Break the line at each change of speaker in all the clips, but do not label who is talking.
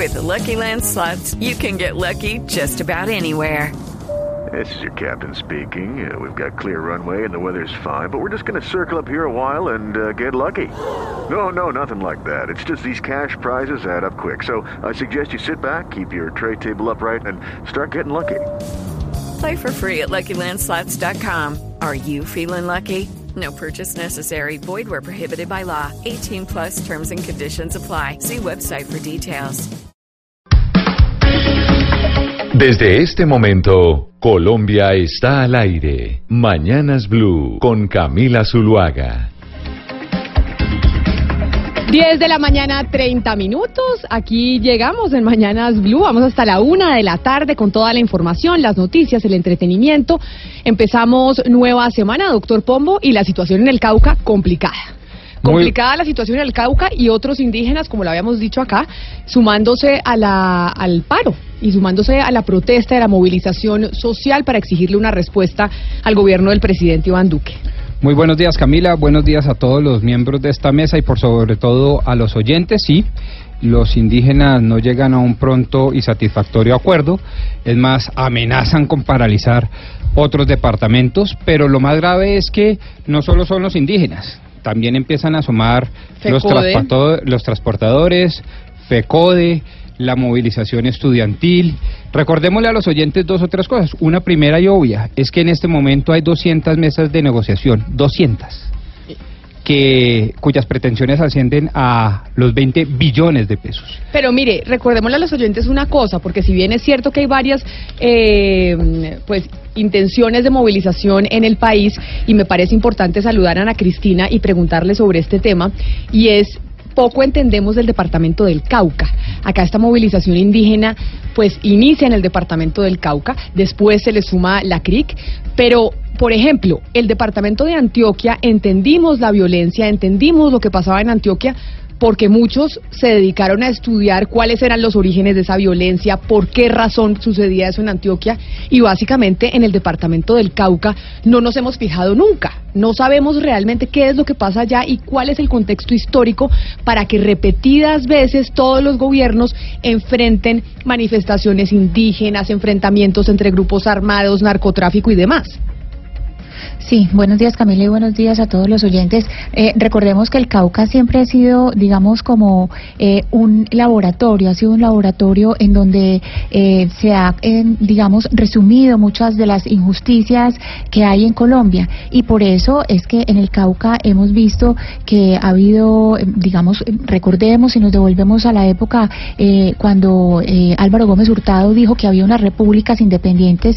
With the Lucky Land Slots, you can get lucky just about anywhere.
This is your captain speaking. We've got clear runway and the weather's fine, but we're just going to circle up here a while and get lucky. No, nothing like that. It's just these cash prizes add up quick. So I suggest you sit back, keep your tray table upright, and start getting lucky.
Play for free at LuckyLandSlots.com. Are you feeling lucky? No purchase necessary. Void where prohibited by law. 18 plus terms and conditions apply. See website for details.
Desde este momento, Colombia está al aire. Mañanas Blue con Camila Zuluaga.
10 de la mañana, 30 minutos. Aquí llegamos en Mañanas Blue. Vamos hasta la 1 de la tarde con toda la información, las noticias, el entretenimiento. Empezamos nueva semana, doctor Pombo, y la situación en el Cauca complicada. Complicada la situación en el Cauca y otros indígenas, como lo habíamos dicho acá, sumándose al paro y sumándose a la protesta de la movilización social para exigirle una respuesta al gobierno del presidente Iván Duque.
Muy buenos días, Camila, buenos días a todos los miembros de esta mesa y por sobre todo a los oyentes. Sí, los indígenas no llegan a un pronto y satisfactorio acuerdo, es más, amenazan con paralizar otros departamentos, pero lo más grave es que no solo son los indígenas, también empiezan a sumar los transportadores, FECODE, la movilización estudiantil. Recordémosle a los oyentes dos o tres cosas. Una primera y obvia es que en este momento hay 200 mesas de negociación, 200, cuyas pretensiones ascienden a los 20 billones de pesos.
Pero mire, recordémosle a los oyentes una cosa, porque si bien es cierto que hay varias intenciones de movilización en el país, y me parece importante saludar a Ana Cristina y preguntarle sobre este tema, y es: poco entendemos del departamento del Cauca. Acá esta movilización indígena pues inicia en el departamento del Cauca, después se le suma la CRIC, pero por ejemplo, el departamento de Antioquia, entendimos la violencia, entendimos lo que pasaba en Antioquia, porque muchos se dedicaron a estudiar cuáles eran los orígenes de esa violencia, por qué razón sucedía eso en Antioquia, y básicamente en el departamento del Cauca no nos hemos fijado nunca. No sabemos realmente qué es lo que pasa allá y cuál es el contexto histórico para que repetidas veces todos los gobiernos enfrenten manifestaciones indígenas, enfrentamientos entre grupos armados, narcotráfico y demás.
Sí, buenos días, Camila, y buenos días a todos los oyentes. Recordemos que el Cauca siempre ha sido, digamos, como un laboratorio, ha sido un laboratorio en donde se ha, digamos, resumido muchas de las injusticias que hay en Colombia, y por eso es que en el Cauca hemos visto que ha habido, digamos, recordemos y nos devolvemos a la época cuando Álvaro Gómez Hurtado dijo que había unas repúblicas independientes,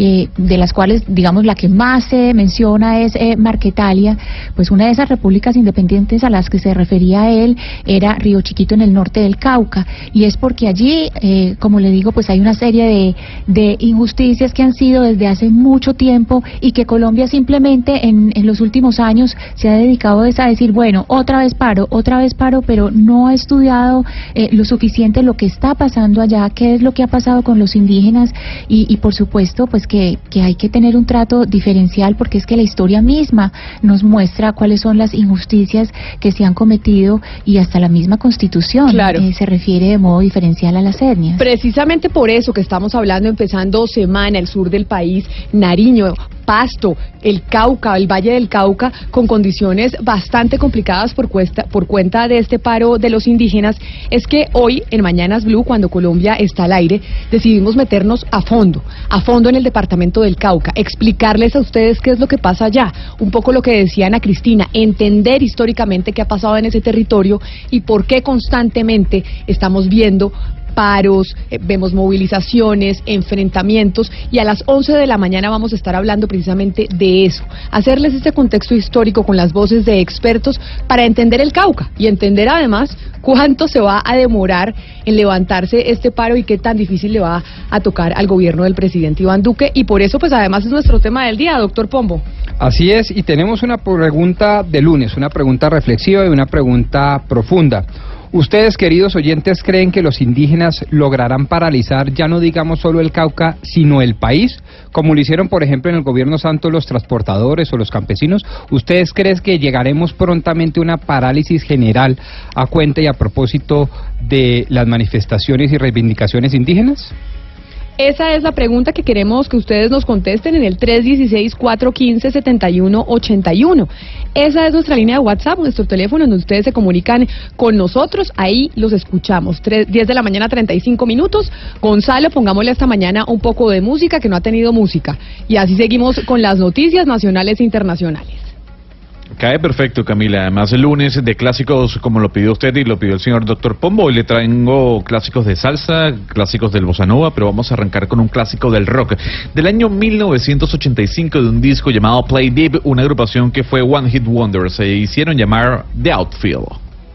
de las cuales, digamos, la que más se menciona es Marquetalia. Pues una de esas repúblicas independientes a las que se refería él era Río Chiquito, en el norte del Cauca, y es porque allí, como le digo, pues hay una serie de injusticias que han sido desde hace mucho tiempo, y que Colombia simplemente en los últimos años se ha dedicado a decir, bueno, otra vez paro, pero no ha estudiado lo suficiente lo que está pasando allá, qué es lo que ha pasado con los indígenas, y por supuesto pues que hay que tener un trato diferencial, porque es que la historia misma nos muestra cuáles son las injusticias que se han cometido, y hasta la misma Constitución se refiere de modo diferencial a las etnias.
Precisamente por eso que estamos hablando, empezando semana, el sur del país, Nariño, Pasto, el Cauca, el Valle del Cauca, con condiciones bastante complicadas por cuenta de este paro de los indígenas, es que hoy en Mañanas Blue, cuando Colombia está al aire, decidimos meternos a fondo en el departamento del Cauca, explicarles a ustedes qué es lo que pasa allá, un poco lo que decía Ana Cristina, entender históricamente qué ha pasado en ese territorio y por qué constantemente estamos viendo paros, vemos movilizaciones, enfrentamientos, y a las 11 de la mañana vamos a estar hablando precisamente de eso, hacerles este contexto histórico con las voces de expertos para entender el Cauca y entender además cuánto se va a demorar en levantarse este paro y qué tan difícil le va a tocar al gobierno del presidente Iván Duque, y por eso pues además es nuestro tema del día, doctor Pombo.
Así es, y tenemos una pregunta de lunes, una pregunta reflexiva y una pregunta profunda. ¿Ustedes, queridos oyentes, creen que los indígenas lograrán paralizar, ya no digamos solo el Cauca, sino el país? Como lo hicieron, por ejemplo, en el gobierno Santos los transportadores o los campesinos. ¿Ustedes creen que llegaremos prontamente a una parálisis general a cuenta y a propósito de las manifestaciones y reivindicaciones indígenas?
Esa es la pregunta que queremos que ustedes nos contesten en el 316-415-7181. Esa es nuestra línea de WhatsApp, nuestro teléfono, donde ustedes se comunican con nosotros. Ahí los escuchamos. 10 de la mañana, 35 minutos. Gonzalo, pongámosle esta mañana un poco de música, que no ha tenido música. Y así seguimos con las noticias nacionales e internacionales.
Cae perfecto, Camila. Además, el lunes de clásicos, como lo pidió usted y lo pidió el señor Dr. Pombo, hoy le traigo clásicos de salsa, clásicos del bossa nova, pero vamos a arrancar con un clásico del rock del año 1985, de un disco llamado Play Deep, una agrupación que fue One Hit Wonder. Se hicieron llamar The Outfield.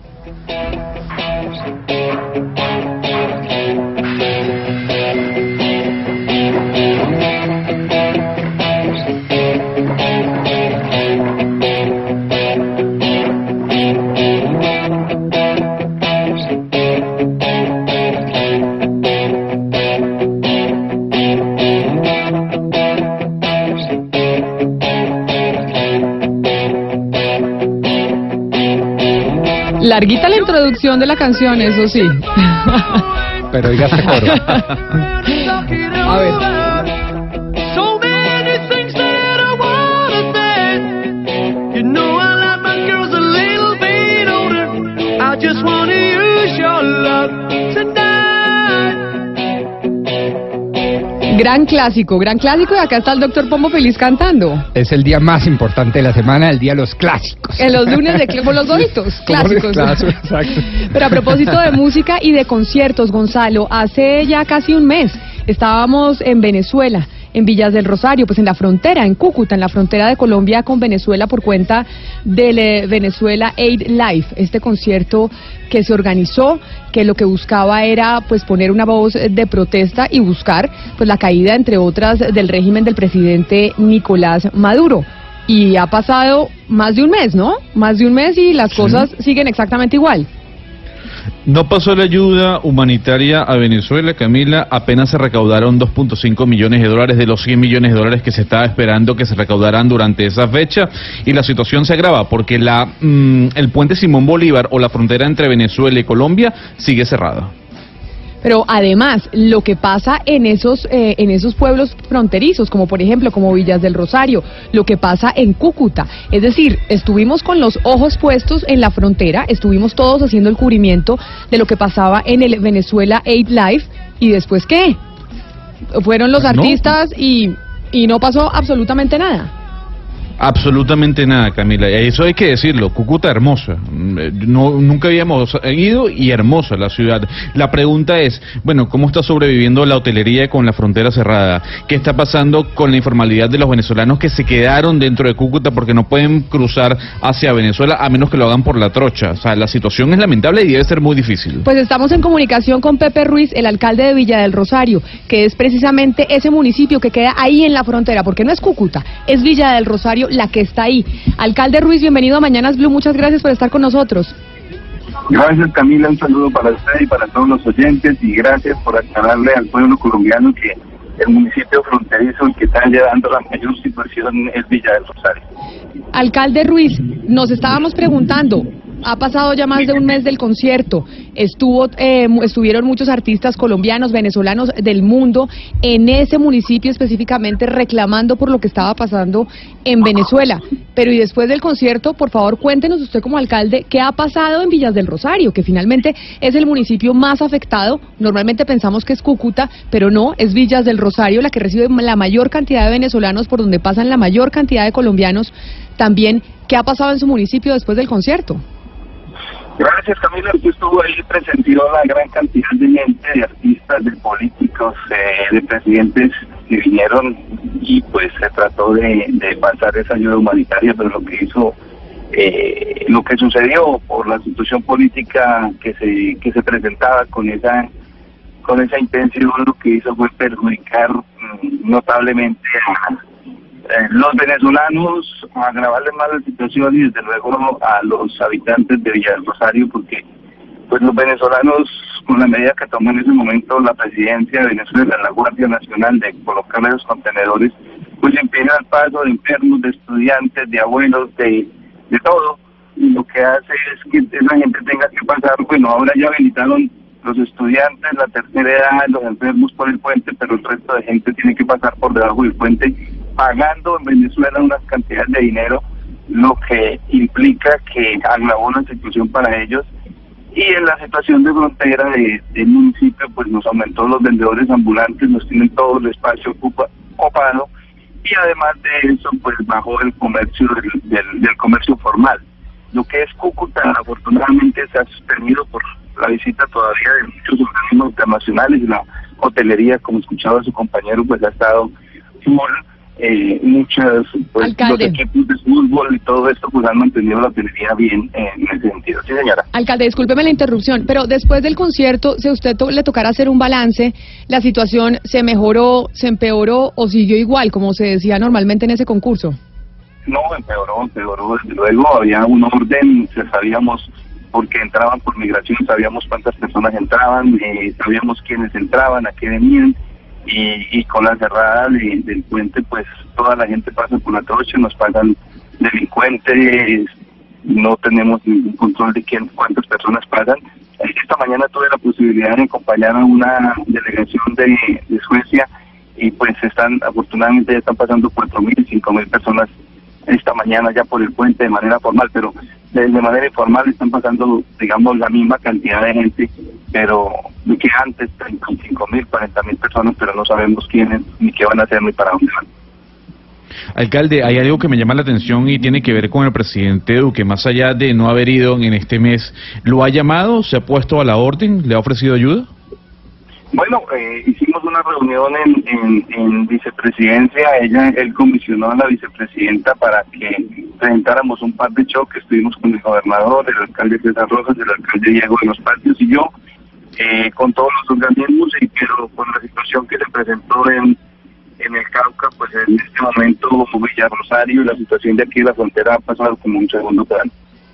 Larguita la introducción de la canción, eso sí.
Pero oiga este coro.
A ver. Gran clásico, y acá está el Dr. Pombo feliz cantando.
Es el día más importante de la semana, el día de los clásicos.
En los lunes de con los doritos, clásicos.
Exacto.
Pero a propósito de música y de conciertos, Gonzalo, hace ya casi un mes estábamos en Venezuela, en Villas del Rosario, pues en la frontera, en Cúcuta, en la frontera de Colombia con Venezuela, por cuenta del Venezuela Aid Life, este concierto que se organizó, que lo que buscaba era pues poner una voz de protesta y buscar pues la caída, entre otras, del régimen del presidente Nicolás Maduro. Y ha pasado más de un mes, ¿no? Más de un mes y las cosas siguen exactamente igual.
No pasó la ayuda humanitaria a Venezuela, Camila. Apenas se recaudaron 2.5 millones de dólares de los 100 millones de dólares que se estaba esperando que se recaudaran durante esa fecha, y la situación se agrava porque el puente Simón Bolívar, o la frontera entre Venezuela y Colombia, sigue cerrada.
Pero además, lo que pasa en esos pueblos fronterizos, como por ejemplo, como Villas del Rosario, lo que pasa en Cúcuta, es decir, estuvimos con los ojos puestos en la frontera, estuvimos todos haciendo el cubrimiento de lo que pasaba en el Venezuela Aid Life, y después ¿qué? Fueron los artistas y no pasó absolutamente nada.
Absolutamente nada, Camila. Eso hay que decirlo. Cúcuta hermosa. Nunca habíamos ido, y hermosa la ciudad. La pregunta es, bueno, ¿cómo está sobreviviendo la hotelería con la frontera cerrada? ¿Qué está pasando con la informalidad de los venezolanos que se quedaron dentro de Cúcuta porque no pueden cruzar hacia Venezuela a menos que lo hagan por la trocha? O sea, la situación es lamentable y debe ser muy difícil.
Pues estamos en comunicación con Pepe Ruiz, el alcalde de Villa del Rosario, que es precisamente ese municipio que queda ahí en la frontera, porque no es Cúcuta, es Villa del Rosario la que está ahí. Alcalde Ruiz, bienvenido a Mañanas Blue, muchas gracias por estar con nosotros.
Gracias, Camila, un saludo para usted y para todos los oyentes, y gracias por aclararle al pueblo colombiano que el municipio fronterizo que está llevando la mayor situación es Villa del Rosario.
Alcalde Ruiz, nos estábamos preguntando, ha pasado ya más de un mes del concierto, estuvieron muchos artistas colombianos, venezolanos del mundo en ese municipio específicamente reclamando por lo que estaba pasando en Venezuela, pero y después del concierto, por favor cuéntenos usted como alcalde, ¿qué ha pasado en Villas del Rosario? Que finalmente es el municipio más afectado. Normalmente pensamos que es Cúcuta, pero no, es Villas del Rosario la que recibe la mayor cantidad de venezolanos, por donde pasan la mayor cantidad de colombianos también. ¿Qué ha pasado en su municipio después del concierto?
Gracias, Camila. Usted estuvo ahí, presenció la gran cantidad de gente, de artistas, de políticos, de presidentes que vinieron, y pues se trató de pasar esa ayuda humanitaria, pero lo que sucedió por la situación política que se presentaba con esa intención, lo que hizo fue perjudicar notablemente a los venezolanos, agravarle más la situación, y desde luego a los habitantes de Villa del Rosario, porque pues los venezolanos, con la medida que tomó en ese momento la presidencia de Venezuela, la Guardia Nacional, de colocarle los contenedores, pues impide el paso de enfermos, de estudiantes, de abuelos, de todo, y lo que hace es que esa gente tenga que pasar. Bueno, ahora ya habilitaron los estudiantes, la tercera edad, los enfermos por el puente, pero el resto de gente tiene que pasar por debajo del puente, pagando en Venezuela unas cantidades de dinero, lo que implica que agravó la situación para ellos. Y en la situación de frontera del municipio, pues nos aumentó los vendedores ambulantes, nos tienen todo el espacio ocupado, y además de eso, pues bajó el comercio del comercio formal. Lo que es Cúcuta, afortunadamente, se ha suspendido por la visita todavía de muchos organismos internacionales, y la hotelería, como escuchaba su compañero, pues ha estado full. Muchas, pues los equipos de fútbol y todo esto pues han mantenido la hotelería bien en ese sentido. Sí, señora.
Alcalde, discúlpeme la interrupción, pero después del concierto, si a usted le tocara hacer un balance, ¿la situación se mejoró, se empeoró o siguió igual, como se decía normalmente en ese concurso?
No, empeoró, desde luego. Había un orden, sabíamos porque entraban por migración, sabíamos cuántas personas entraban, sabíamos quiénes entraban, a qué venían. Y con la cerrada del puente, pues toda la gente pasa por la trocha, nos pasan delincuentes, no tenemos ningún control de cuántas personas pasan. Esta mañana tuve la posibilidad de acompañar a una delegación de Suecia, y pues afortunadamente ya están pasando 4.000 y 5.000 personas esta mañana ya por el puente de manera formal, pero de manera informal están pasando, digamos, la misma cantidad de gente, pero que antes, 35.000, 40.000 personas, pero no sabemos quiénes, ni qué van a hacer, ni para dónde van.
Alcalde, hay algo que me llama la atención y tiene que ver con el presidente Duque. Más allá de no haber ido en este mes, ¿lo ha llamado? ¿Se ha puesto a la orden? ¿Le ha ofrecido ayuda?
Bueno, hicimos una reunión en vicepresidencia. Él comisionó a la vicepresidenta para que presentáramos un par de choques. Estuvimos con el gobernador, el alcalde César Rojas, el alcalde Diego de los Patios y yo, con todos los organismos, pero con la situación que se presentó en el Cauca, pues en este momento Villa Rosario y la situación de aquí de la frontera ha pasado como un segundo plano.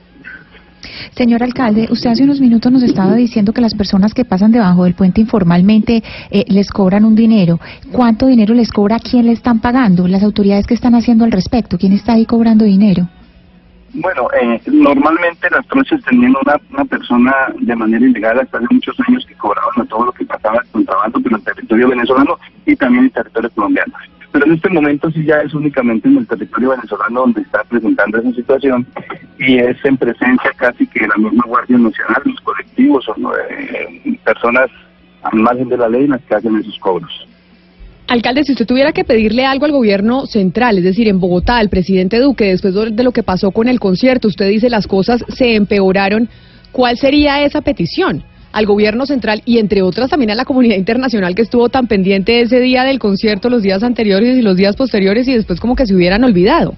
Señor alcalde, usted hace unos minutos nos estaba diciendo que las personas que pasan debajo del puente informalmente les cobran un dinero. ¿Cuánto dinero les cobra? ¿A quién le están pagando? ¿Las autoridades qué están haciendo al respecto? ¿Quién está ahí cobrando dinero?
Bueno, normalmente las trochas tenían una persona de manera ilegal hasta hace muchos años que cobraban a todo lo que pasaba el contrabando, pero en el territorio venezolano y también en el territorio colombiano. Pero en este momento sí ya es únicamente en el territorio venezolano donde está presentando esa situación, y es en presencia casi que de la misma Guardia Nacional, los colectivos o personas al margen de la ley las que hacen esos cobros.
Alcalde, si usted tuviera que pedirle algo al gobierno central, es decir, en Bogotá, al presidente Duque, después de lo que pasó con el concierto, usted dice las cosas se empeoraron, ¿cuál sería esa petición al gobierno central y entre otras también a la comunidad internacional que estuvo tan pendiente ese día del concierto, los días anteriores y los días posteriores, y después como que se hubieran olvidado?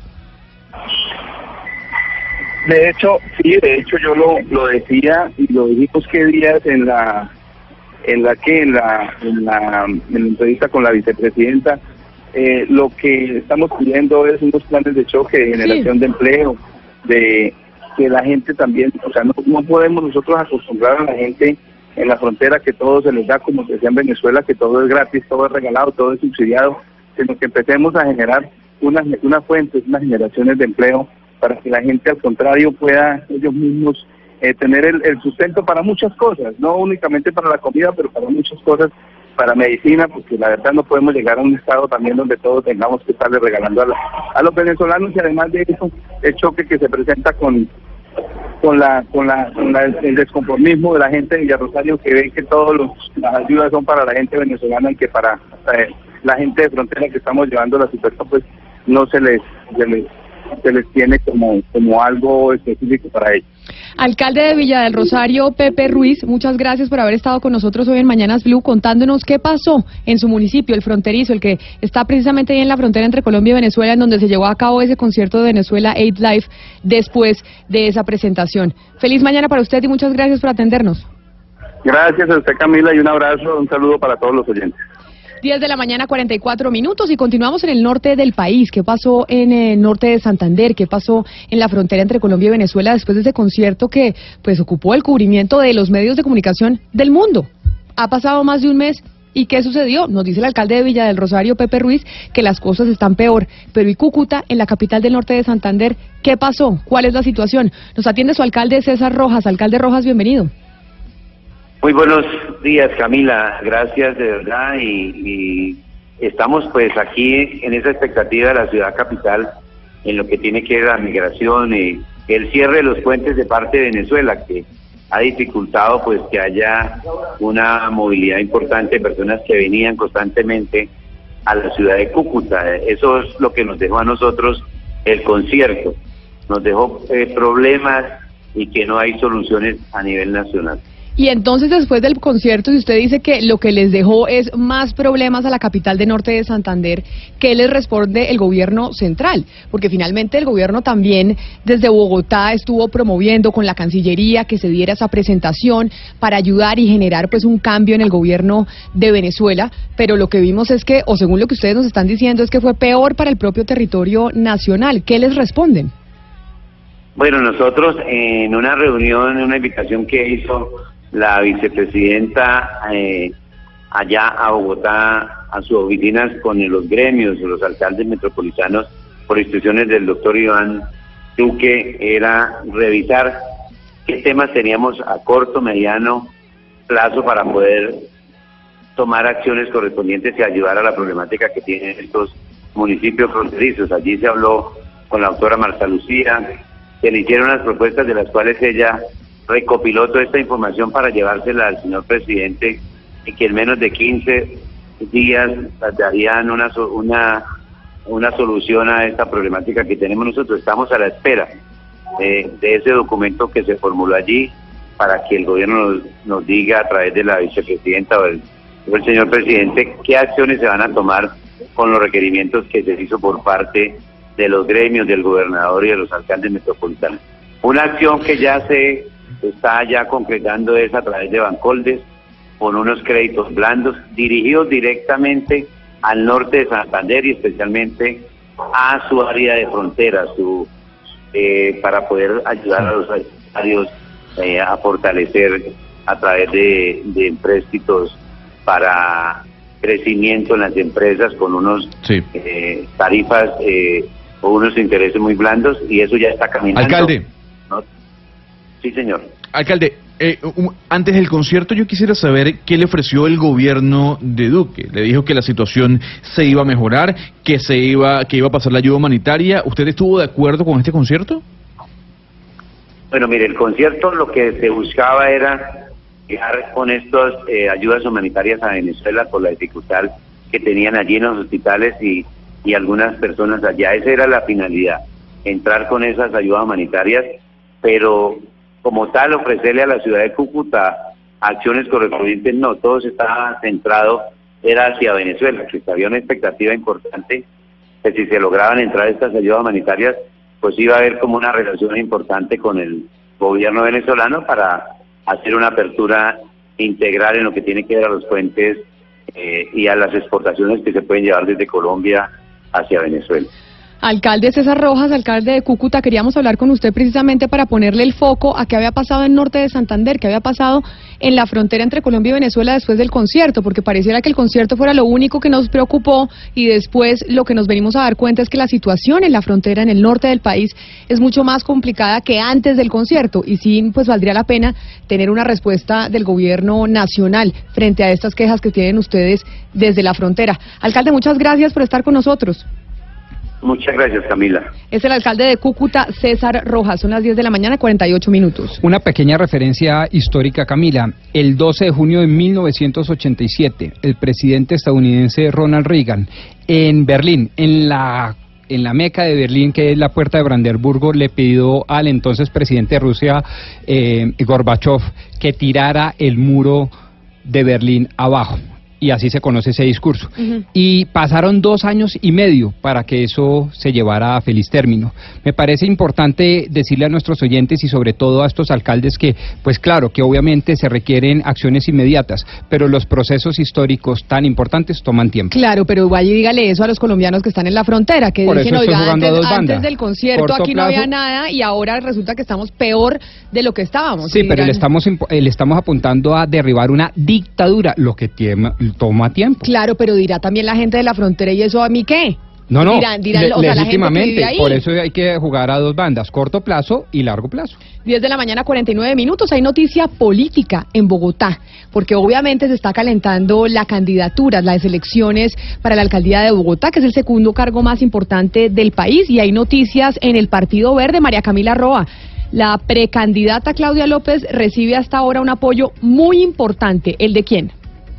De hecho yo lo decía, y lo dijimos que días en la entrevista con la vicepresidenta. Lo que estamos pidiendo es unos planes de choque, de generación de empleo, de que la gente también, o sea, no podemos nosotros acostumbrar a la gente en la frontera que todo se les da, como se decía en Venezuela, que todo es gratis, todo es regalado, todo es subsidiado, sino que empecemos a generar unas fuentes, unas generaciones de empleo, para que la gente al contrario pueda ellos mismos tener el sustento para muchas cosas, no únicamente para la comida, pero para muchas cosas, para medicina, porque la verdad no podemos llegar a un estado también donde todos tengamos que estarle regalando a los venezolanos, y además de eso, el choque que se presenta con el desconformismo de la gente de Villa Rosario, que ve que todas las ayudas son para la gente venezolana y que para la gente de frontera que estamos llevando la situación, pues no se les tiene como algo específico para ellos.
Alcalde de Villa del Rosario, Pepe Ruiz, muchas gracias por haber estado con nosotros hoy en Mañanas Blue, contándonos qué pasó en su municipio, el fronterizo, el que está precisamente ahí en la frontera entre Colombia y Venezuela, en donde se llevó a cabo ese concierto de Venezuela 8 Live después de esa presentación. Feliz mañana para usted y muchas gracias por atendernos.
Gracias a usted, Camila, y un abrazo, un saludo para todos los oyentes.
10 de la mañana, 44 minutos, y continuamos en el norte del país. ¿Qué pasó en el norte de Santander? ¿Qué pasó en la frontera entre Colombia y Venezuela después de ese concierto que pues ocupó el cubrimiento de los medios de comunicación del mundo? Ha pasado más de un mes. ¿Y qué sucedió? Nos dice el alcalde de Villa del Rosario, Pepe Ruiz, que las cosas están peor. Pero ¿y Cúcuta, en la capital del norte de Santander? ¿Qué pasó? ¿Cuál es la situación? Nos atiende su alcalde, César Rojas. Alcalde Rojas, bienvenido.
Muy buenos días, Camila. Gracias, de verdad. Y estamos pues aquí en esa expectativa de la ciudad capital en lo que tiene que ver la migración y el cierre de los puentes de parte de Venezuela, que ha dificultado pues que haya una movilidad importante de personas que venían constantemente a la ciudad de Cúcuta. Eso es lo que nos dejó a nosotros el concierto. Nos dejó problemas y que no hay soluciones a nivel nacional.
Y entonces, después del concierto, si usted dice que lo que les dejó es más problemas a la capital de norte de Santander, ¿qué les responde el gobierno central? Porque finalmente el gobierno también desde Bogotá estuvo promoviendo con la Cancillería que se diera esa presentación para ayudar y generar pues un cambio en el gobierno de Venezuela, pero lo que vimos es que, o según lo que ustedes nos están diciendo, es que fue peor para el propio territorio nacional. ¿Qué les responden?
Bueno, nosotros en una reunión, en una invitación que hizo la vicepresidenta allá a Bogotá, a sus oficinas con los gremios, los alcaldes metropolitanos, por instrucciones del doctor Iván Duque, era revisar qué temas teníamos a corto, mediano plazo para poder tomar acciones correspondientes y ayudar a la problemática que tienen estos municipios fronterizos. Allí se habló con la doctora Marta Lucía, se le hicieron las propuestas de las cuales ella recopiló toda esta información para llevársela al señor presidente y que en menos de 15 días darían una solución a esta problemática que tenemos nosotros. Estamos a la espera de ese documento que se formuló allí para que el gobierno nos diga a través de la vicepresidenta o el señor presidente qué acciones se van a tomar con los requerimientos que se hizo por parte de los gremios, del gobernador y de los alcaldes metropolitanos. Una acción que ya se está ya concretando es a través de Bancoldes, con unos créditos blandos dirigidos directamente al norte de Santander y especialmente a su área de frontera, para poder ayudar a los empresarios a fortalecer a través de empréstitos para crecimiento en las empresas con unos tarifas o unos intereses muy blandos, y eso ya está caminando.
Alcalde.
¿No? Sí, señor.
Alcalde, antes del concierto yo quisiera saber qué le ofreció el gobierno de Duque. Le dijo que la situación se iba a mejorar, que iba a pasar la ayuda humanitaria. ¿Usted estuvo de acuerdo con este concierto?
Bueno, mire, el concierto lo que se buscaba era llegar con estas ayudas humanitarias a Venezuela por la dificultad que tenían allí en los hospitales y algunas personas allá. Esa era la finalidad, entrar con esas ayudas humanitarias, pero como tal ofrecerle a la ciudad de Cúcuta acciones correspondientes, no, todo se estaba centrado, era hacia Venezuela, que había una expectativa importante que si se lograban entrar estas ayudas humanitarias, pues iba a haber como una relación importante con el gobierno venezolano para hacer una apertura integral en lo que tiene que ver a los puentes y a las exportaciones que se pueden llevar desde Colombia hacia Venezuela.
Alcalde César Rojas, alcalde de Cúcuta, queríamos hablar con usted precisamente para ponerle el foco a qué había pasado en norte de Santander, qué había pasado en la frontera entre Colombia y Venezuela después del concierto, porque pareciera que el concierto fuera lo único que nos preocupó y después lo que nos venimos a dar cuenta es que la situación en la frontera, en el norte del país, es mucho más complicada que antes del concierto, y sí, pues valdría la pena tener una respuesta del gobierno nacional frente a estas quejas que tienen ustedes desde la frontera. Alcalde, muchas gracias por estar con nosotros.
Muchas gracias, Camila.
Es el alcalde de Cúcuta, César Rojas. Son las 10 de la mañana, 48 minutos.
Una pequeña referencia histórica, Camila. El 12 de junio de 1987, el presidente estadounidense Ronald Reagan, en Berlín, en la Meca de Berlín, que es la puerta de Brandenburgo, le pidió al entonces presidente de Rusia, Gorbachev, que tirara el muro de Berlín abajo. y así se conoce ese discurso. Y pasaron 2 años y medio para que eso se llevara a feliz término. Me parece importante decirle a nuestros oyentes y sobre todo a estos alcaldes que, pues claro, que obviamente se requieren acciones inmediatas, pero los procesos históricos tan importantes toman tiempo.
Claro, pero vaya y dígale eso a los colombianos que están en la frontera, que
por
dicen, oiga, antes del concierto
corto
aquí
plazo,
no había nada y ahora resulta que estamos peor de lo que estábamos.
Sí, pero le estamos apuntando a derribar una dictadura, lo que toma tiempo.
Claro, pero dirá también la gente de la frontera, ¿y eso a mí qué?
No,
Dirán, o sea,
legítimamente,
la gente que vive ahí.
por eso hay que jugar a 2 bandas, corto plazo y largo plazo.
10 de la mañana, 49 minutos, hay noticia política en Bogotá, porque obviamente se está calentando la candidatura, las elecciones para la alcaldía de Bogotá, que es el segundo cargo más importante del país, y hay noticias en el Partido Verde. María Camila Roa, la precandidata Claudia López recibe hasta ahora un apoyo muy importante. ¿El de quién?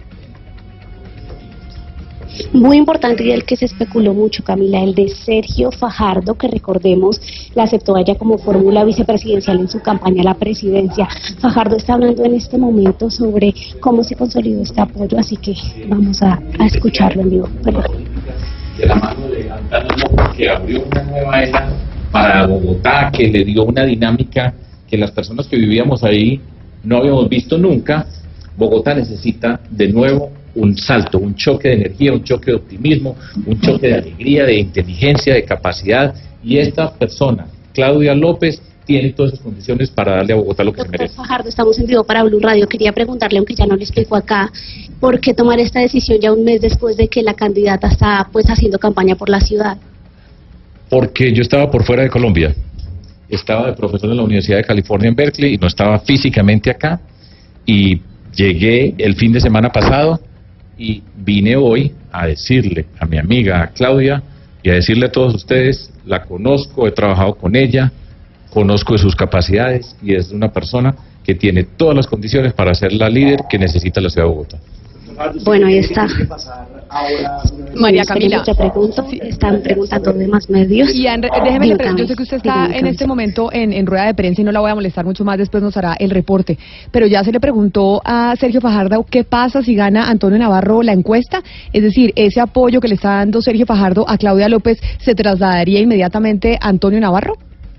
Muy importante y el que se especuló mucho, Camila, el de Sergio Fajardo, que recordemos la aceptó ella como fórmula vicepresidencial en su campaña a la presidencia. Fajardo está hablando en este momento sobre cómo se consolidó este apoyo, así que vamos a escucharlo en vivo.
De la mano de Antonio López, que abrió una nueva era para Bogotá, que le dio una dinámica que las personas que vivíamos ahí no habíamos visto nunca. Bogotá necesita de nuevo un salto, un choque de energía, un choque de optimismo, un choque de alegría, de inteligencia, de capacidad, y esta persona, Claudia López, tiene todas esas condiciones para darle a Bogotá lo que se merece.
Fajardo, estamos en vivo para Blue Radio. Quería preguntarle, aunque ya no le explico acá, ¿por qué tomar esta decisión ya un mes después de que la candidata está pues haciendo campaña por la ciudad?
Porque yo estaba por fuera de Colombia, estaba de profesor en la Universidad de California en Berkeley y no estaba físicamente acá, y llegué el fin de semana pasado y vine hoy a decirle a mi amiga Claudia y a decirle a todos ustedes, la conozco, he trabajado con ella, conozco de sus capacidades y es una persona que tiene todas las condiciones para ser la líder que necesita la ciudad de Bogotá.
Bueno, ahí está.
María Camila,
están preguntando de más medios.
Y déjeme le pregunto, yo sé que usted está en este momento en rueda de prensa y no la voy a molestar mucho más, después nos hará el reporte, pero ya se le preguntó a Sergio Fajardo qué pasa si gana Antonio Navarro la encuesta, es decir, ese apoyo que le está dando Sergio Fajardo a Claudia López, ¿se trasladaría inmediatamente a Antonio Navarro?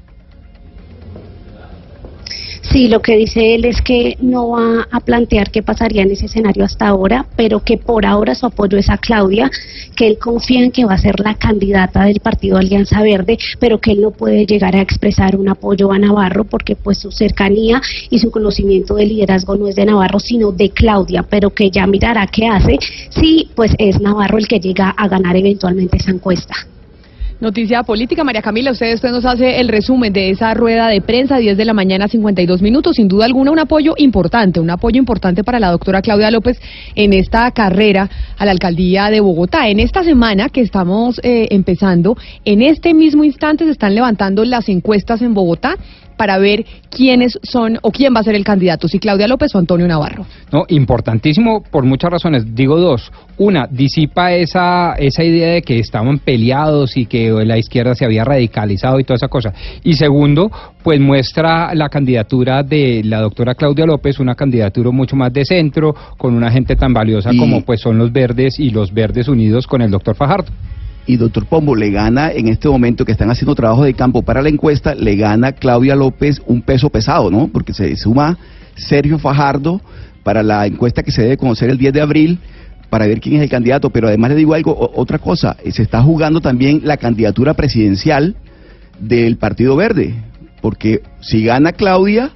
Sí, lo que dice él es que no va a plantear qué pasaría en ese escenario hasta ahora, pero que por ahora su apoyo es a Claudia, que él confía en que va a ser la candidata del partido Alianza Verde, pero que él no puede llegar a expresar un apoyo a Navarro porque pues su cercanía y su conocimiento de liderazgo no es de Navarro sino de Claudia, pero que ya mirará qué hace si pues es Navarro el que llega a ganar eventualmente esa encuesta.
Noticia política, María Camila, usted nos hace el resumen de esa rueda de prensa, 10 de la mañana, 52 minutos, sin duda alguna un apoyo importante para la doctora Claudia López en esta carrera a la alcaldía de Bogotá. En esta semana que estamos empezando, en este mismo instante se están levantando las encuestas en Bogotá para ver quiénes son o quién va a ser el candidato, si Claudia López o Antonio Navarro.
No, importantísimo por muchas razones. Digo 2. Una, disipa esa idea de que estaban peleados y que la izquierda se había radicalizado y toda esa cosa. Y segundo, pues muestra la candidatura de la doctora Claudia López, una candidatura mucho más de centro, con una gente tan valiosa como pues son los Verdes y los Verdes unidos con el doctor Fajardo.
Y doctor Pombo, le gana en este momento que están haciendo trabajo de campo para la encuesta, le gana Claudia López un peso pesado, ¿no? Porque se suma Sergio Fajardo para la encuesta que se debe conocer el 10 de abril para ver quién es el candidato. Pero además le digo algo, otra cosa, se está jugando también la candidatura presidencial del Partido Verde, porque si gana Claudia,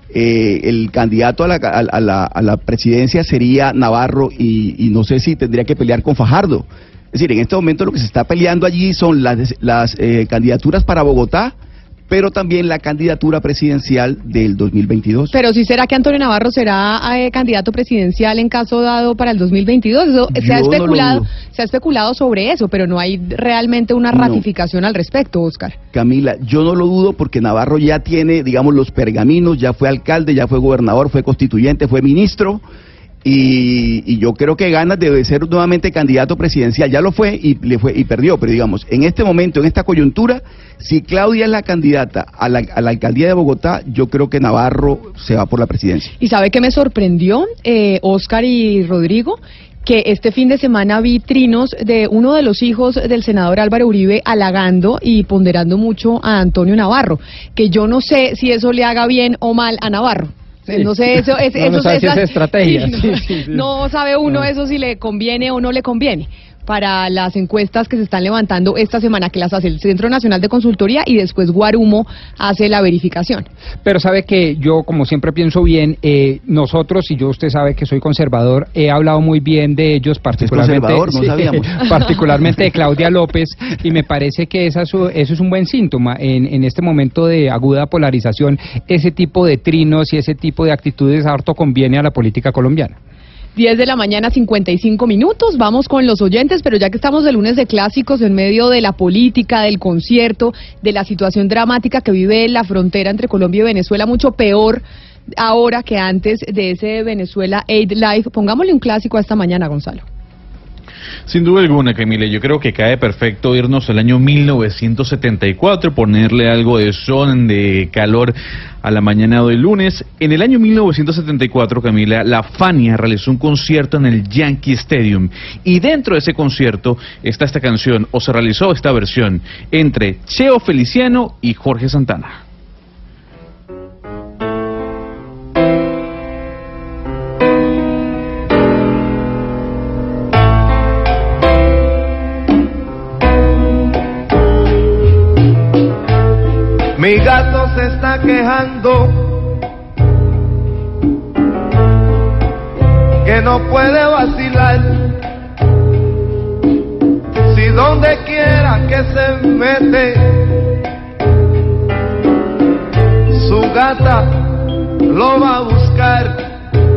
el candidato a la presidencia sería Navarro y no sé si tendría que pelear con Fajardo. Es decir, en este momento lo que se está peleando allí son las candidaturas para Bogotá, pero también la candidatura presidencial del 2022.
Pero si será que Antonio Navarro será candidato presidencial en caso dado para el 2022, eso se ha especulado sobre eso, pero no hay realmente una ratificación al respecto, Oscar.
Camila, yo no lo dudo porque Navarro ya tiene, digamos, los pergaminos, ya fue alcalde, ya fue gobernador, fue constituyente, fue ministro. Y yo creo que ganas debe ser nuevamente candidato presidencial, ya lo fue y perdió, pero digamos, en este momento, en esta coyuntura, si Claudia es la candidata a la alcaldía de Bogotá, yo creo que Navarro se va por la presidencia.
¿Y sabe qué me sorprendió, Oscar y Rodrigo? que este fin de semana vi trinos de uno de los hijos del senador Álvaro Uribe halagando y ponderando mucho a Antonio Navarro, que yo no sé si eso le haga bien o mal a Navarro. Sí. No sé, eso
no sabe si es estrategia.
Sí, no sabe uno eso si le conviene o no le conviene. Para las encuestas que se están levantando esta semana, que las hace el Centro Nacional de Consultoría y después Guarumo hace la verificación.
Pero sabe que yo, como siempre, pienso bien, nosotros, y usted sabe que soy conservador, he hablado muy bien de ellos, particularmente,
no sabíamos.
Particularmente de Claudia López, y me parece que eso es un buen síntoma en este momento de aguda polarización. Ese tipo de trinos y ese tipo de actitudes harto conviene a la política colombiana.
10 de la mañana, 55 minutos. Vamos con los oyentes, pero ya que estamos de lunes de clásicos, en medio de la política, del concierto, de la situación dramática que vive la frontera entre Colombia y Venezuela, mucho peor ahora que antes de ese Venezuela Aid Live, pongámosle un clásico a esta mañana, Gonzalo.
Sin duda alguna, Camila, yo creo que cae perfecto irnos al año 1974, ponerle algo de son, de calor a la mañana del lunes. En el año 1974, Camila, la Fania realizó un concierto en el Yankee Stadium, y dentro de ese concierto está esta canción, o se realizó esta versión, entre Cheo Feliciano y Jorge Santana.
Mi gato se está quejando que no puede vacilar, si donde quiera que se mete su gata lo va a buscar.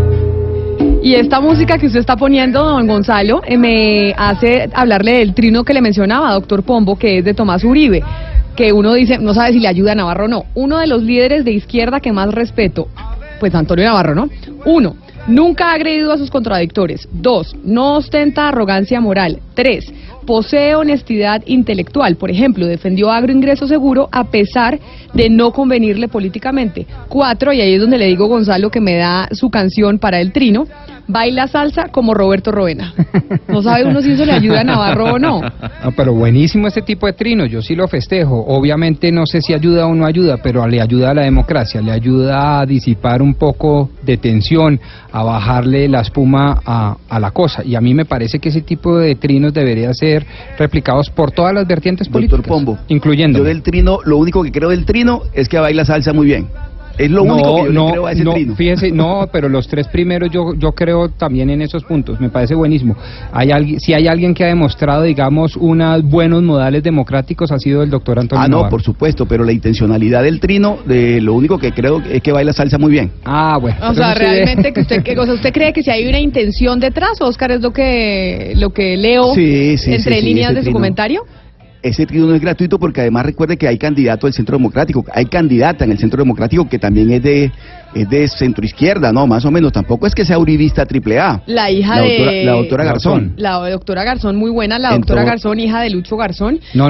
Y esta música que usted está poniendo, don Gonzalo, me hace hablarle del trino que le mencionaba, doctor Pombo, que es de Tomás Uribe, que uno dice, no sabe si le ayuda a Navarro o no. Uno de los líderes de izquierda que más respeto, pues Antonio Navarro, ¿no? 1, nunca ha agredido a sus contradictores. 2, no ostenta arrogancia moral. 3, posee honestidad intelectual. Por ejemplo, defendió Agroingreso Seguro a pesar de no convenirle políticamente. 4, y ahí es donde le digo, Gonzalo, que me da su canción para el trino, baila salsa como Roberto Roena. No sabe uno si eso le ayuda a Navarro o no.
No, pero buenísimo este tipo de trinos, yo sí lo festejo. Obviamente no sé si ayuda o no ayuda, pero le ayuda a la democracia, le ayuda a disipar un poco de tensión, a bajarle la espuma a la cosa. Y a mí me parece que ese tipo de trinos debería ser replicados por todas las vertientes políticas.
Doctor Pombo,
incluyendo.
Yo del trino, lo único que creo del trino es que baila salsa muy bien. Es lo único que yo le creo a ese trino.
Fíjese, pero los tres primeros yo creo también en esos puntos, me parece buenísimo. Si hay alguien que ha demostrado, digamos, unos buenos modales democráticos, ha sido el doctor Antonio Navarro.
Por supuesto, pero la intencionalidad del trino, lo único que creo es que baila salsa muy bien.
Bueno.
O sea, realmente, ¿usted cree que si hay una intención detrás, Oscar, es lo que leo entre líneas de su comentario?
Ese trino no es gratuito porque además recuerde que hay candidato del Centro Democrático, hay candidata en el Centro Democrático que también es de centroizquierda, ¿no? Más o menos, tampoco es que sea uribista AAA.
La hija
la doctora Garzón.
La doctora Garzón, muy buena, la doctora Garzón, hija de Lucho Garzón.
No,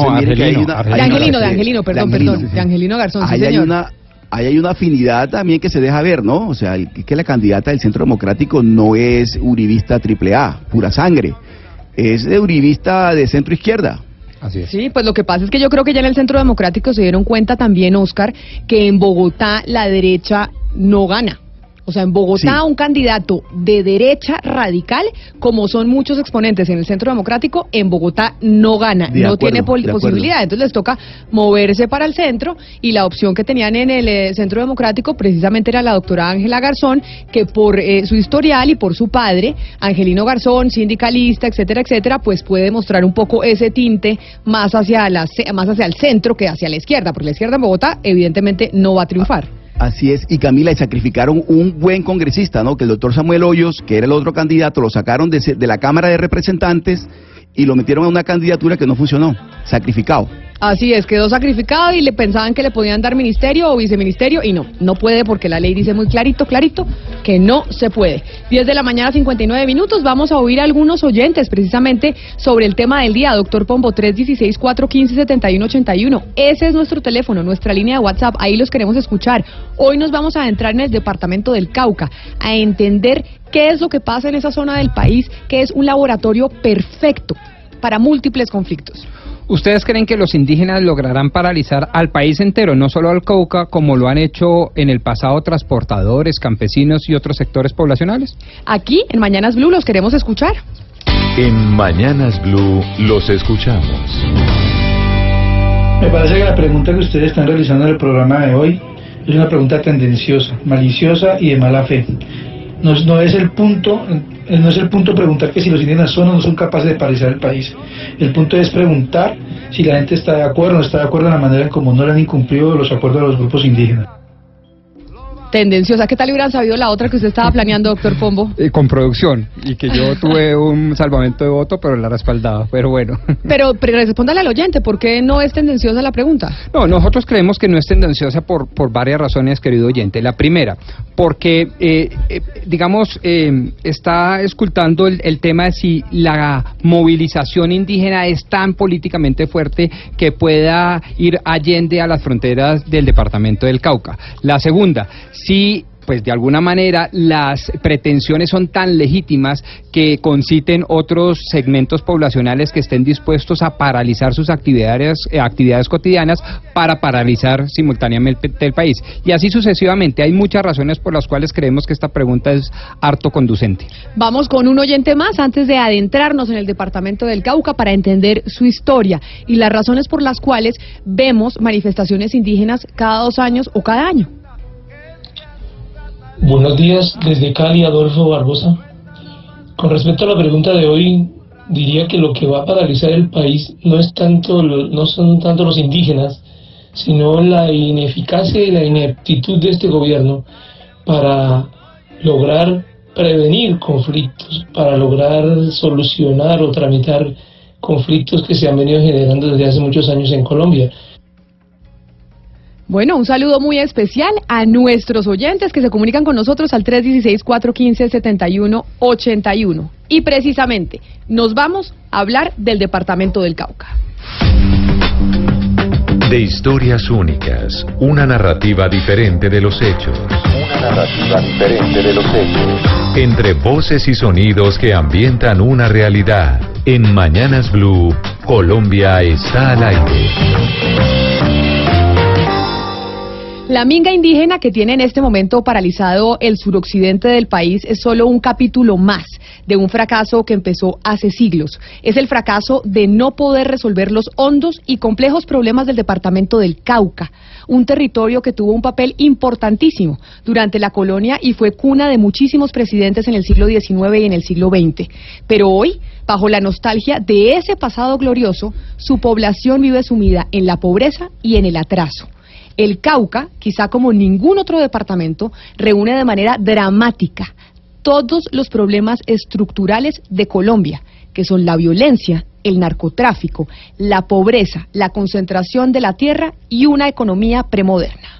de Angelino Garzón, sí, señor.
Ahí hay una afinidad también que se deja ver, ¿no? O sea, que la candidata del Centro Democrático no es uribista AAA, pura sangre, es de uribista de centroizquierda.
Así es.
Sí, pues lo que pasa es que yo creo que ya en el Centro Democrático se dieron cuenta también, Oscar, que en Bogotá la derecha no gana. O sea, en Bogotá un candidato de derecha radical, como son muchos exponentes en el Centro Democrático, en Bogotá no gana, no tiene posibilidad. Entonces les toca moverse para el centro, y la opción que tenían en el Centro Democrático precisamente era la doctora Ángela Garzón, que por su historial y por su padre, Angelino Garzón, sindicalista, etcétera, etcétera, pues puede mostrar un poco ese tinte más hacia el centro que hacia la izquierda, porque la izquierda en Bogotá evidentemente no va a triunfar.
Así es, y Camila, y sacrificaron un buen congresista, ¿no? Que el doctor Samuel Hoyos, que era el otro candidato, lo sacaron de la Cámara de Representantes y lo metieron a una candidatura que no funcionó, sacrificado.
Así es, quedó sacrificado y le pensaban que le podían dar ministerio o viceministerio y no puede porque la ley dice muy clarito que no se puede. 10 de la mañana, 59 minutos, vamos a oír a algunos oyentes precisamente sobre el tema del día. Doctor Pombo, 316-415-7181, ese es nuestro teléfono, nuestra línea de WhatsApp, ahí los queremos escuchar. Hoy nos vamos a adentrar en el departamento del Cauca, a entender qué es lo que pasa en esa zona del país, que es un laboratorio perfecto para múltiples conflictos.
¿Ustedes creen que los indígenas lograrán paralizar al país entero, no solo al Cauca, como lo han hecho en el pasado transportadores, campesinos y otros sectores poblacionales?
Aquí, en Mañanas Blue, los queremos escuchar.
En Mañanas Blue los escuchamos.
Me parece que la pregunta que ustedes están realizando en el programa de hoy es una pregunta tendenciosa, maliciosa y de mala fe. No es el punto preguntar que si los indígenas son o no son capaces de paralizar el país. El punto es preguntar si la gente está de acuerdo o no está de acuerdo en la manera en cómo no le han incumplido los acuerdos de los grupos indígenas.
Tendenciosa, ¿qué tal hubieran sabido la otra que usted estaba planeando, doctor Pombo?
Con producción, y que yo tuve un salvamento de voto, pero la respaldaba, pero bueno.
Pero respóndale al oyente, ¿por qué no es tendenciosa la pregunta?
No, nosotros creemos que no es tendenciosa por varias razones, querido oyente. La primera, porque, está escultando el tema de si la movilización indígena es tan políticamente fuerte que pueda ir allende a las fronteras del departamento del Cauca. La segunda, si pues de alguna manera las pretensiones son tan legítimas que conciten otros segmentos poblacionales que estén dispuestos a paralizar sus actividades cotidianas para paralizar simultáneamente el país. Y así sucesivamente. Hay muchas razones por las cuales creemos que esta pregunta es harto conducente.
Vamos con un oyente más antes de adentrarnos en el departamento del Cauca para entender su historia y las razones por las cuales vemos manifestaciones indígenas cada 2 años o cada año.
Buenos días, desde Cali, Adolfo Barbosa. Con respecto a la pregunta de hoy, diría que lo que va a paralizar el país no son tanto los indígenas, sino la ineficacia y la ineptitud de este gobierno para lograr prevenir conflictos, para lograr solucionar o tramitar conflictos que se han venido generando desde hace muchos años en Colombia.
Bueno, un saludo muy especial a nuestros oyentes que se comunican con nosotros al 316-415-7181. Y precisamente, nos vamos a hablar del departamento del Cauca.
De historias únicas, una narrativa diferente de los hechos. Entre voces y sonidos que ambientan una realidad. En Mañanas Blue, Colombia está al aire.
La minga indígena que tiene en este momento paralizado el suroccidente del país es solo un capítulo más de un fracaso que empezó hace siglos. Es el fracaso de no poder resolver los hondos y complejos problemas del departamento del Cauca, un territorio que tuvo un papel importantísimo durante la colonia y fue cuna de muchísimos presidentes en el siglo XIX y en el siglo XX. Pero hoy, bajo la nostalgia de ese pasado glorioso, su población vive sumida en la pobreza y en el atraso. El Cauca, quizá como ningún otro departamento, reúne de manera dramática todos los problemas estructurales de Colombia, que son la violencia, el narcotráfico, la pobreza, la concentración de la tierra y una economía premoderna.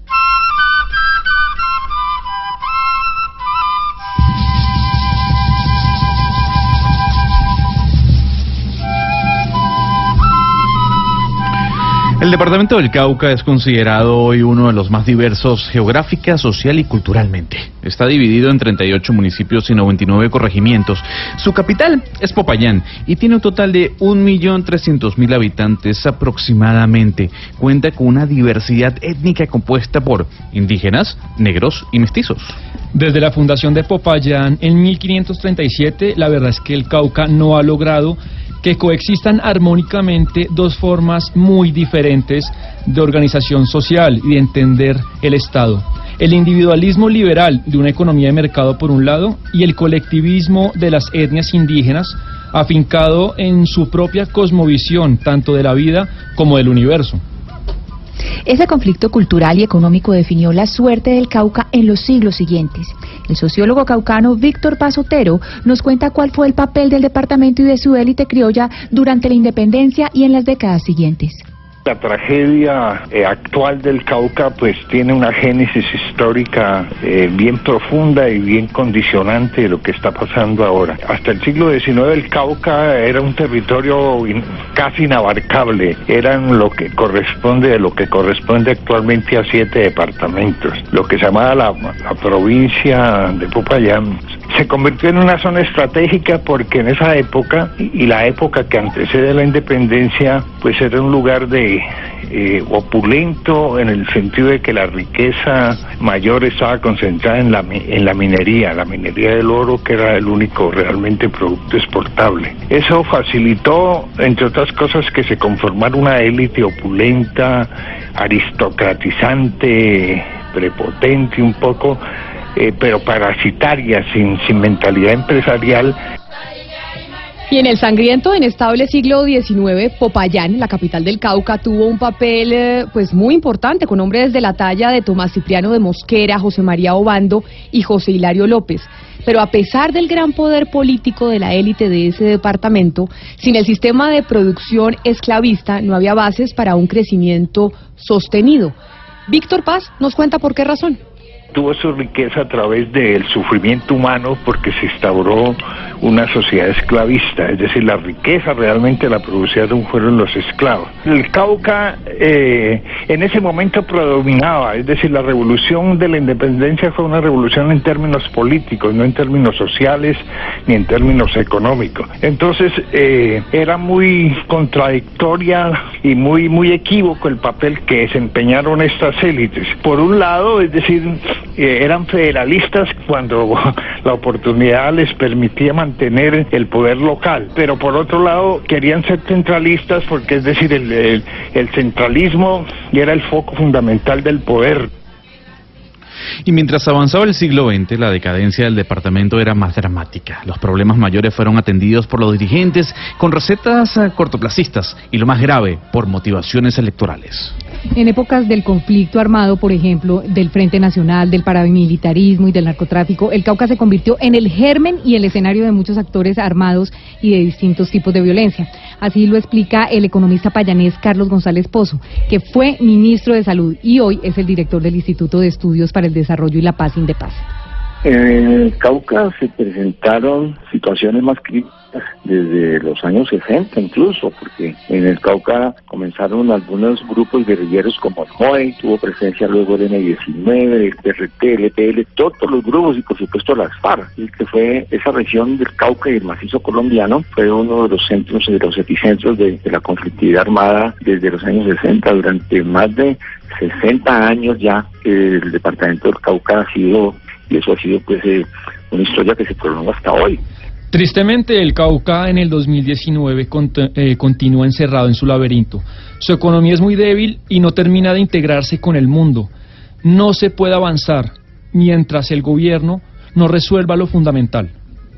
El departamento del Cauca es considerado hoy uno de los más diversos geográfica, social y culturalmente. Está dividido en 38 municipios y 99 corregimientos. Su capital es Popayán y tiene un total de 1.300.000 habitantes aproximadamente. Cuenta con una diversidad étnica compuesta por indígenas, negros y mestizos.
Desde la fundación de Popayán en 1537, la verdad es que el Cauca no ha logrado que coexistan armónicamente dos formas muy diferentes de organización social y de entender el Estado. El individualismo liberal de una economía de mercado por un lado y el colectivismo de las etnias indígenas afincado en su propia cosmovisión tanto de la vida como del universo.
Ese conflicto cultural y económico definió la suerte del Cauca en los siglos siguientes. El sociólogo caucano Víctor Paz Otero nos cuenta cuál fue el papel del departamento y de su élite criolla durante la independencia y en las décadas siguientes.
La tragedia actual del Cauca pues tiene una génesis histórica bien profunda y bien condicionante de lo que está pasando ahora. Hasta el siglo XIX el Cauca era un territorio casi inabarcable, eran lo que corresponde actualmente a 7 departamentos. Lo que se llamaba la provincia de Popayán se convirtió en una zona estratégica porque en esa época y la época que antecede a la independencia pues era un lugar de opulento en el sentido de que la riqueza mayor estaba concentrada en la minería del oro, que era el único realmente producto exportable. Eso facilitó, entre otras cosas, que se conformara una élite opulenta, aristocratizante, prepotente un poco, pero parasitaria, sin mentalidad empresarial.
Y en el sangriento e inestable siglo XIX, Popayán, la capital del Cauca, tuvo un papel pues muy importante, con hombres de la talla de Tomás Cipriano de Mosquera, José María Obando y José Hilario López. Pero a pesar del gran poder político de la élite de ese departamento, sin el sistema de producción esclavista no había bases para un crecimiento sostenido. Víctor Paz nos cuenta por qué razón.
Tuvo su riqueza a través del sufrimiento humano porque se instauró una sociedad esclavista, es decir, la riqueza realmente la producieron fueron los esclavos. El Cauca en ese momento predominaba, es decir, la revolución de la independencia fue una revolución en términos políticos, no en términos sociales ni en términos económicos. Entonces era muy contradictoria y muy equívoco el papel que desempeñaron estas élites. Por un lado, es decir, eran federalistas cuando la oportunidad les permitía mantener el poder local, pero por otro lado querían ser centralistas porque, es decir, el centralismo era el foco fundamental del poder.
Y mientras avanzaba el siglo XX, la decadencia del departamento era más dramática. Los problemas mayores fueron atendidos por los dirigentes con recetas cortoplacistas y, lo más grave, por motivaciones electorales.
En épocas del conflicto armado, por ejemplo, del Frente Nacional, del paramilitarismo y del narcotráfico, el Cauca se convirtió en el germen y el escenario de muchos actores armados y de distintos tipos de violencia. Así lo explica el economista payanés Carlos González Pozo, que fue ministro de Salud y hoy es el director del Instituto de Estudios para el Desarrollo y la Paz, INDEPAZ.
En el Cauca se presentaron situaciones más críticas desde los años 60 incluso, porque en el Cauca comenzaron algunos grupos guerrilleros como el MOE, tuvo presencia luego el M-19, el PRT, el EPL, todos los grupos y por supuesto las FARC, y que fue esa región del Cauca y el macizo colombiano, fue uno de los centros, de los epicentros de la conflictividad armada desde los años 60, durante más de 60 años ya el departamento del Cauca ha sido, y eso ha sido pues una historia que se prolonga hasta hoy.
Tristemente, el Cauca en el 2019 continúa encerrado en su laberinto. Su economía es muy débil y no termina de integrarse con el mundo. No se puede avanzar mientras el gobierno no resuelva lo fundamental.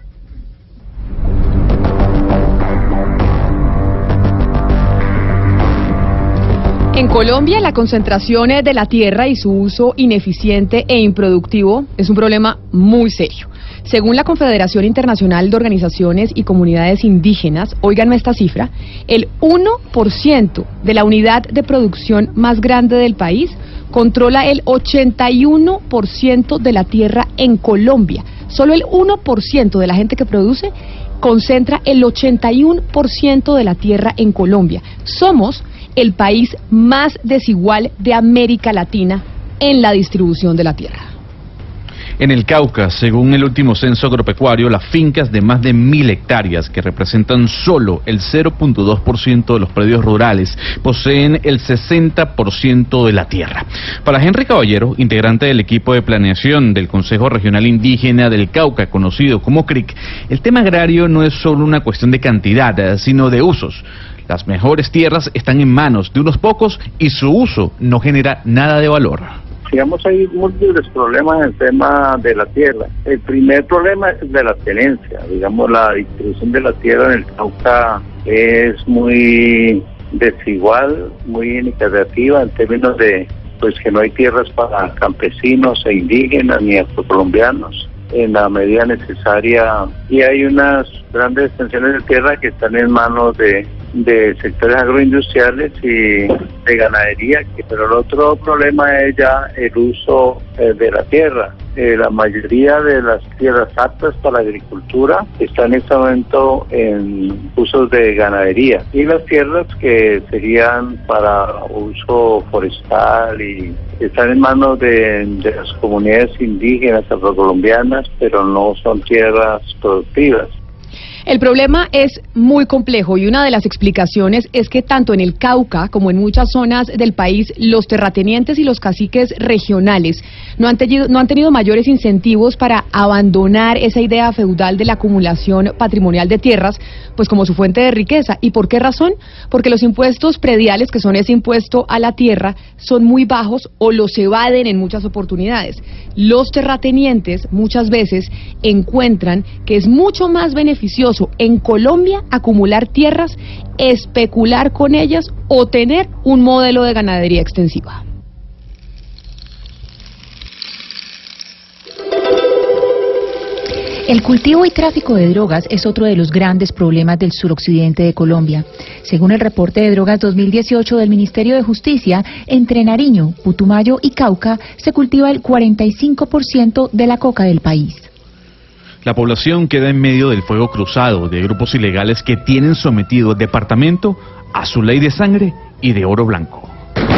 En Colombia, la concentración de la tierra y su uso ineficiente e improductivo es un problema muy serio. Según la Confederación Internacional de Organizaciones y Comunidades Indígenas, óiganme esta cifra, el 1% de la unidad de producción más grande del país controla el 81% de la tierra en Colombia. Solo el 1% de la gente que produce concentra el 81% de la tierra en Colombia. Somos el país más desigual de América Latina en la distribución de la tierra.
En el Cauca, según el último censo agropecuario, las fincas de más de 1.000 hectáreas, que representan solo el 0.2% de los predios rurales, poseen el 60% de la tierra. Para Henry Caballero, integrante del equipo de planeación del Consejo Regional Indígena del Cauca, conocido como CRIC, el tema agrario no es solo una cuestión de cantidad, sino de usos. Las mejores tierras están en manos de unos pocos y su uso no genera nada de valor.
Digamos, hay múltiples problemas en el tema de la tierra. El primer problema es de la tenencia. Digamos, la distribución de la tierra en el Cauca es muy desigual, muy inequitativa en términos de pues que no hay tierras para campesinos e indígenas ni afrocolombianos en la medida necesaria, y hay unas grandes extensiones de tierra que están en manos de
de sectores agroindustriales y de ganadería, pero el otro problema es ya el uso de la tierra. La mayoría de las tierras aptas para la agricultura están en este momento en usos de ganadería, y las tierras que serían para uso forestal y están en manos de las comunidades indígenas afrocolombianas, pero no son tierras productivas.
El problema es muy complejo y una de las explicaciones es que tanto en el Cauca como en muchas zonas del país los terratenientes y los caciques regionales no han tenido mayores incentivos para abandonar esa idea feudal de la acumulación patrimonial de tierras, pues como su fuente de riqueza. ¿Y por qué razón? Porque los impuestos prediales, que son ese impuesto a la tierra, son muy bajos o los evaden en muchas oportunidades. Los terratenientes muchas veces encuentran que es mucho más beneficioso en Colombia acumular tierras, especular con ellas o tener un modelo de ganadería extensiva.
El cultivo y tráfico de drogas es otro de los grandes problemas del suroccidente de Colombia. Según el reporte de drogas 2018 del Ministerio de Justicia, entre Nariño, Putumayo y Cauca se cultiva el 45% de la coca del país.
La población queda en medio del fuego cruzado de grupos ilegales que tienen sometido al departamento a su ley de sangre y de oro blanco.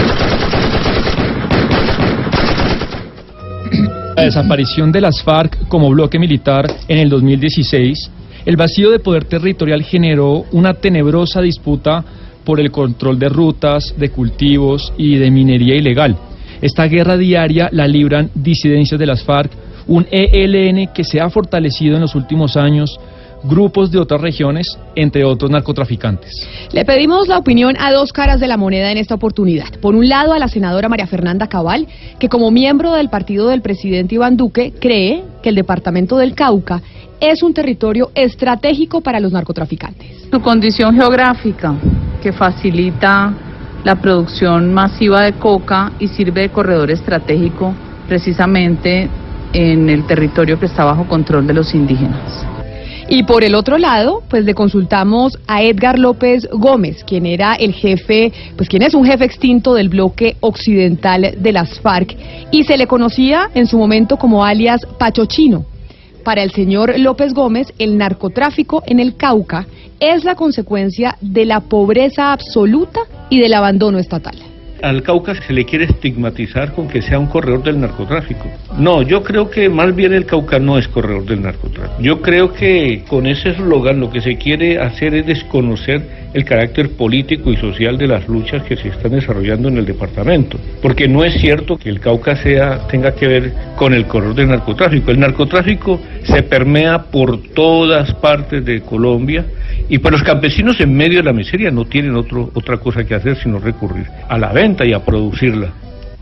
La desaparición de las FARC como bloque militar en el 2016, el vacío de poder territorial generó una tenebrosa disputa por el control de rutas, de cultivos y de minería ilegal. Esta guerra diaria la libran disidencias de las FARC, un ELN que se ha fortalecido en los últimos años, grupos de otras regiones, entre otros narcotraficantes.
Le pedimos la opinión a dos caras de la moneda en esta oportunidad. Por un lado, a la senadora María Fernanda Cabal, que como miembro del partido del presidente Iván Duque, cree que el departamento del Cauca es un territorio estratégico para los narcotraficantes.
Su condición geográfica, que facilita la producción masiva de coca y sirve de corredor estratégico precisamente en el territorio que está bajo control de los indígenas.
Y por el otro lado, pues le consultamos a Edgar López Gómez, quien era el jefe, pues quien es un jefe extinto del bloque occidental de las FARC, y se le conocía en su momento como alias Pacho Chino. Para el señor López Gómez, el narcotráfico en el Cauca es la consecuencia de la pobreza absoluta y del abandono estatal.
Al Cauca se le quiere estigmatizar con que sea un corredor del narcotráfico. No, yo creo que más bien el Cauca no es corredor del narcotráfico. Yo creo que con ese eslogan lo que se quiere hacer es desconocer el carácter político y social de las luchas que se están desarrollando en el departamento. Porque no es cierto que el Cauca tenga que ver con el corredor del narcotráfico. El narcotráfico se permea por todas partes de Colombia, y pues los campesinos en medio de la miseria no tienen otra cosa que hacer sino recurrir a la venta y a producirla.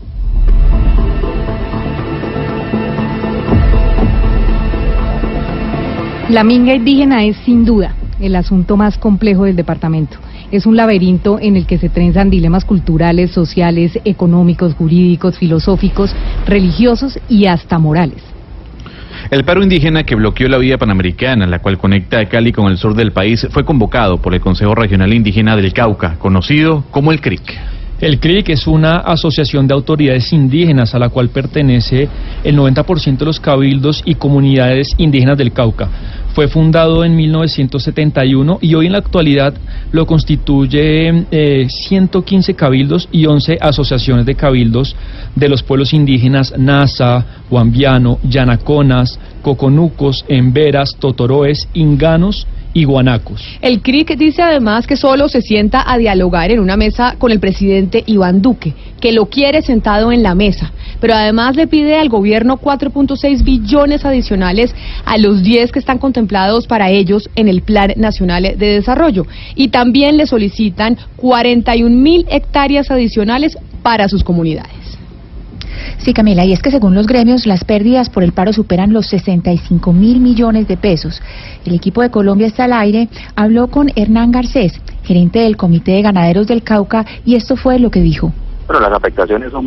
La minga indígena es sin duda el asunto más complejo del departamento. Es un laberinto en el que se trenzan dilemas culturales, sociales, económicos, jurídicos, filosóficos, religiosos y hasta morales.
El paro indígena que bloqueó la vía panamericana, la cual conecta a Cali con el sur del país, fue convocado por el Consejo Regional Indígena del Cauca, conocido como el CRIC.
El CRIC es una asociación de autoridades indígenas a la cual pertenece el 90% de los cabildos y comunidades indígenas del Cauca. Fue fundado en 1971 y hoy en la actualidad lo constituye 115 cabildos y 11 asociaciones de cabildos de los pueblos indígenas Nasa, Guambiano, Yanaconas, Coconucos, Emberas, Totoroes, Inganos y guanacos.
El CRIC dice además que solo se sienta a dialogar en una mesa con el presidente Iván Duque, que lo quiere sentado en la mesa, pero además le pide al gobierno 4.6 billones adicionales a los 10 que están contemplados para ellos en el Plan Nacional de Desarrollo, y también le solicitan 41.000 hectáreas adicionales para sus comunidades.
Sí, Camila, y es que según los gremios, las pérdidas por el paro superan los 65.000 millones de pesos. El equipo de Colombia está al aire habló con Hernán Garcés, gerente del Comité de Ganaderos del Cauca, y esto fue lo que dijo.
Pero las afectaciones son muy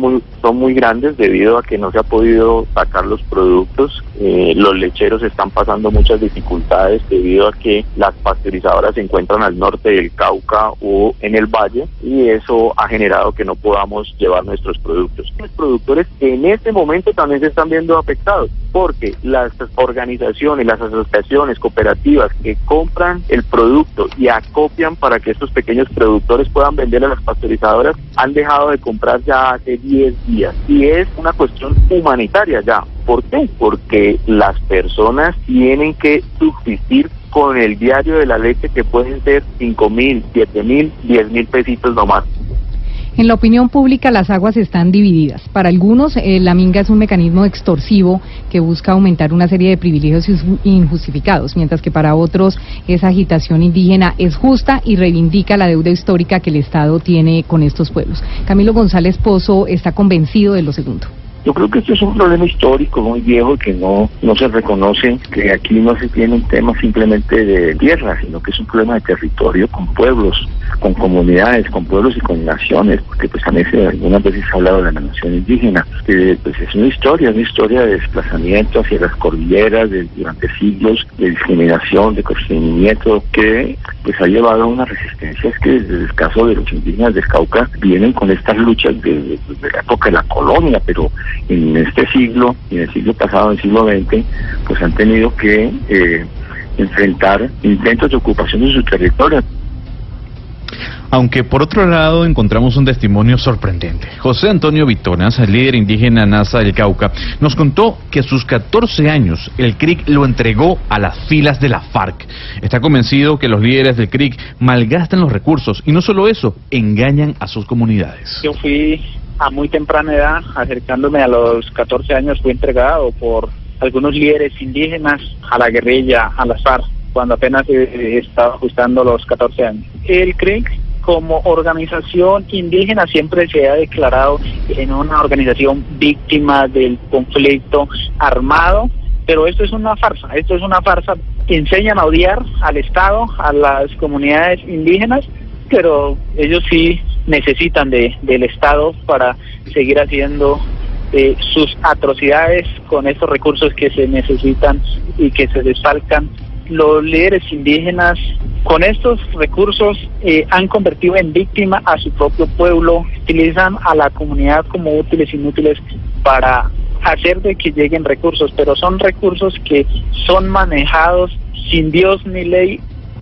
son muy grandes debido a que no se ha podido sacar los productos. Los lecheros están pasando muchas dificultades debido a que las pasteurizadoras se encuentran al norte del Cauca o en el valle, y eso ha generado que no podamos llevar nuestros productos. Los productores en este momento también se están viendo afectados porque las organizaciones, las asociaciones, cooperativas que compran el producto y acopian para que estos pequeños productores puedan vender a las pasteurizadoras han dejado de comprar ya hace 10 días, y es una cuestión humanitaria ya. ¿Por qué? Porque las personas tienen que subsistir con el diario de la leche, que pueden ser 5.000, 7.000, 10.000 pesitos nomás.
En la opinión pública las aguas están divididas. Para algunos la minga es un mecanismo extorsivo que busca aumentar una serie de privilegios injustificados, mientras que para otros esa agitación indígena es justa y reivindica la deuda histórica que el Estado tiene con estos pueblos. Camilo González Pozo está convencido de lo segundo.
Yo creo que esto es un problema histórico muy viejo que no se reconoce, que aquí no se tiene un tema simplemente de tierra, sino que es un problema de territorio con pueblos, con comunidades, con pueblos y con naciones, porque pues también algunas veces se ha hablado de la nación indígena, que pues es una historia de desplazamiento hacia las cordilleras durante siglos, de discriminación, de constreñimiento, que pues ha llevado a una resistencia. Es que desde el caso de los indígenas del Cauca vienen con estas luchas de la época de la colonia, pero en este siglo, en el siglo pasado, en el siglo XX, pues han tenido que enfrentar intentos de ocupación de su territorio.
Aunque por otro lado encontramos un testimonio sorprendente. José Antonio Vitonas, líder indígena Nasa del Cauca, nos contó que a sus 14 años el CRIC lo entregó a las filas de la FARC. Está convencido que los líderes del CRIC malgastan los recursos y no solo eso, engañan a sus comunidades.
Yo fui a muy temprana edad, acercándome a los 14 años, fui entregado por algunos líderes indígenas a la guerrilla, a las FARC, cuando apenas estaba ajustando los 14 años. El CRIC, como organización indígena, siempre se ha declarado en una organización víctima del conflicto armado, pero esto es una farsa, enseñan a odiar al Estado, a las comunidades indígenas, pero ellos sí necesitan del Estado para seguir haciendo sus atrocidades con estos recursos que se necesitan y que se desfalcan. Los líderes indígenas con estos recursos han convertido en víctima a su propio pueblo, utilizan a la comunidad como útiles inútiles para hacer de que lleguen recursos, pero son recursos que son manejados sin Dios ni ley.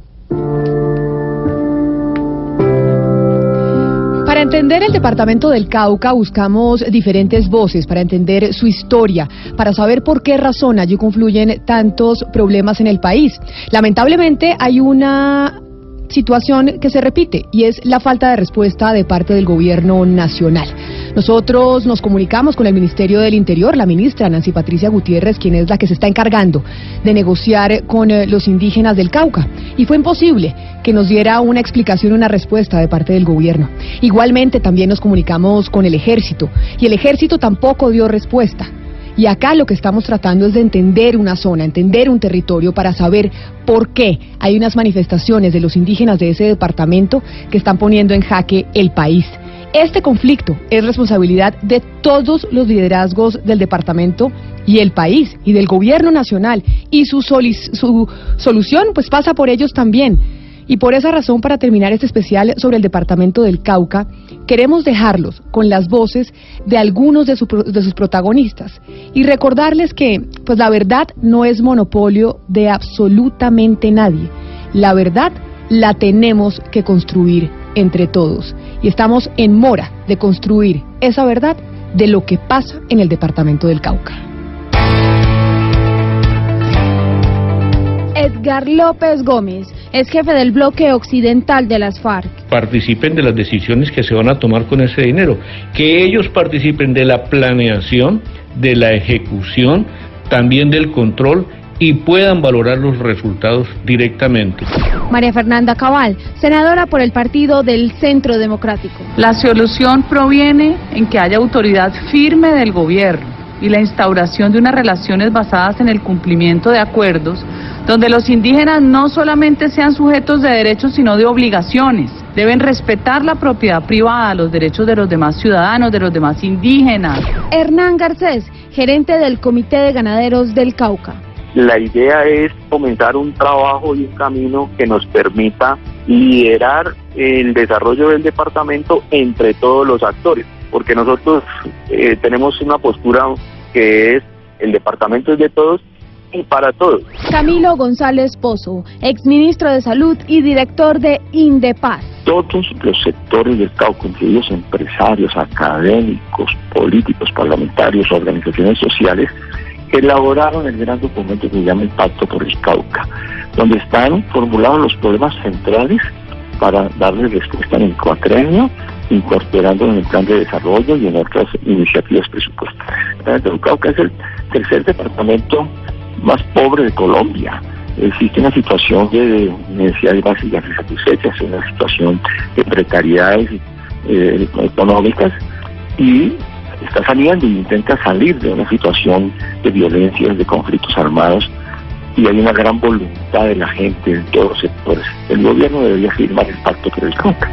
Para entender el departamento del Cauca buscamos diferentes voces para entender su historia, para saber por qué razón allí confluyen tantos problemas en el país. Lamentablemente hay una situación que se repite y es la falta de respuesta de parte del gobierno nacional. Nosotros nos comunicamos con el Ministerio del Interior, la ministra Nancy Patricia Gutiérrez, quien es la que se está encargando de negociar con los indígenas del Cauca, y fue imposible que nos diera una explicación, una respuesta de parte del gobierno. Igualmente también nos comunicamos con el ejército y el ejército tampoco dio respuesta. Y acá lo que estamos tratando es de entender una zona, entender un territorio para saber por qué hay unas manifestaciones de los indígenas de ese departamento que están poniendo en jaque el país. Este conflicto es responsabilidad de todos los liderazgos del departamento y el país y del gobierno nacional, y su solución pues pasa por ellos también. Y por esa razón, para terminar este especial sobre el departamento del Cauca, queremos dejarlos con las voces de algunos de sus protagonistas y recordarles que pues la verdad no es monopolio de absolutamente nadie. La verdad la tenemos que construir entre todos y estamos en mora de construir esa verdad de lo que pasa en el departamento del Cauca.
Edgar López Gómez es jefe del bloque occidental de las FARC.
Participen de las decisiones que se van a tomar con ese dinero, que ellos participen de la planeación, de la ejecución, también del control y puedan valorar los resultados directamente.
María Fernanda Cabal, senadora por el Partido del Centro Democrático.
La solución proviene en que haya autoridad firme del gobierno y la instauración de unas relaciones basadas en el cumplimiento de acuerdos, donde los indígenas no solamente sean sujetos de derechos, sino de obligaciones. Deben respetar la propiedad privada, los derechos de los demás ciudadanos, de los demás indígenas.
Hernán Garcés, gerente del Comité de Ganaderos del Cauca.
La idea es comenzar un trabajo y un camino que nos permita liderar el desarrollo del departamento entre todos los actores, porque nosotros tenemos una postura que es el departamento es de todos y para todos.
Camilo González Pozo, exministro de Salud y director de Indepaz.
Todos los sectores del Cauca, incluidos empresarios, académicos, políticos, parlamentarios, organizaciones sociales, elaboraron el gran documento que se llama el Pacto por el Cauca, donde están formulados los problemas centrales para darle respuesta en el cuatrenio, incorporando en el plan de desarrollo y en otras iniciativas presupuestarias. El Cauca es el tercer departamento más pobre de Colombia. Existe una situación de necesidades básicas insatisfechas, una situación de precariedades económicas, y está saliendo y intenta salir de una situación de violencias, de conflictos armados, y hay una gran voluntad de la gente en todos los sectores. El gobierno debería firmar el Pacto por el Cauca.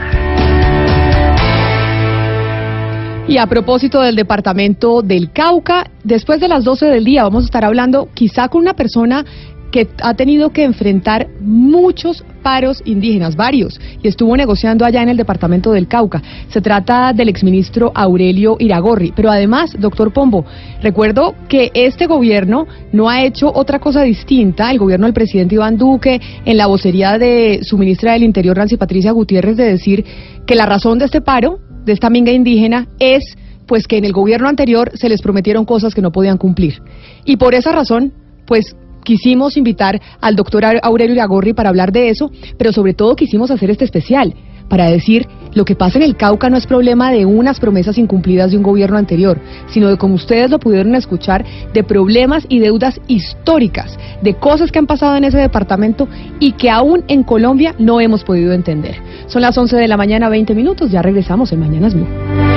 Y a propósito del departamento del Cauca, después de las 12 del día vamos a estar hablando quizá con una persona que ha tenido que enfrentar muchos paros indígenas, varios, y estuvo negociando allá en el departamento del Cauca. Se trata del exministro Aurelio Iragorri. Pero además, doctor Pombo, recuerdo que este gobierno no ha hecho otra cosa distinta, el gobierno del presidente Iván Duque, en la vocería de su ministra del Interior, Nancy Patricia Gutiérrez, de decir que la razón de este paro, de esta minga indígena, es pues que en el gobierno anterior se les prometieron cosas que no podían cumplir. Y por esa razón, pues quisimos invitar al doctor Aurelio Iragorri para hablar de eso, pero sobre todo quisimos hacer este especial para decir lo que pasa en el Cauca no es problema de unas promesas incumplidas de un gobierno anterior, sino de, como ustedes lo pudieron escuchar, de problemas y deudas históricas, de cosas que han pasado en ese departamento y que aún en Colombia no hemos podido entender. Son las 11 de la mañana, 20 minutos, ya regresamos en Mañanas Blue.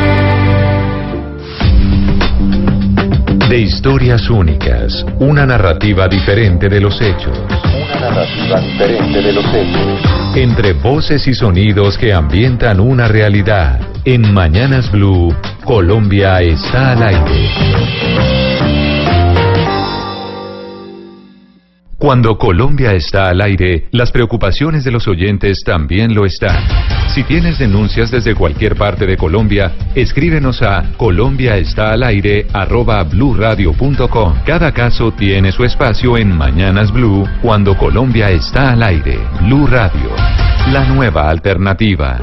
De historias únicas, una narrativa diferente de los hechos. Entre voces y sonidos que ambientan una realidad. En Mañanas Blue, Colombia está al aire. Cuando Colombia está al aire, las preocupaciones de los oyentes también lo están. Si tienes denuncias desde cualquier parte de Colombia, escríbenos a colombiaestalaire@bluradio.com. Cada caso tiene su espacio en Mañanas Blue, cuando Colombia está al aire. Blue Radio, la nueva alternativa.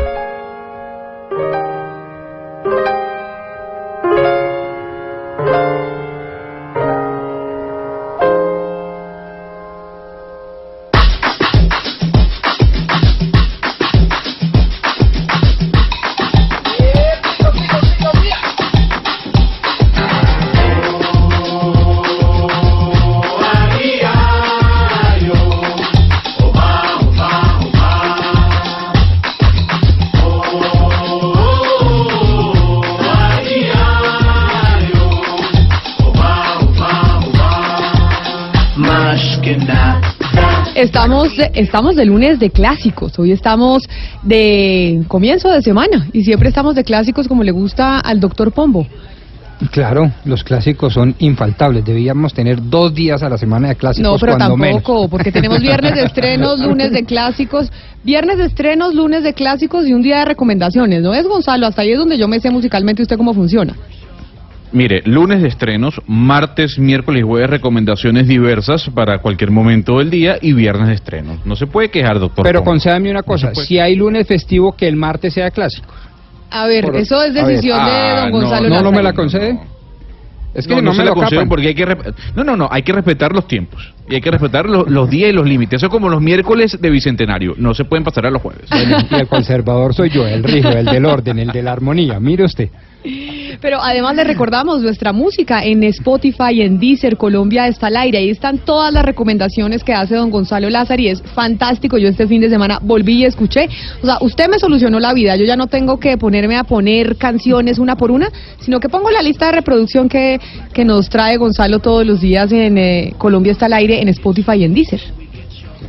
Estamos de lunes de clásicos, hoy estamos de comienzo de semana y siempre estamos de clásicos como le gusta al doctor Pombo.
Claro, los clásicos son infaltables, debíamos tener 2 días a la semana de clásicos.
No, pero
cuando
tampoco,
menos.
Porque tenemos viernes de estrenos, lunes de clásicos, viernes de estrenos, lunes de clásicos y un día de recomendaciones, ¿no es, Gonzalo? Hasta ahí es donde yo me sé musicalmente usted cómo funciona.
Mire, lunes de estrenos, martes, miércoles y jueves recomendaciones diversas para cualquier momento del día y viernes de estrenos. No se puede quejar, doctor.
Pero concédame una cosa, si hay lunes festivo, que el martes sea clásico.
A ver, eso es decisión de don Gonzalo.
¿No me la concede? Es que no me lo
conceden porque hay que hay que respetar los tiempos y hay que respetar los días y los límites. Eso es como los miércoles de bicentenario, no se pueden pasar a los jueves.
Y el conservador soy yo, el rígido, el del orden, el de la armonía. Mire usted.
Pero además le recordamos nuestra música en Spotify, en Deezer, Colombia está al aire. Ahí están todas las recomendaciones que hace don Gonzalo Lázaro y es fantástico. Yo este fin de semana volví y escuché. O sea, usted me solucionó la vida. Yo ya no tengo que ponerme a poner canciones una por una, sino que pongo la lista de reproducción que nos trae Gonzalo todos los días en Colombia está al aire, en Spotify y en Deezer.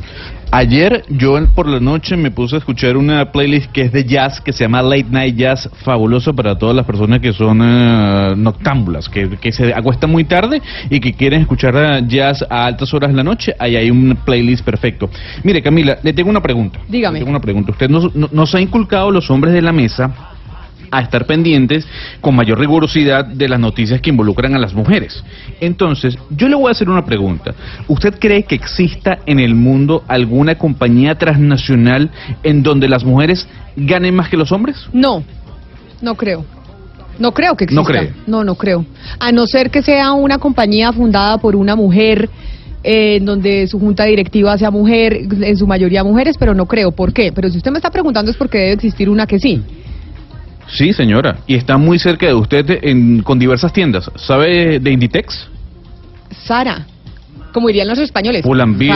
Ayer yo por la noche me puse a escuchar una playlist que es de jazz, que se llama Late Night Jazz, fabuloso para todas las personas que son noctámbulas, que se acuestan muy tarde y que quieren escuchar jazz a altas horas de la noche. Ahí hay un playlist perfecto. Mire, Camila, le tengo una pregunta.
Dígame.
Le tengo una pregunta. Usted nos ha inculcado los hombres de la mesa a estar pendientes con mayor rigurosidad de las noticias que involucran a las mujeres. Entonces, yo le voy a hacer una pregunta. ¿Usted cree que exista en el mundo alguna compañía transnacional en donde las mujeres ganen más que los hombres?
No, no creo. No creo que exista.
¿No cree?
No creo. A no ser que sea una compañía fundada por una mujer, en donde su junta directiva sea mujer, en su mayoría mujeres, pero no creo. ¿Por qué? Pero si usted me está preguntando es porque debe existir una que sí.
Sí, señora, y está muy cerca de usted con diversas tiendas. ¿Sabe de Inditex?
Sara, como dirían los españoles.
Pull&Bear.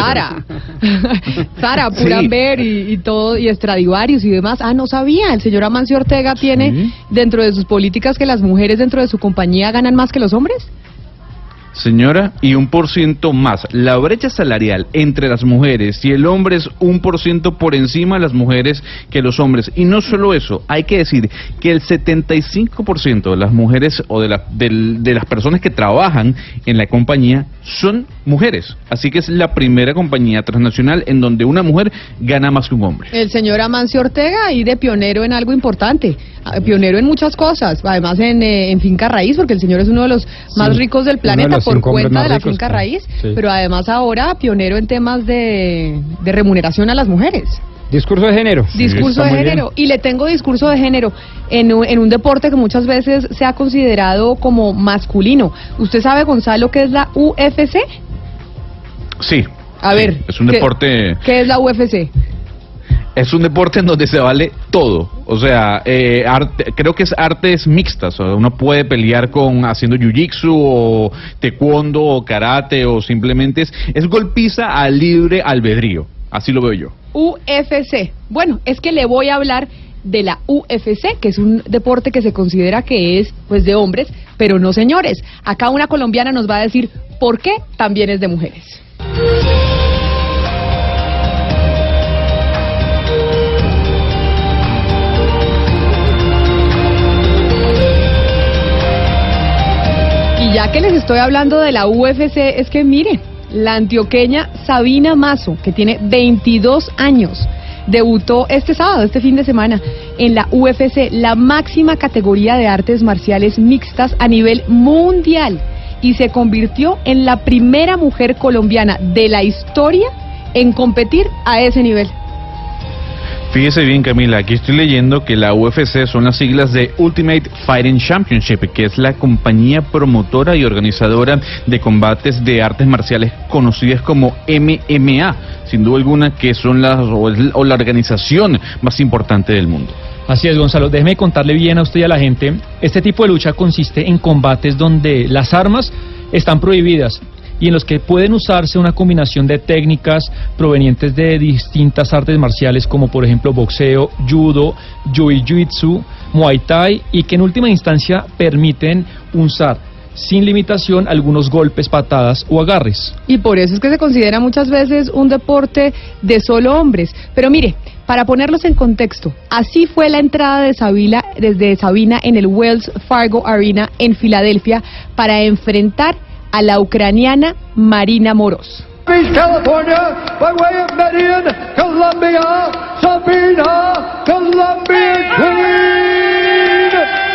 Sara, Pull&Bear y todo, y Stradivarius y demás. Ah, no sabía, el señor Amancio Ortega tiene dentro de sus políticas que las mujeres dentro de su compañía ganan más que los hombres.
Señora, y 1% más. La brecha salarial entre las mujeres y el hombre es 1% por encima de las mujeres que los hombres. Y no solo eso, hay que decir que el 75% de las mujeres o de las personas que trabajan en la compañía son mujeres. Así que es la primera compañía transnacional en donde una mujer gana más que un hombre.
El señor Amancio Ortega, ahí de pionero en algo importante. Pionero en muchas cosas, además en finca raíz, porque el señor es uno de los más ricos del planeta por cuenta de la finca raíz, pero además ahora pionero en temas de remuneración a las mujeres.
Discurso de género.
Discurso de género. Y le tengo discurso de género en un deporte que muchas veces se ha considerado como masculino. ¿Usted sabe, Gonzalo, qué es la UFC?
Sí.
A ver.
Es un deporte...
¿Qué es la UFC?
Es un deporte en donde se vale todo, o sea, creo que es artes mixtas, o sea, uno puede pelear haciendo jiu-jitsu o taekwondo o karate o simplemente es golpiza a libre albedrío, así lo veo yo.
UFC, bueno, es que le voy a hablar de la UFC, que es un deporte que se considera que es pues de hombres, pero no señores. Acá una colombiana nos va a decir por qué también es de mujeres. Ya que les estoy hablando de la UFC, es que mire, la antioqueña Sabina Mazo, que tiene 22 años, debutó este fin de semana, en la UFC, la máxima categoría de artes marciales mixtas a nivel mundial, y se convirtió en la primera mujer colombiana de la historia en competir a ese nivel.
Fíjese bien, Camila, aquí estoy leyendo que la UFC son las siglas de Ultimate Fighting Championship, que es la compañía promotora y organizadora de combates de artes marciales conocidas como MMA, sin duda alguna que son la organización más importante del mundo.
Así es, Gonzalo, déjeme contarle bien a usted y a la gente, este tipo de lucha consiste en combates donde las armas están prohibidas y en los que pueden usarse una combinación de técnicas provenientes de distintas artes marciales como por ejemplo boxeo, judo, jiu-jitsu, muay thai y que en última instancia permiten usar sin limitación algunos golpes, patadas o agarres.
Y por eso es que se considera muchas veces un deporte de solo hombres. Pero mire, para ponerlos en contexto, así fue la entrada de Sabina en el Wells Fargo Arena en Filadelfia para enfrentar a la ucraniana Marina Moroz.
California, by way of Medellín, Colombia, Sabina, Colombian Queen,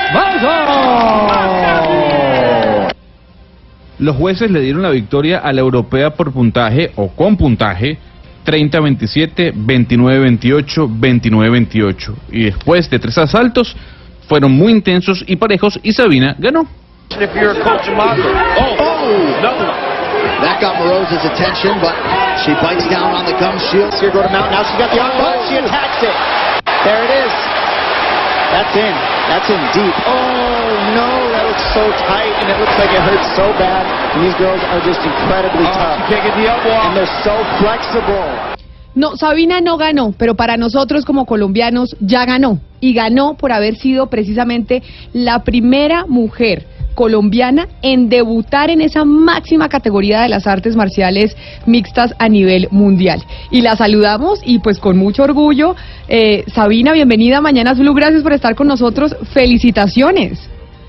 Mazo.
Los jueces le dieron la victoria a la europea por puntaje o con puntaje 30-27, 29-28, 29-28. Y después de 3 asaltos fueron muy intensos y parejos y Sabina ganó.
If you're Coach Mazo. No.
That got Moroza's attention, but she bites down on the gum shield. Here go to Mount. Now she got the arm. She attacks it. There it is. That's in. That's in deep. Oh, no. That looks so tight, and it looks like it hurts so bad. And these girls are just incredibly tough.
She can't get the elbow off.
And they're so flexible.
No, Sabina no ganó, pero para nosotros como colombianos ya ganó. Y ganó por haber sido precisamente la primera mujer colombiana en debutar en esa máxima categoría de las artes marciales mixtas a nivel mundial. Y la saludamos y pues con mucho orgullo. Sabina, bienvenida a Mañanas Blue, gracias por estar con nosotros, felicitaciones.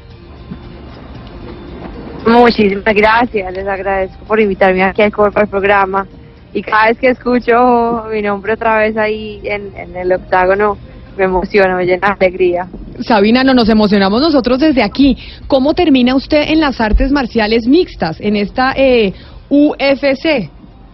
Muchísimas gracias, les agradezco por invitarme aquí al programa. Y cada vez que escucho mi nombre otra vez ahí en el octágono, me emociona, me llena de alegría.
Sabina, nos emocionamos nosotros desde aquí. ¿Cómo termina usted en las artes marciales mixtas, en esta UFC?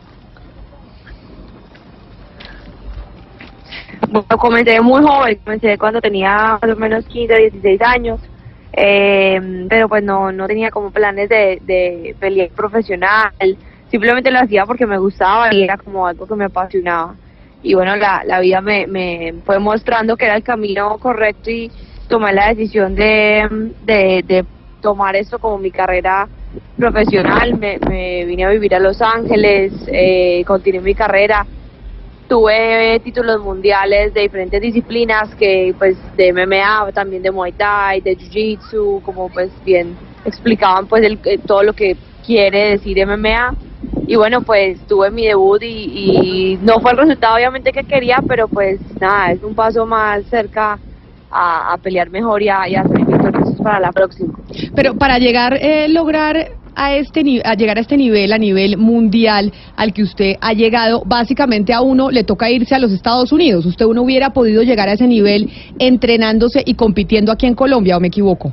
Bueno, comencé muy joven, comencé cuando tenía más o menos 15, 16 años. Pero pues no tenía como planes de pelear profesional, simplemente lo hacía porque me gustaba y era como algo que me apasionaba. Y bueno, la vida me fue mostrando que era el camino correcto y tomé la decisión de tomar esto como mi carrera profesional. Me vine a vivir a Los Ángeles, continué mi carrera. Tuve títulos mundiales de diferentes disciplinas, que pues de MMA, también de Muay Thai, de Jiu-Jitsu, como pues bien explicaban pues todo lo que quiere decir MMA. Y bueno, pues tuve mi debut y no fue el resultado obviamente que quería, pero pues nada, es un paso más cerca a pelear mejor y a ser victoriosos para la próxima.
Pero para llegar, lograr a llegar a este nivel, a nivel mundial al que usted ha llegado, básicamente a uno le toca irse a los Estados Unidos. ¿Usted no hubiera podido llegar a ese nivel entrenándose y compitiendo aquí en Colombia, o me equivoco?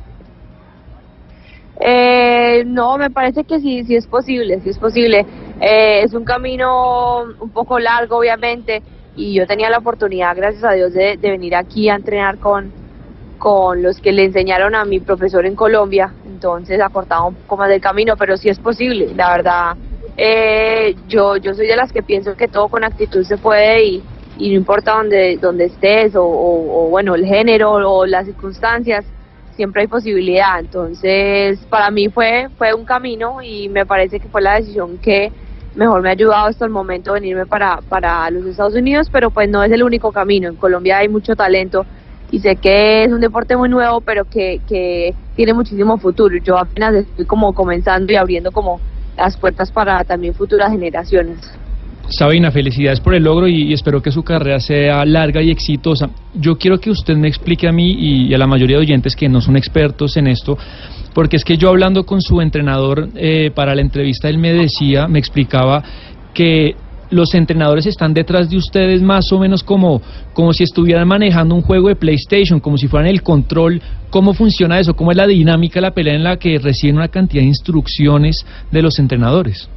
No, me parece que sí es posible, sí es posible. Es un camino un poco largo, obviamente, y yo tenía la oportunidad, gracias a Dios, de venir aquí a entrenar con los que le enseñaron a mi profesor en Colombia. Entonces acortaba un poco más del camino, pero sí es posible, la verdad. Yo soy de las que pienso que todo con actitud se puede y no importa donde estés o bueno, el género o las circunstancias, siempre hay posibilidad. Entonces para mí fue un camino y me parece que fue la decisión que mejor me ha ayudado hasta el momento venirme para los Estados Unidos, pero pues no es el único camino. En Colombia hay mucho talento y sé que es un deporte muy nuevo, pero que tiene muchísimo futuro. Yo apenas estoy como comenzando y abriendo como las puertas para también futuras generaciones.
Sabina, felicidades por el logro y espero que su carrera sea larga y exitosa. Yo quiero que usted me explique a mí y a la mayoría de oyentes que no son expertos en esto, porque es que yo hablando con su entrenador para la entrevista, él me explicaba que los entrenadores están detrás de ustedes más o menos como si estuvieran manejando un juego de PlayStation, como si fueran el control. ¿Cómo funciona eso? ¿Cómo es la dinámica de la pelea en la que reciben una cantidad de instrucciones de los entrenadores?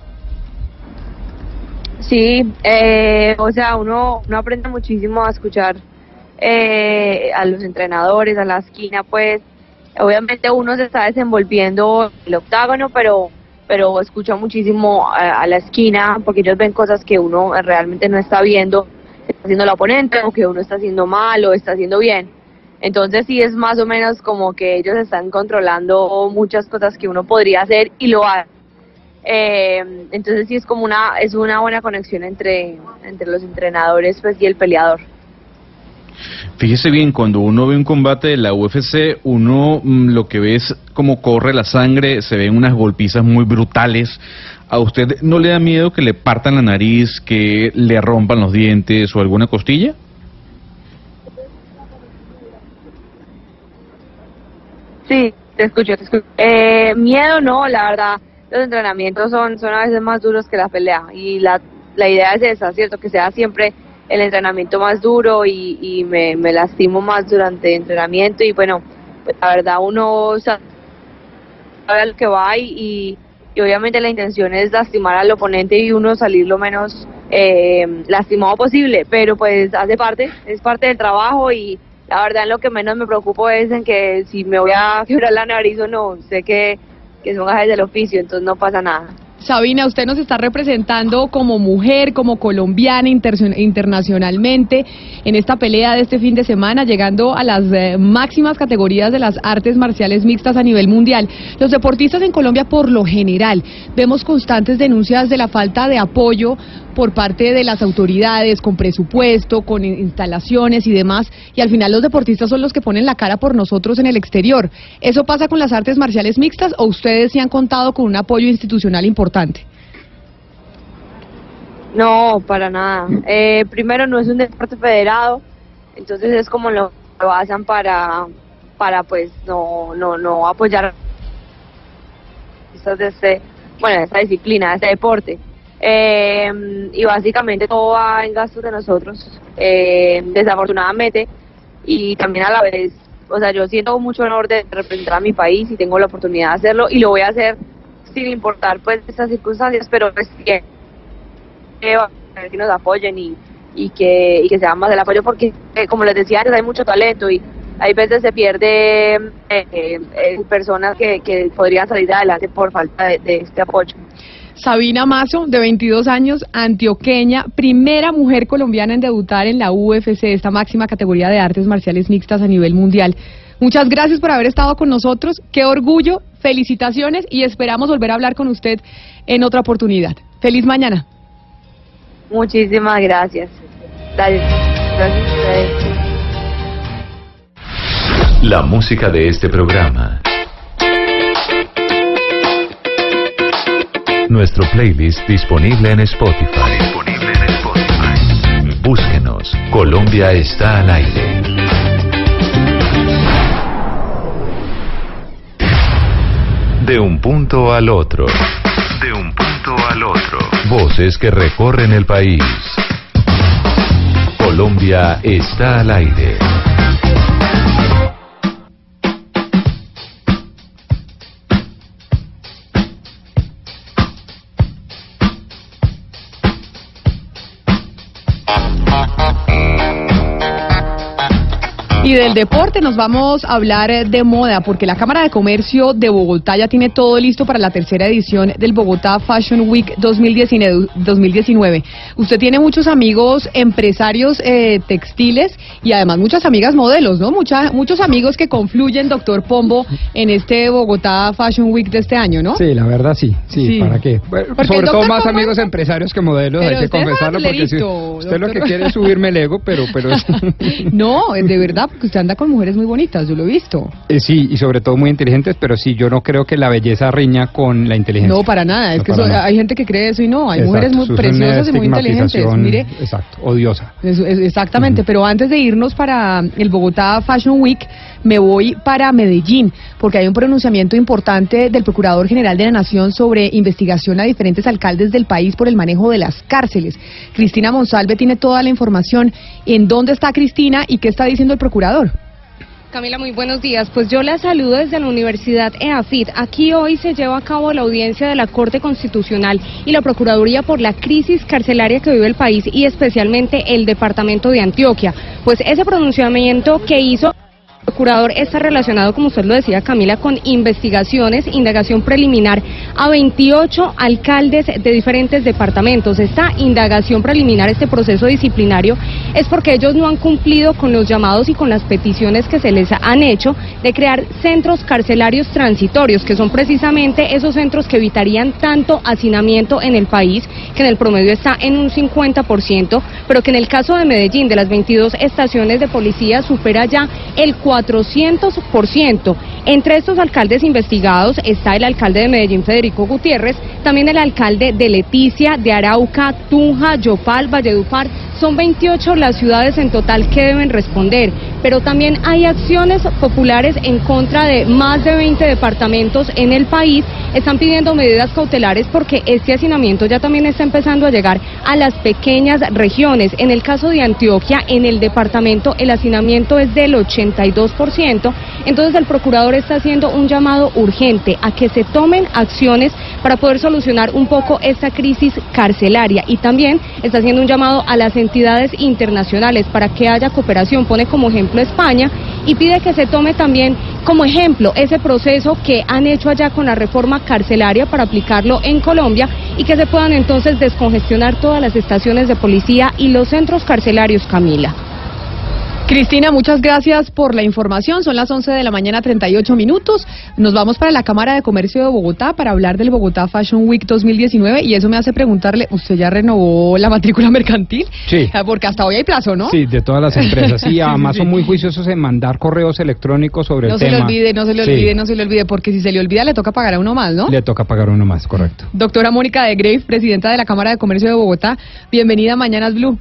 Sí, o sea, uno aprende muchísimo a escuchar a los entrenadores, a la esquina, pues obviamente uno se está desenvolviendo en el octágono, pero escucha muchísimo a la esquina, porque ellos ven cosas que uno realmente no está viendo, está haciendo el oponente, o que uno está haciendo mal o está haciendo bien. Entonces sí es más o menos como que ellos están controlando muchas cosas que uno podría hacer y lo hace. Entonces sí es como una buena conexión entre los entrenadores pues y el peleador.
Fíjese bien, cuando uno ve un combate de la UFC, uno lo que ve es cómo corre la sangre, se ven unas golpizas muy brutales. ¿A usted no le da miedo que le partan la nariz, que le rompan los dientes o alguna costilla?
Sí, te escucho. Miedo no, la verdad, los entrenamientos son a veces más duros que la pelea y la idea es esa, ¿cierto? Que sea siempre el entrenamiento más duro y me lastimo más durante el entrenamiento y bueno, pues la verdad uno sabe a lo que va y obviamente la intención es lastimar al oponente y uno salir lo menos lastimado posible, pero pues es parte del trabajo y la verdad en lo que menos me preocupo es en que si me voy a quebrar la nariz o no, sé que son gajes del oficio, entonces no pasa nada.
Sabina, usted nos está representando como mujer, como colombiana internacionalmente en esta pelea de este fin de semana, llegando a las máximas categorías de las artes marciales mixtas a nivel mundial. Los deportistas en Colombia, por lo general, vemos constantes denuncias de la falta de apoyo por parte de las autoridades, con presupuesto, con instalaciones y demás, y al final los deportistas son los que ponen la cara por nosotros en el exterior. ¿Eso pasa con las artes marciales mixtas o ustedes sí han contado con un apoyo institucional importante?
No, para nada. Primero, no es un deporte federado, entonces es como lo hacen para pues no apoyar esta disciplina, este deporte. Y básicamente todo va en gastos de nosotros, desafortunadamente, y también a la vez, o sea, yo siento mucho honor de representar a mi país y tengo la oportunidad de hacerlo y lo voy a hacer sin importar pues estas circunstancias, pero pues que nos apoyen y que sea más el apoyo, porque como les decía antes, hay mucho talento y hay veces se pierde personas que podrían salir adelante por falta de este apoyo.
Sabina Mazo, de 22 años, antioqueña, primera mujer colombiana en debutar en la UFC, esta máxima categoría de artes marciales mixtas a nivel mundial. Muchas gracias por haber estado con nosotros, qué orgullo, felicitaciones y esperamos volver a hablar con usted en otra oportunidad. Feliz mañana.
Muchísimas gracias. Gracias a ustedes.
La música de este programa. Nuestro playlist disponible en Spotify. Búsquenos. Colombia está al aire. De un punto al otro. Voces que recorren el país. Colombia está al aire.
Y del deporte nos vamos a hablar de moda, porque la Cámara de Comercio de Bogotá ya tiene todo listo para la tercera edición del Bogotá Fashion Week 2019. Usted tiene muchos amigos empresarios textiles y además muchas amigas modelos, ¿no? Muchos amigos que confluyen, doctor Pombo, en este Bogotá Fashion Week de este año, ¿no?
Sí, la verdad sí. ¿Para qué? Bueno, sobre todo más amigos empresarios que modelos, hay que confesarlo, porque si usted lo que quiere es subirme el ego, pero
no, de verdad, porque usted anda con mujeres muy bonitas, yo lo he visto.
Sí, y sobre todo muy inteligentes, pero sí, yo no creo que la belleza riña con la inteligencia.
No, para nada, es que hay gente que cree eso y no, hay mujeres muy preciosas y muy inteligentes. Mire,
exacto, odiosa.
Exactamente, pero antes de irnos para el Bogotá Fashion Week, me voy para Medellín, porque hay un pronunciamiento importante del Procurador General de la Nación sobre investigación a diferentes alcaldes del país por el manejo de las cárceles. Cristina Monsalve tiene toda la información. ¿En dónde está Cristina y qué está diciendo el Procurador?
Camila, muy buenos días. Pues yo la saludo desde la Universidad EAFIT. Aquí hoy se lleva a cabo la audiencia de la Corte Constitucional y la Procuraduría por la crisis carcelaria que vive el país y especialmente el departamento de Antioquia. Pues ese pronunciamiento que hizo el procurador está relacionado, como usted lo decía, Camila, con investigaciones, indagación preliminar a 28 alcaldes de diferentes departamentos. Esta indagación preliminar, este proceso disciplinario, es porque ellos no han cumplido con los llamados y con las peticiones que se les han hecho de crear centros carcelarios transitorios, que son precisamente esos centros que evitarían tanto hacinamiento en el país, que en el promedio está en un 50%, pero que en el caso de Medellín, de las 22 estaciones de policía, supera ya el 400%. Entre estos alcaldes investigados está el alcalde de Medellín, Federico Gutiérrez, también el alcalde de Leticia, de Arauca, Tunja, Yopal, Valledupar. Son 28 las ciudades en total que deben responder, pero también hay acciones populares en contra de más de 20 departamentos en el país. Están pidiendo medidas cautelares porque este hacinamiento ya también está empezando a llegar a las pequeñas regiones. En el caso de Antioquia, en el departamento, el hacinamiento es del 82%. Entonces el procurador está haciendo un llamado urgente a que se tomen acciones para poder solucionar un poco esta crisis carcelaria, y también está haciendo un llamado a las entidades internacionales para que haya cooperación. Pone como ejemplo España y pide que se tome también como ejemplo ese proceso que han hecho allá con la reforma carcelaria para aplicarlo en Colombia y que se puedan entonces descongestionar todas las estaciones de policía y los centros carcelarios, Camila.
Cristina, muchas gracias por la información. Son las 11 de la mañana, 38 minutos. Nos vamos para la Cámara de Comercio de Bogotá para hablar del Bogotá Fashion Week 2019 y eso me hace preguntarle, ¿usted ya renovó la matrícula mercantil?
Sí.
Porque hasta hoy hay plazo, ¿no?
Sí, de todas las empresas. Sí, además son muy juiciosos en mandar correos electrónicos sobre el tema.
No se le olvide, porque si se le olvida le toca pagar a uno más, ¿no?
Le toca pagar a uno más, correcto.
Doctora Mónica de Grave, presidenta de la Cámara de Comercio de Bogotá, bienvenida a Mañanas Blue.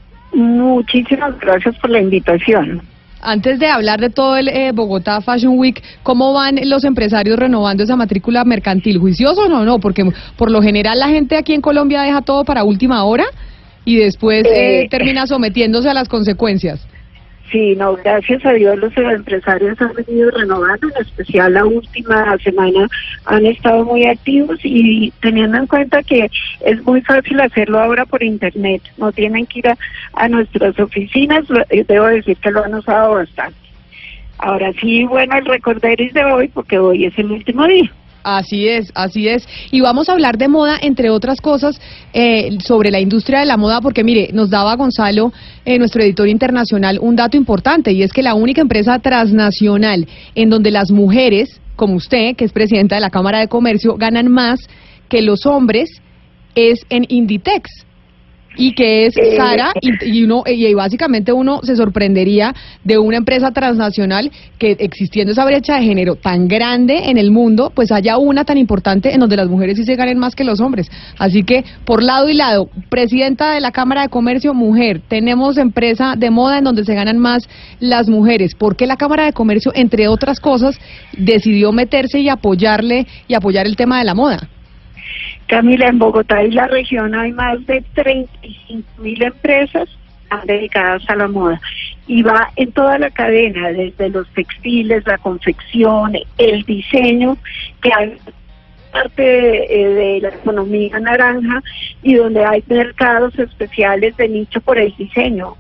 Muchísimas gracias por la invitación.
Antes de hablar de todo el Bogotá Fashion Week, ¿cómo van los empresarios renovando esa matrícula mercantil? ¿Juiciosos o no? Porque por lo general la gente aquí en Colombia deja todo para última hora y después termina sometiéndose a las consecuencias.
Sí, no, gracias a Dios los empresarios han venido renovando, en especial la última semana han estado muy activos y teniendo en cuenta que es muy fácil hacerlo ahora por internet, no tienen que ir a nuestras oficinas, debo decir que lo han usado bastante. Ahora sí, bueno, el recorderis de hoy, porque hoy es el último día.
Así es. Y vamos a hablar de moda, entre otras cosas, sobre la industria de la moda, porque mire, nos daba Gonzalo, nuestro editor internacional, un dato importante, y es que la única empresa transnacional en donde las mujeres, como usted, que es presidenta de la Cámara de Comercio, ganan más que los hombres, es en Inditex. Y que es Zara, y básicamente uno se sorprendería de una empresa transnacional que, existiendo esa brecha de género tan grande en el mundo, pues haya una tan importante en donde las mujeres sí se ganen más que los hombres. Así que, por lado y lado, presidenta de la Cámara de Comercio, mujer, tenemos empresa de moda en donde se ganan más las mujeres. ¿Por qué la Cámara de Comercio, entre otras cosas, decidió meterse y apoyar el tema de la moda?
Camila, en Bogotá y la región hay más de 35.000 empresas dedicadas a la moda y va en toda la cadena, desde los textiles, la confección, el diseño, que hay parte de la economía naranja y donde hay mercados especiales de nicho por el diseño.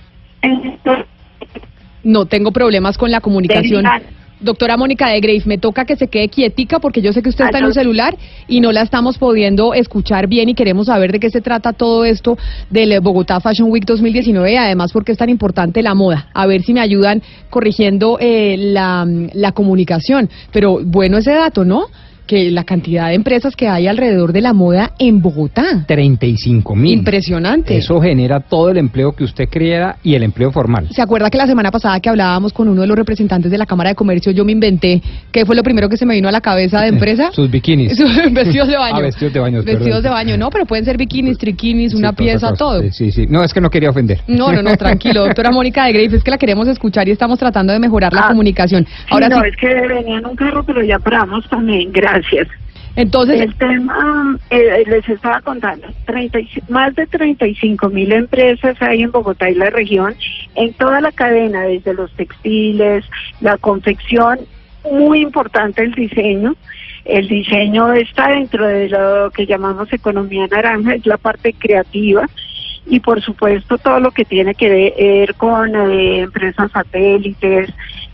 No tengo problemas con la comunicación. Doctora Mónica de Grave, me toca que se quede quietica porque yo sé que usted está en un celular y no la estamos pudiendo escuchar bien y queremos saber de qué se trata todo esto del Bogotá Fashion Week 2019 y además porque es tan importante la moda. A ver si me ayudan corrigiendo la comunicación. Pero bueno ese dato, ¿no? Que la cantidad de empresas que hay alrededor de la moda en Bogotá.
35.000.
Impresionante.
Eso genera todo el empleo que usted crea y el empleo formal.
¿Se acuerda que la semana pasada que hablábamos con uno de los representantes de la Cámara de Comercio, yo me inventé, ¿qué fue lo primero que se me vino a la cabeza de empresa?
Sus bikinis.
Vestidos de baño.
Vestidos de baño.
Vestidos de baño, no, pero pueden ser bikinis, triquinis, una pieza, todo.
Sí. No, es que no quería ofender.
No, tranquilo, doctora Mónica de Grave, es que la queremos escuchar y estamos tratando de mejorar la comunicación.
Ahora sí, es que venía en un carro, pero ya paramos también, gracias.
Entonces,
el tema, les estaba contando, más de 35.000 empresas hay en Bogotá y la región, en toda la cadena, desde los textiles, la confección, muy importante el diseño está dentro de lo que llamamos economía naranja, es la parte creativa, y por supuesto todo lo que tiene que ver con empresas satélites,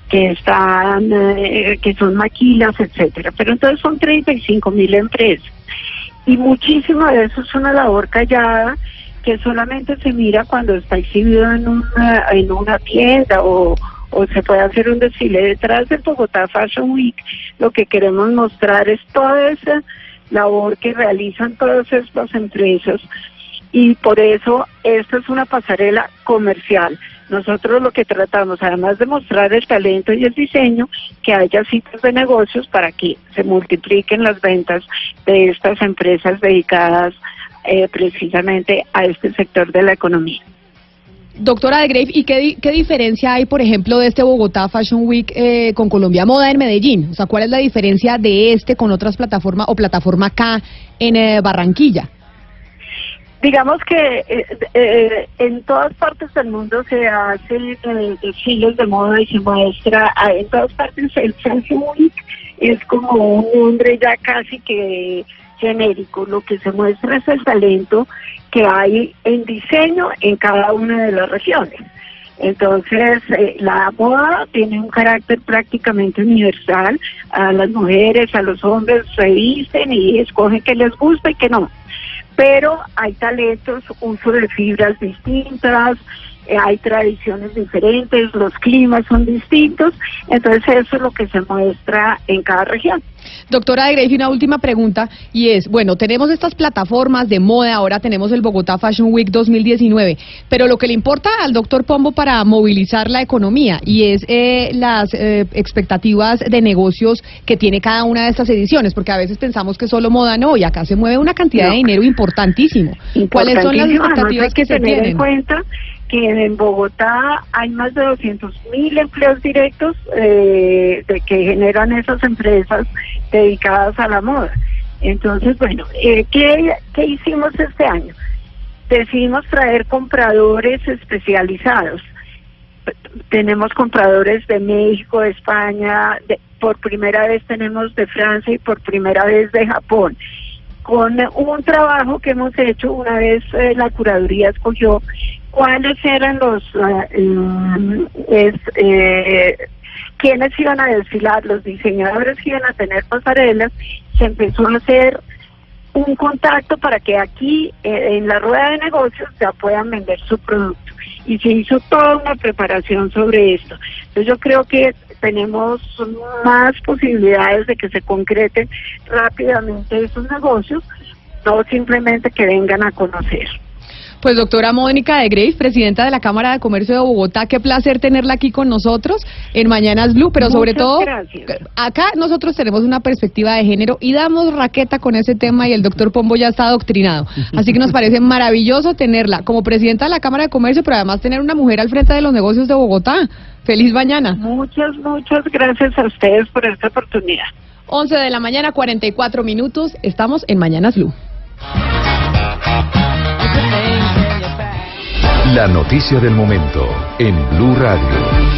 que son maquilas, etcétera. Pero entonces son 35.000 empresas y muchísimo de eso es una labor callada que solamente se mira cuando está exhibido en una tienda o se puede hacer un desfile. Detrás del Bogotá Fashion Week lo que queremos mostrar es toda esa labor que realizan todas estas empresas y por eso esta es una pasarela comercial. Nosotros lo que tratamos, además de mostrar el talento y el diseño, que haya sitios de negocios para que se multipliquen las ventas de estas empresas dedicadas precisamente a este sector de la economía.
Doctora de Grave, ¿y qué diferencia hay, por ejemplo, de este Bogotá Fashion Week con Colombia Moda en Medellín? O sea, ¿cuál es la diferencia de con otras plataformas o plataforma acá en Barranquilla?
Digamos que en todas partes del mundo se hacen desfiles de moda y se muestra, en todas partes el Fashion Week es como un nombre ya casi que genérico, lo que se muestra es el talento que hay en diseño en cada una de las regiones. Entonces, la moda tiene un carácter prácticamente universal. A las mujeres, a los hombres se visten y escogen qué les gusta y qué no. Pero hay talentos, uso de fibras distintas, hay tradiciones diferentes, los climas son distintos, entonces eso es lo que se muestra en cada región.
Doctora de Grey, una última pregunta, y es, bueno, tenemos estas plataformas de moda, ahora tenemos el Bogotá Fashion Week 2019, pero lo que le importa al doctor Pombo para movilizar la economía, y es las expectativas de negocios que tiene cada una de estas ediciones, porque a veces pensamos que solo moda no, y acá se mueve una cantidad de dinero importantísimo. ¿Cuáles son las expectativas que se tienen?
Tener en cuenta que en Bogotá hay más de 200.000 empleos directos de que generan esas empresas dedicadas a la moda. Entonces, bueno, ¿qué hicimos este año? Decidimos traer compradores especializados. Tenemos compradores de México, de España, por primera vez tenemos de Francia y por primera vez de Japón. Con un trabajo que hemos hecho, una vez la curaduría escogió cuáles eran quiénes iban a desfilar, los diseñadores que iban a tener pasarelas, se empezó a hacer un contacto para que aquí en la rueda de negocios ya puedan vender su producto. Y se hizo toda una preparación sobre esto. Entonces yo creo que tenemos más posibilidades de que se concreten rápidamente esos negocios, no simplemente que vengan a conocer.
Pues doctora Mónica de Grey, presidenta de la Cámara de Comercio de Bogotá, qué placer tenerla aquí con nosotros en Mañanas Blue, pero sobre todo, acá nosotros tenemos una perspectiva de género y damos raqueta con ese tema y el doctor Pombo ya está adoctrinado, así que nos parece maravilloso tenerla como presidenta de la Cámara de Comercio, pero además tener una mujer al frente de los negocios de Bogotá. ¡Feliz mañana!
Muchas gracias a ustedes por esta oportunidad.
11 de la mañana, 44 minutos, estamos en Mañanas Blue.
La noticia del momento en Blue Radio.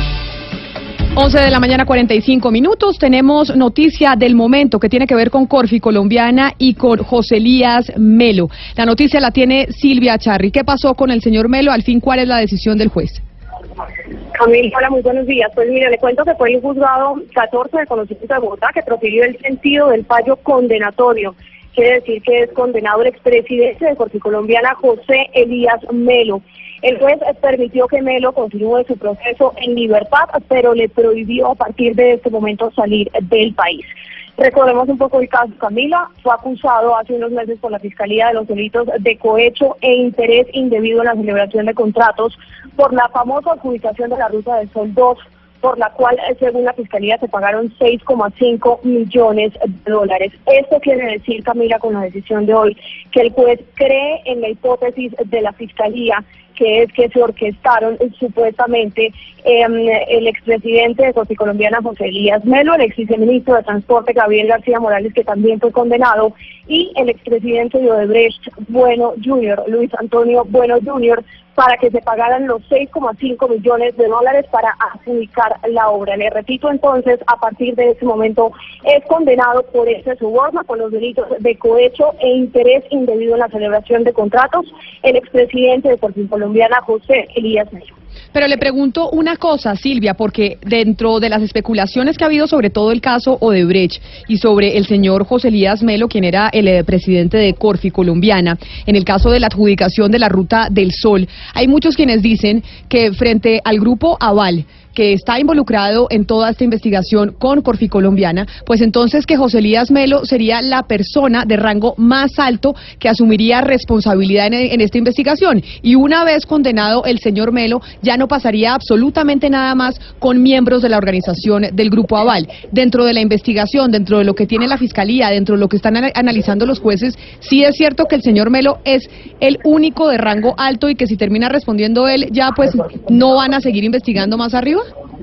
11 de la mañana, 45 minutos. Tenemos noticia del momento que tiene que ver con Corfi Colombiana y con José Elías Melo. La noticia la tiene Silvia Charri. ¿Qué pasó con el señor Melo? Al fin, ¿cuál es la decisión del juez?
Camila, hola, muy buenos días. Pues mire, le cuento que fue el juzgado 14 de conocimiento de Bogotá que profirió el sentido del fallo condenatorio. Quiere decir que es condenado el expresidente de Corfi Colombiana, José Elías Melo. El juez permitió que Melo continúe su proceso en libertad, pero le prohibió a partir de este momento salir del país. Recordemos un poco el caso. Camila fue acusado hace unos meses por la Fiscalía de los delitos de cohecho e interés indebido en la celebración de contratos por la famosa adjudicación de la Ruta del Sol 2, por la cual, según la Fiscalía, se pagaron 6,5 millones de dólares. Esto quiere decir, Camila, con la decisión de hoy, que el juez cree en la hipótesis de la Fiscalía, que es que se orquestaron supuestamente el expresidente de Corfi Colombiana, José Elías Melo, el exviceministro de Transporte, Gabriel García Morales, que también fue condenado, y el expresidente de Odebrecht, Bueno Jr., Luis Antonio Bueno Jr., para que se pagaran los 6,5 millones de dólares para adjudicar la obra. Le repito entonces, a partir de ese momento es condenado por ese soborno, por los delitos de cohecho e interés indebido en la celebración de contratos, el expresidente de Corfi Colombiana, José Elías Melo.
Pero le pregunto una cosa, Silvia, porque dentro de las especulaciones que ha habido sobre todo el caso Odebrecht y sobre el señor José Elías Melo, quien era el presidente de Corfi Colombiana, en el caso de la adjudicación de la Ruta del Sol, hay muchos quienes dicen que frente al grupo Aval, que está involucrado en toda esta investigación con Corfi Colombiana, pues entonces que José Elías Melo sería la persona de rango más alto que asumiría responsabilidad en esta investigación. Y una vez condenado el señor Melo, ya no pasaría absolutamente nada más con miembros de la organización del Grupo Aval. Dentro de la investigación, dentro de lo que tiene la Fiscalía, dentro de lo que están analizando los jueces, sí es cierto que el señor Melo es el único de rango alto y que si termina respondiendo él, ya pues no van a seguir investigando más arriba.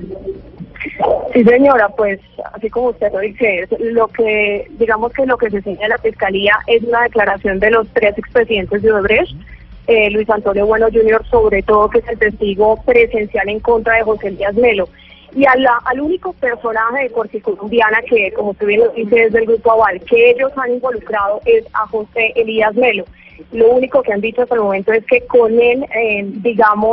Sí, señora, pues así como usted lo dice, lo que se señala la Fiscalía es una declaración de los 3 expresidentes de Odebrecht, Luis Antonio Bueno Jr., sobre todo, que es el testigo presencial en contra de José Elías Melo, y al único personaje de Corfi Colombiana que, como usted bien lo dice, es del Grupo Aval, que ellos han involucrado es a José Elías Melo. Lo único que han dicho hasta el momento es que con él,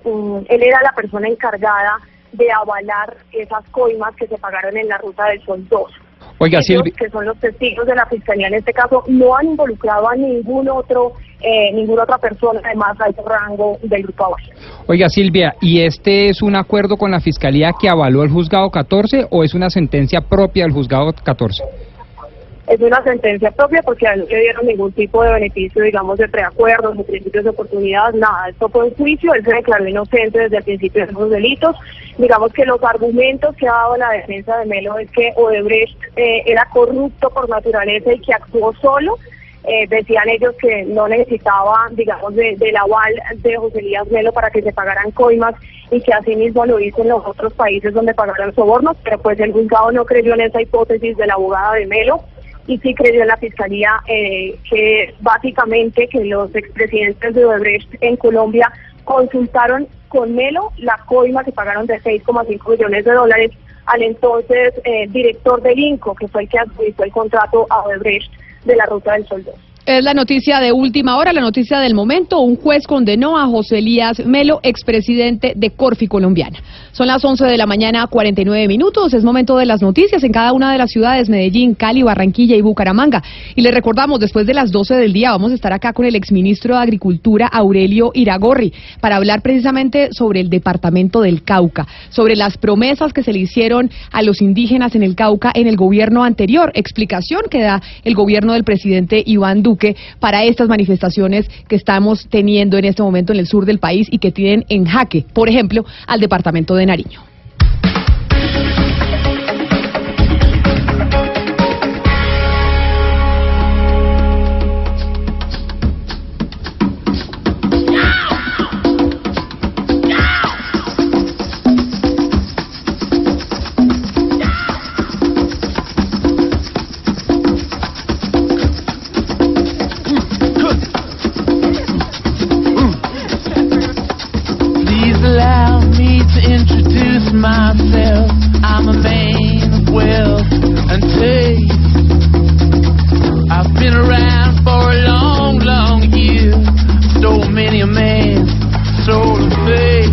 él era la persona encargada de avalar esas coimas que se pagaron en la Ruta del Sol 2.
Oiga,
Ellos,
Silvia,
que son los testigos de la Fiscalía en este caso, no han involucrado a ninguna otra persona de más alto rango del Grupo Aval.
oiga, Silvia, ¿y este es un acuerdo con la Fiscalía que avaló el Juzgado 14 o es una sentencia propia del Juzgado 14?
Es una sentencia propia porque no le dieron ningún tipo de beneficio, digamos, de preacuerdos, de principios de oportunidad, nada. Esto fue un juicio, él se declaró inocente desde el principio de esos delitos. Digamos que los argumentos que ha dado la defensa de Melo es que Odebrecht era corrupto por naturaleza y que actuó solo. Decían ellos que no necesitaba, digamos, del aval de José Elías Melo para que se pagaran coimas y que así mismo lo hizo en los otros países donde pagaron sobornos, pero pues el juzgado no creyó en esa hipótesis de la abogada de Melo y sí creyó en la Fiscalía que básicamente que los expresidentes de Odebrecht en Colombia consultaron con Melo la coima que pagaron de 6,5 millones de dólares al entonces director del INCO, que fue el que adjudicó el contrato a Odebrecht de la Ruta del Sol 2.
Es la noticia de última hora, la noticia del momento. Un juez condenó a José Elías Melo, expresidente de Corfi Colombiana. Son las 11 de la mañana, 49 minutos. Es momento de las noticias en cada una de las ciudades, Medellín, Cali, Barranquilla y Bucaramanga. Y les recordamos, después de las 12 del día vamos a estar acá con el exministro de Agricultura, Aurelio Iragorri, para hablar precisamente sobre el departamento del Cauca, sobre las promesas que se le hicieron a los indígenas en el Cauca en el gobierno anterior. Explicación que da el gobierno del presidente Iván Duque para estas manifestaciones que estamos teniendo en este momento en el sur del país y que tienen en jaque, por ejemplo, al departamento de Nariño.
Myself, I'm a man of wealth and taste. I've been around for a long, long year. Stole many a man's soul of faith.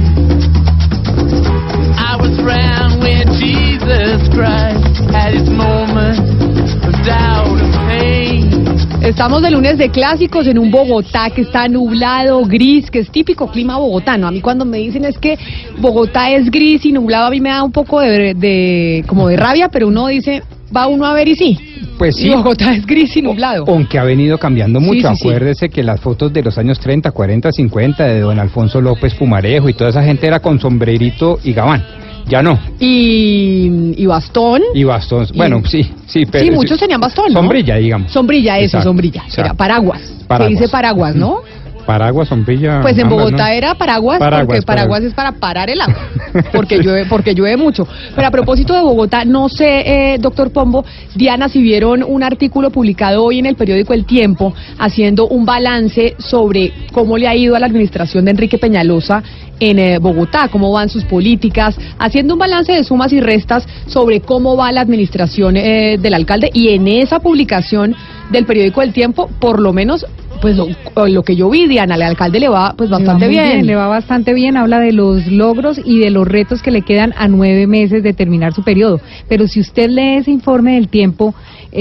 I was around when Jesus Christ had his moments of doubt and pain.
Estamos de lunes de clásicos en un Bogotá que está nublado, gris, que es típico clima bogotano. A mí cuando me dicen es que Bogotá es gris y nublado, a mí me da un poco como de rabia, pero uno dice, va uno a ver y sí.
Pues sí.
Y Bogotá es gris y nublado.
Aunque ha venido cambiando mucho.
Sí, sí,
Acuérdese que las fotos de los años 30, 40, 50 de don Alfonso López Pumarejo y toda esa gente era con sombrerito y gabán. Ya no.
Y bastón.
Y bastón. Bueno, sí. Pero
sí, muchos tenían bastón, ¿no?
Sombrilla, digamos.
Sombrilla, eso,
Exacto.
Sombrilla.
Exacto.
Era paraguas. Se dice paraguas, ¿no?
Paraguas, sombrilla.
Pues en
ambas,
Bogotá
¿no?
era paraguas, porque paraguas es para parar el agua, porque llueve mucho. Pero a propósito de Bogotá, no sé, doctor Pombo, Diana, si vieron un artículo publicado hoy en el periódico El Tiempo, haciendo un balance sobre cómo le ha ido a la administración de Enrique Peñalosa en Bogotá, cómo van sus políticas, haciendo un balance de sumas y restas sobre cómo va la administración del alcalde, y en esa publicación del periódico El Tiempo, por lo menos, pues lo que yo vi, Diana, al alcalde le va pues bastante bien.
Le va bastante bien, habla de los logros y de los retos que le quedan a 9 meses de terminar su periodo. Pero si usted lee ese informe del Tiempo,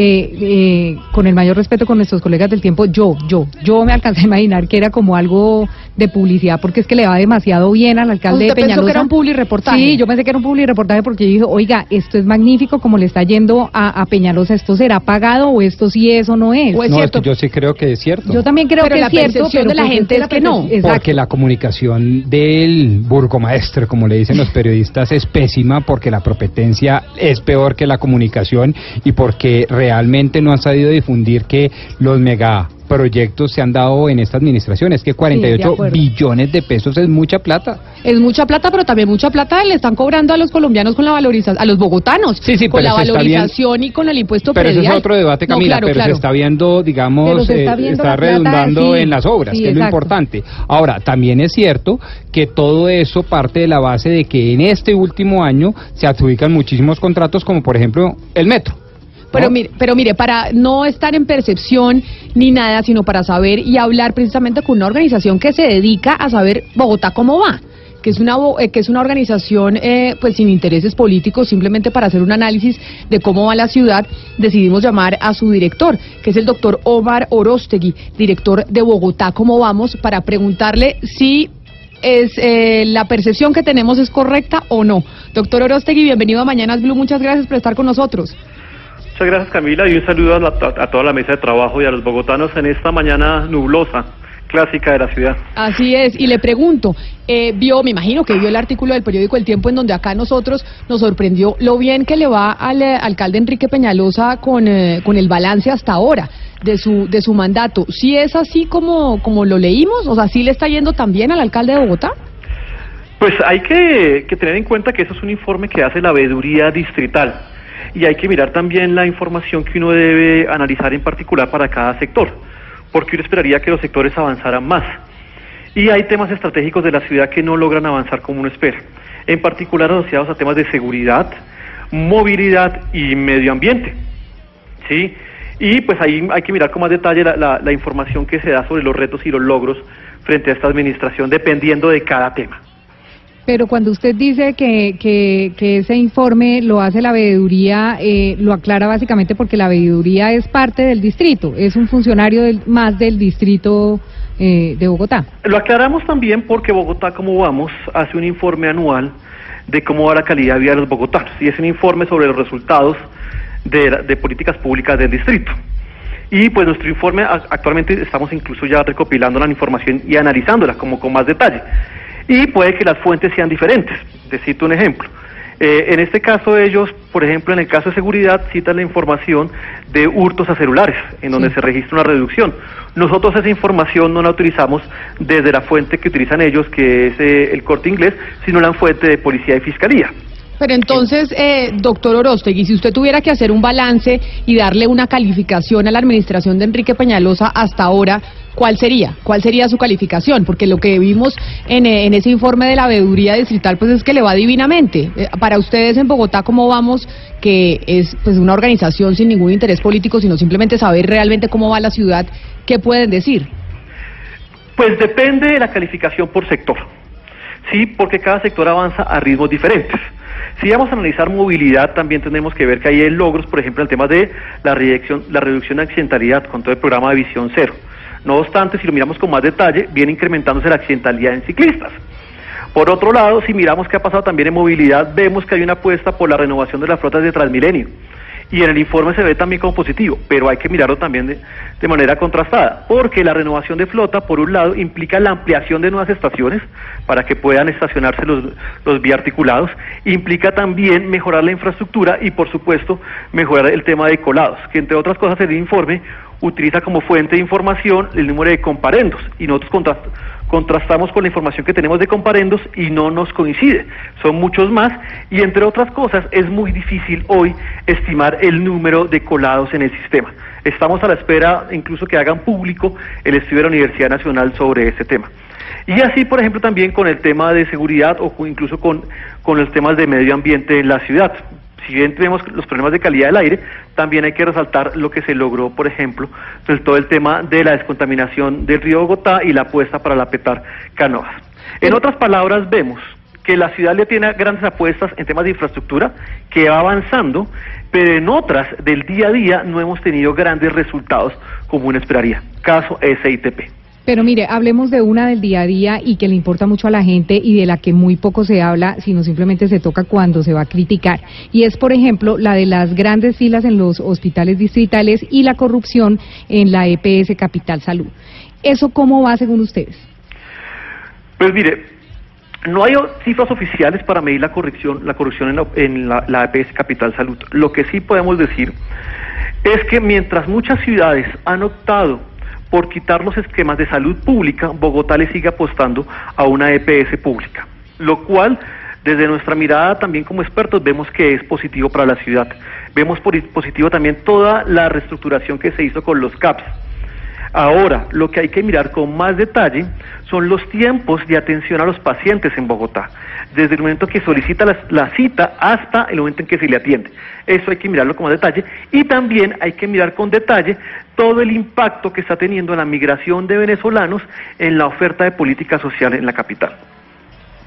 con el mayor respeto con nuestros colegas del Tiempo, yo me alcancé a imaginar que era como algo de publicidad, porque es que le va demasiado bien al alcalde de Peñalosa.
¿Usted pensó que era un publireportaje?
Sí, yo pensé que era un publireportaje porque yo dije, oiga, esto es magnífico como le está yendo a Peñalosa, ¿esto será pagado o esto sí es o no es?
¿O es cierto? Es que yo sí creo que es cierto.
Yo también creo que es cierto, pero
de la gente es que no.
Exacto.
Porque la comunicación del burgomaestre, como le dicen los periodistas, es pésima, porque la competencia es peor que la comunicación y porque realmente no han sabido difundir que los megaproyectos se han dado en esta administración. Es que 48 billones de pesos es mucha plata.
Es mucha plata, pero también mucha plata le están cobrando a los colombianos con la valorización, a los bogotanos, con la valorización y con el impuesto predial.
Pero ese es otro debate, Camila, pero se está viendo, digamos, está redundando en las obras, que es lo importante. Ahora, también es cierto que todo eso parte de la base de que en este último año se adjudican muchísimos contratos, como por ejemplo el metro.
Pero mire, para no estar en percepción ni nada, sino para saber y hablar precisamente con una organización que se dedica a saber Bogotá cómo va. que es una organización pues sin intereses políticos, simplemente para hacer un análisis de cómo va la ciudad, decidimos llamar a su director, que es el doctor Omar Orostegui, director de Bogotá ¿Cómo vamos?, para preguntarle si la percepción que tenemos es correcta o no. Doctor Orostegui, bienvenido a Mañanas Blue, muchas gracias por estar con nosotros.
Muchas gracias, Camila, y un saludo a toda la mesa de trabajo y a los bogotanos en esta mañana nublosa, clásica de la ciudad.
Así es, y le pregunto, me imagino que vio el artículo del periódico El Tiempo, en donde acá nosotros nos sorprendió lo bien que le va al alcalde Enrique Peñalosa con el balance hasta ahora de su mandato. ¿Sí es así como lo leímos? O sea, ¿sí le está yendo tan bien al alcalde de Bogotá?
Pues hay que tener en cuenta que eso es un informe que hace la veeduría distrital, y hay que mirar también la información que uno debe analizar en particular para cada sector, porque uno esperaría que los sectores avanzaran más. Y hay temas estratégicos de la ciudad que no logran avanzar como uno espera, en particular asociados a temas de seguridad, movilidad y medio ambiente, ¿sí? Y pues ahí hay que mirar con más detalle la información que se da sobre los retos y los logros frente a esta administración, dependiendo de cada tema.
Pero cuando usted dice que ese informe lo hace la veeduría, lo aclara básicamente porque la veeduría es parte del distrito, es un funcionario más del distrito de Bogotá.
Lo aclaramos también porque Bogotá ¿Cómo vamos? Hace un informe anual de cómo va la calidad de vida de los bogotanos, y es un informe sobre los resultados de políticas públicas del distrito. Y pues nuestro informe, actualmente estamos incluso ya recopilando la información y analizándola como con más detalle. Y puede que las fuentes sean diferentes. Te cito un ejemplo. En este caso ellos, por ejemplo, en el caso de seguridad, citan la información de hurtos a celulares, en donde se registra una reducción. Nosotros esa información no la utilizamos desde la fuente que utilizan ellos, que es el Corte Inglés, sino la fuente de Policía y Fiscalía.
Pero entonces, doctor Orostegui, si usted tuviera que hacer un balance y darle una calificación a la administración de Enrique Peñalosa hasta ahora, ¿cuál sería? ¿Cuál sería su calificación? Porque lo que vimos en ese informe de la veeduría distrital, pues es que le va divinamente. Para ustedes en Bogotá ¿Cómo vamos?, que es pues una organización sin ningún interés político, sino simplemente saber realmente cómo va la ciudad, ¿qué pueden decir?
Pues depende de la calificación por sector, sí, porque cada sector avanza a ritmos diferentes. Si vamos a analizar movilidad, también tenemos que ver que hay logros, por ejemplo, en el tema de la reducción de accidentalidad con todo el programa de Visión Cero. No obstante, si lo miramos con más detalle, viene incrementándose la accidentalidad en ciclistas. Por otro lado, si miramos qué ha pasado también en movilidad, vemos que hay una apuesta por la renovación de las flotas de Transmilenio. Y en el informe se ve también como positivo, pero hay que mirarlo también de manera contrastada, porque la renovación de flota, por un lado, implica la ampliación de nuevas estaciones para que puedan estacionarse los biarticulados, implica también mejorar la infraestructura y, por supuesto, mejorar el tema de colados, que entre otras cosas el informe utiliza como fuente de información el número de comparendos, y nosotros contrastamos con la información que tenemos de comparendos y no nos coincide, son muchos más, y entre otras cosas es muy difícil hoy estimar el número de colados en el sistema. Estamos a la espera incluso que hagan público el estudio de la Universidad Nacional sobre ese tema. Y así, por ejemplo, también con el tema de seguridad o incluso con los temas de medio ambiente en la ciudad. Si bien tenemos los problemas de calidad del aire, también hay que resaltar lo que se logró, por ejemplo, pues todo el tema de la descontaminación del río Bogotá y la apuesta para la petar canoas. En otras palabras, vemos que la ciudad le tiene grandes apuestas en temas de infraestructura, que va avanzando, pero en otras del día a día no hemos tenido grandes resultados como uno esperaría. Caso SITP.
Pero mire, hablemos de una del día a día y que le importa mucho a la gente y de la que muy poco se habla, sino simplemente se toca cuando se va a criticar. Y es, por ejemplo, la de las grandes filas en los hospitales distritales y la corrupción en la EPS Capital Salud. ¿Eso cómo va según ustedes?
Pues mire, no hay cifras oficiales para medir la corrupción en la EPS Capital Salud. Lo que sí podemos decir es que mientras muchas ciudades han optado por quitar los esquemas de salud pública, Bogotá le sigue apostando a una EPS pública, lo cual desde nuestra mirada también como expertos vemos que es positivo para la ciudad. Vemos positivo también toda la reestructuración que se hizo con los CAPS. Ahora, lo que hay que mirar con más detalle son los tiempos de atención a los pacientes en Bogotá, desde el momento que solicita la cita hasta el momento en que se le atiende. Eso hay que mirarlo con más detalle, y también hay que mirar con detalle todo el impacto que está teniendo la migración de venezolanos en la oferta de política social en la capital.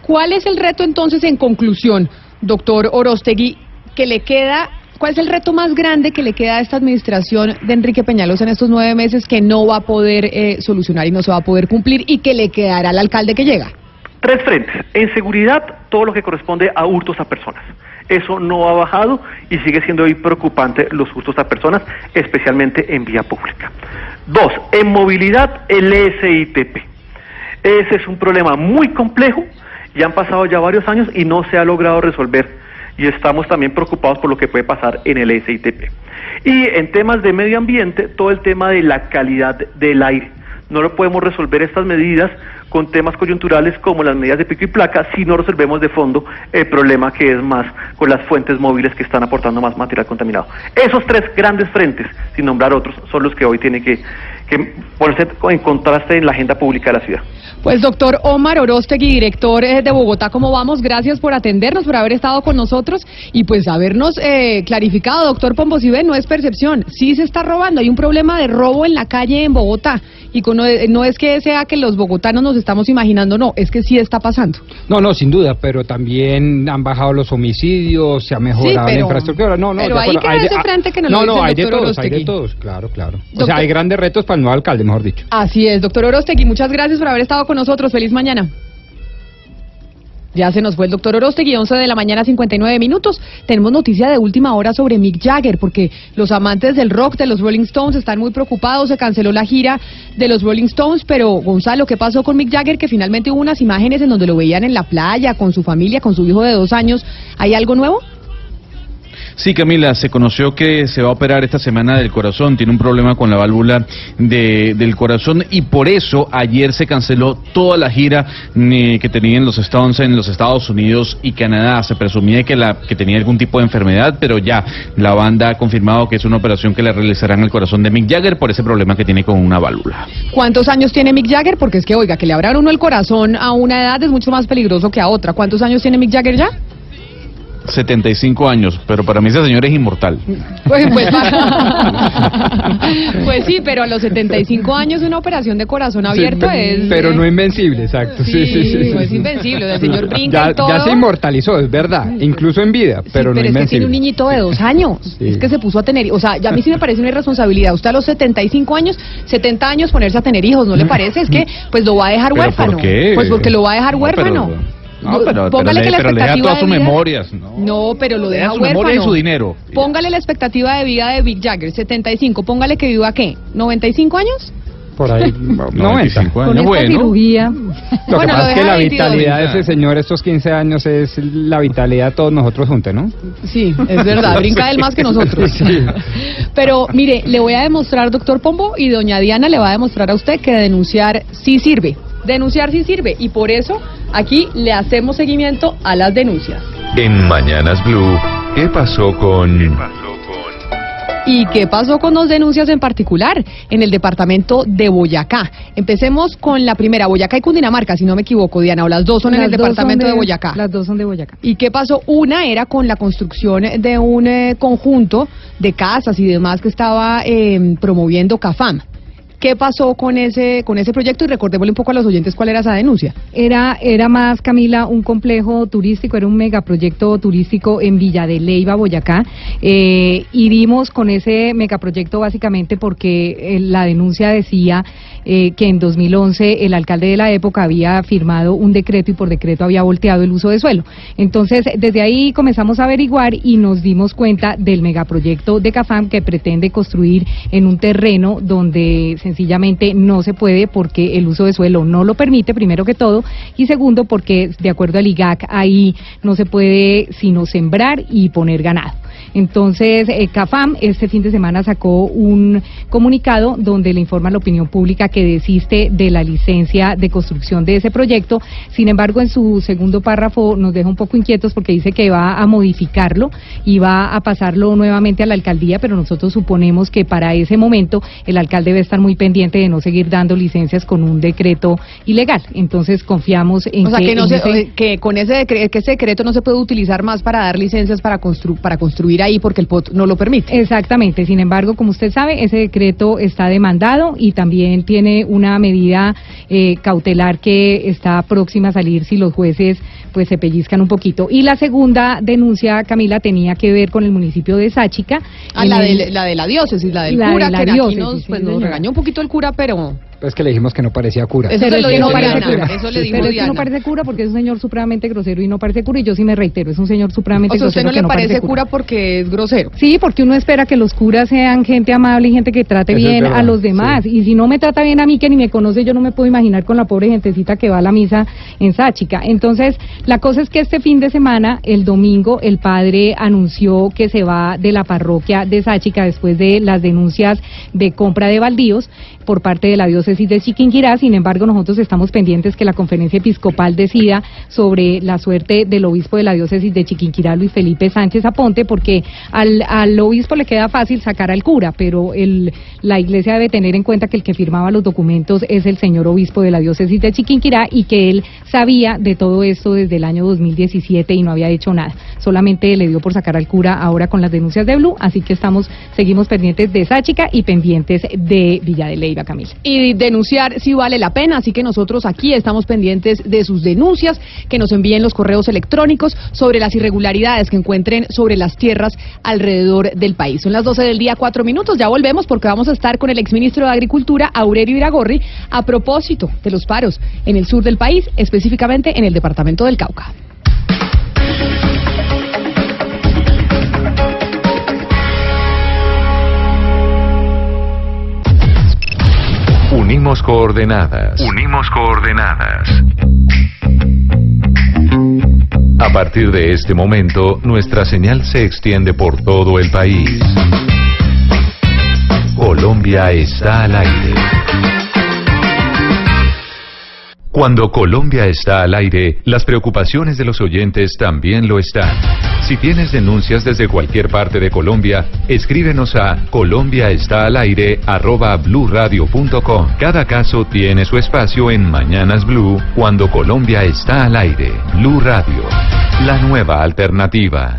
¿Cuál es el reto entonces, en conclusión, doctor Orostegui, que le queda? ¿Cuál es el reto más grande que le queda a esta administración de Enrique Peñalosa en estos 9 meses que no va a poder solucionar y no se va a poder cumplir y que le quedará al alcalde que llega?
3 frentes. En seguridad, todo lo que corresponde a hurtos a personas. Eso no ha bajado y sigue siendo hoy preocupante los hurtos a personas, especialmente en vía pública. 2. En movilidad, el SITP. Ese es un problema muy complejo y han pasado ya varios años y no se ha logrado resolver. Y estamos también preocupados por lo que puede pasar en el SITP. Y en temas de medio ambiente, todo el tema de la calidad del aire. No lo podemos resolver estas medidas con temas coyunturales como las medidas de pico y placa si no resolvemos de fondo el problema que es más con las fuentes móviles que están aportando más material contaminado. Esos 3 grandes frentes, sin nombrar otros, son los que hoy tienen que ponerse en contraste en la agenda pública de la ciudad.
Pues doctor Omar Orostegui, director de Bogotá, ¿cómo vamos? Gracias por atendernos, por haber estado con nosotros y pues habernos clarificado, doctor Pombo, si ven, no es percepción, sí se está robando, hay un problema de robo en la calle en Bogotá y no es que sea que los bogotanos nos estamos imaginando, no, es que sí está pasando.
No, sin duda, pero también han bajado los homicidios, se ha mejorado la infraestructura.
Pero ahí queda ese frente que nos lo dice el doctor Orostegui.
Hay de todos, claro. O sea, hay grandes retos para el nuevo alcalde, mejor dicho.
Así es, doctor Orostegui, muchas gracias por haber estado con nosotros, feliz mañana. Ya se nos fue el doctor Orostegui, 11 de la mañana, 59 minutos. Tenemos noticia de última hora sobre Mick Jagger, porque los amantes del rock de los Rolling Stones están muy preocupados. Se canceló la gira de los Rolling Stones, pero Gonzalo, ¿qué pasó con Mick Jagger? Que finalmente hubo unas imágenes en donde lo veían en la playa, con su familia, con su hijo de 2 años. ¿Hay algo nuevo?
Sí, Camila, se conoció que se va a operar esta semana del corazón, tiene un problema con la válvula del corazón y por eso ayer se canceló toda la gira que tenían los Stones en los Estados Unidos y Canadá. Se presumía que tenía algún tipo de enfermedad, pero ya la banda ha confirmado que es una operación que le realizarán al corazón de Mick Jagger por ese problema que tiene con una válvula.
¿Cuántos años tiene Mick Jagger? Porque es que, oiga, que le abran uno el corazón a una edad es mucho más peligroso que a otra. ¿Cuántos años tiene Mick Jagger ya?
75 años, pero para mí ese señor es inmortal.
Pues sí, pero a los 75 años una operación de corazón abierto es...
Pero no invencible, exacto.
Sí, no es invencible, el señor brinca y todo.
Ya se inmortalizó, es verdad, incluso en vida, pero no
pero
invencible.
Es que tiene un niñito de 2 años, es que se puso a tener, o sea, ya a mí sí me parece una irresponsabilidad. Usted a los 75 años, 70 años ponerse a tener hijos, ¿no le parece? Es que pues lo va a dejar huérfano.
¿Por qué?
Pues porque lo va a dejar huérfano.
Póngale que la expectativa
todas
sus memorias.
No, pero lo deja
su
huérfano.
Memoria y su dinero.
Póngale la expectativa de vida de Mick Jagger, 75. Póngale que viva, ¿qué? ¿95 años?
Por ahí,
95 años.
Con esta cirugía.
Lo que pasa es que la vitalidad de ese señor estos 15 años es la vitalidad de todos nosotros juntos, ¿no?
Sí, es verdad, brinca él más que nosotros. Pero mire, le voy a demostrar, doctor Pombo, y doña Diana le va a demostrar a usted que denunciar sí sirve. Denunciar sí sirve, y por eso aquí le hacemos seguimiento a las denuncias.
En Mañanas Blue, ¿qué pasó con...?
¿Y qué pasó con 2 denuncias en particular en el departamento de Boyacá? Empecemos con la primera, Boyacá y Cundinamarca, si no me equivoco, Diana, o las 2 son en el departamento de Boyacá.
Las 2 son de Boyacá.
¿Y qué pasó? Una era con la construcción de un conjunto de casas y demás que estaba promoviendo CAFAM. ¿Qué pasó con ese proyecto? Y recordémosle un poco a los oyentes cuál era esa denuncia.
Era más, Camila, un complejo turístico, era un megaproyecto turístico en Villa de Leyva, Boyacá. Y dimos con ese megaproyecto básicamente porque la denuncia decía que en 2011 el alcalde de la época había firmado un decreto y por decreto había volteado el uso de suelo. Entonces, desde ahí comenzamos a averiguar y nos dimos cuenta del megaproyecto de CAFAM que pretende construir en un terreno donde sencillamente no se puede porque el uso de suelo no lo permite, primero que todo, y segundo porque de acuerdo al IGAC ahí no se puede sino sembrar y poner ganado. Entonces, CAFAM este fin de semana sacó un comunicado donde le informa a la opinión pública que desiste de la licencia de construcción de ese proyecto. Sin embargo, en su segundo párrafo nos deja un poco inquietos porque dice que va a modificarlo y va a pasarlo nuevamente a la alcaldía, pero nosotros suponemos que para ese momento el alcalde debe estar muy pendiente de no seguir dando licencias con un decreto ilegal. Entonces, confiamos en
que con ese decreto no se puede utilizar más para dar licencias para construir vivir ahí porque el POT no lo permite.
Exactamente. Sin embargo, como usted sabe, ese decreto está demandado y también tiene una medida cautelar que está próxima a salir si los jueces pues se pellizcan un poquito. Y la segunda denuncia, Camila, tenía que ver con el municipio de Sáchica.
La de la diócesis, la del cura, que aquí nos regañó un poquito el cura, pero...
Es que le dijimos que no parecía cura.
Eso le dijo Diana.
Eso le dijo
Pero
Diana.
es que no parece cura porque es un señor supremamente grosero y no parece cura, y yo sí me reitero, es un señor supremamente grosero.
O sea, ¿usted no
que
le parece
cura
cura porque es grosero?
Sí, porque uno espera que los curas sean gente amable y gente que trate
Eso
bien
es verdad,
a los demás.
sí.
Y si no me trata bien a mí, que ni me conoce, yo no me puedo imaginar con la pobre gentecita que va a la misa en Sáchica. Entonces, la cosa es que este fin de semana, el domingo, el padre anunció que se va de la parroquia de Sáchica después de las denuncias de compra de baldíos por parte de la diócesis de Chiquinquirá. Sin embargo, nosotros estamos pendientes que la conferencia episcopal decida sobre la suerte del obispo de la diócesis de Chiquinquirá, Luis Felipe Sánchez Aponte, porque al obispo le queda fácil sacar al cura, pero la iglesia debe tener en cuenta que el que firmaba los documentos es el señor obispo de la diócesis de Chiquinquirá y que él sabía de todo esto desde el año 2017 y no había hecho nada. Solamente le dio por sacar al cura ahora con las denuncias de Blue, así que seguimos pendientes de Sáchica y pendientes de Villa de Leyva, Camila.
Y denunciar sí vale la pena, así que nosotros aquí estamos pendientes de sus denuncias, que nos envíen los correos electrónicos sobre las irregularidades que encuentren sobre las tierras alrededor del país. Son las 12 del día, 4 minutos, ya volvemos porque vamos a estar con el exministro de Agricultura, Aurelio Iragorri, a propósito de los paros en el sur del país, específicamente en el departamento del Cauca.
Unimos coordenadas. Unimos coordenadas. A partir de este momento, nuestra señal se extiende por todo el país. Colombia está al aire. Cuando Colombia está al aire, las preocupaciones de los oyentes también lo están. Si tienes denuncias desde cualquier parte de Colombia, escríbenos a colombiaestalaire@bluradio.com. Cada caso tiene su espacio en Mañanas Blue, cuando Colombia está al aire. Blue Radio, la nueva alternativa.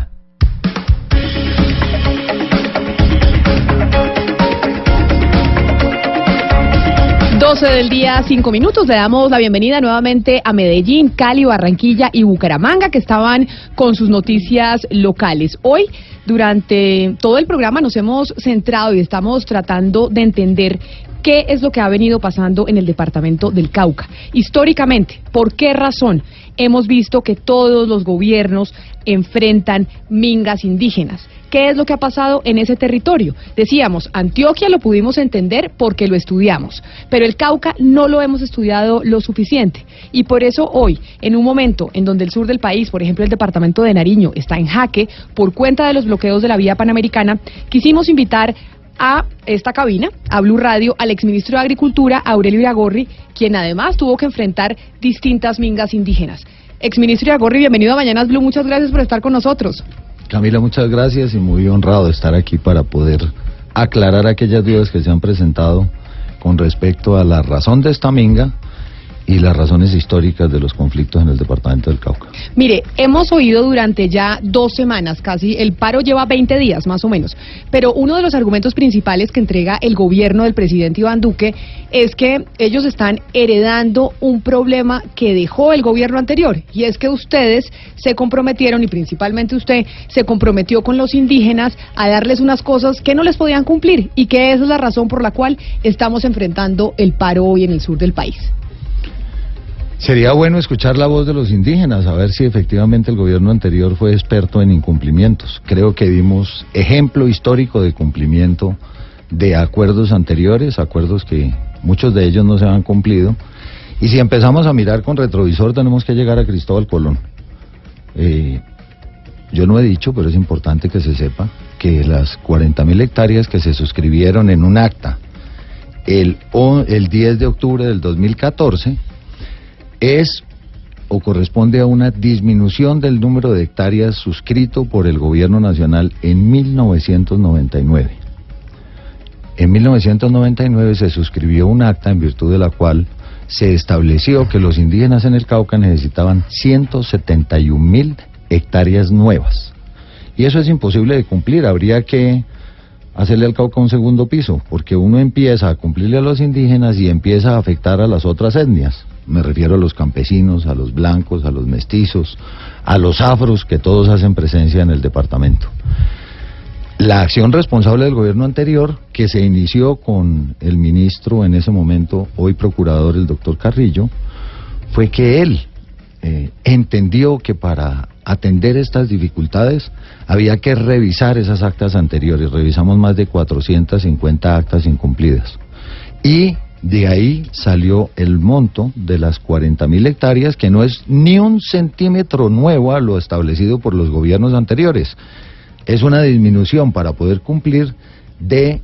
12 del día, 5 minutos. Le damos la bienvenida nuevamente a Medellín, Cali, Barranquilla y Bucaramanga, que estaban con sus noticias locales. Hoy, durante todo el programa, nos hemos centrado y estamos tratando de entender qué es lo que ha venido pasando en el departamento del Cauca. Históricamente, ¿por qué razón hemos visto que todos los gobiernos enfrentan mingas indígenas? ¿Qué es lo que ha pasado en ese territorio? Decíamos, Antioquia lo pudimos entender porque lo estudiamos, pero el Cauca no lo hemos estudiado lo suficiente. Y por eso hoy, en un momento en donde el sur del país, por ejemplo el departamento de Nariño, está en jaque por cuenta de los bloqueos de la vía panamericana, quisimos invitar a esta cabina, a Blue Radio, al exministro de Agricultura, Aurelio Iragorri, quien además tuvo que enfrentar distintas mingas indígenas. Exministro Iragorri, bienvenido a Mañanas Blue, muchas gracias por estar con nosotros.
Camila, muchas gracias y muy honrado de estar aquí para poder aclarar aquellas dudas que se han presentado con respecto a la razón de esta minga y las razones históricas de los conflictos en el departamento del Cauca.
Mire, hemos oído durante ya 2 semanas casi, el paro lleva 20 días más o menos, pero uno de los argumentos principales que entrega el gobierno del presidente Iván Duque es que ellos están heredando un problema que dejó el gobierno anterior, y es que ustedes se comprometieron, y principalmente usted se comprometió con los indígenas a darles unas cosas que no les podían cumplir, y que esa es la razón por la cual estamos enfrentando el paro hoy en el sur del país.
Sería bueno escuchar la voz de los indígenas, a ver si efectivamente el gobierno anterior fue experto en incumplimientos. Creo que dimos ejemplo histórico de cumplimiento de acuerdos anteriores, acuerdos que muchos de ellos no se han cumplido. Y si empezamos a mirar con retrovisor, tenemos que llegar a Cristóbal Colón. Yo no he dicho, pero es importante que se sepa, que las 40.000 hectáreas que se suscribieron en un acta el 10 de octubre del 2014... es o corresponde a una disminución del número de hectáreas suscrito por el gobierno nacional en 1999. En 1999 se suscribió un acta en virtud de la cual se estableció que los indígenas en el Cauca necesitaban 171.000 hectáreas nuevas. Y eso es imposible de cumplir, habría que hacerle al Cauca un segundo piso, porque uno empieza a cumplirle a los indígenas y empieza a afectar a las otras etnias. Me refiero a los campesinos, a los blancos, a los mestizos, a los afros, que todos hacen presencia en el departamento. La acción responsable del gobierno anterior, que se inició con el ministro en ese momento, hoy procurador, el doctor Carrillo, fue que él entendió que para atender estas dificultades había que revisar esas actas anteriores. Revisamos más de 450 actas incumplidas. Y de ahí salió el monto de las 40.000 hectáreas, que no es ni un centímetro nuevo a lo establecido por los gobiernos anteriores. Es una disminución para poder cumplir de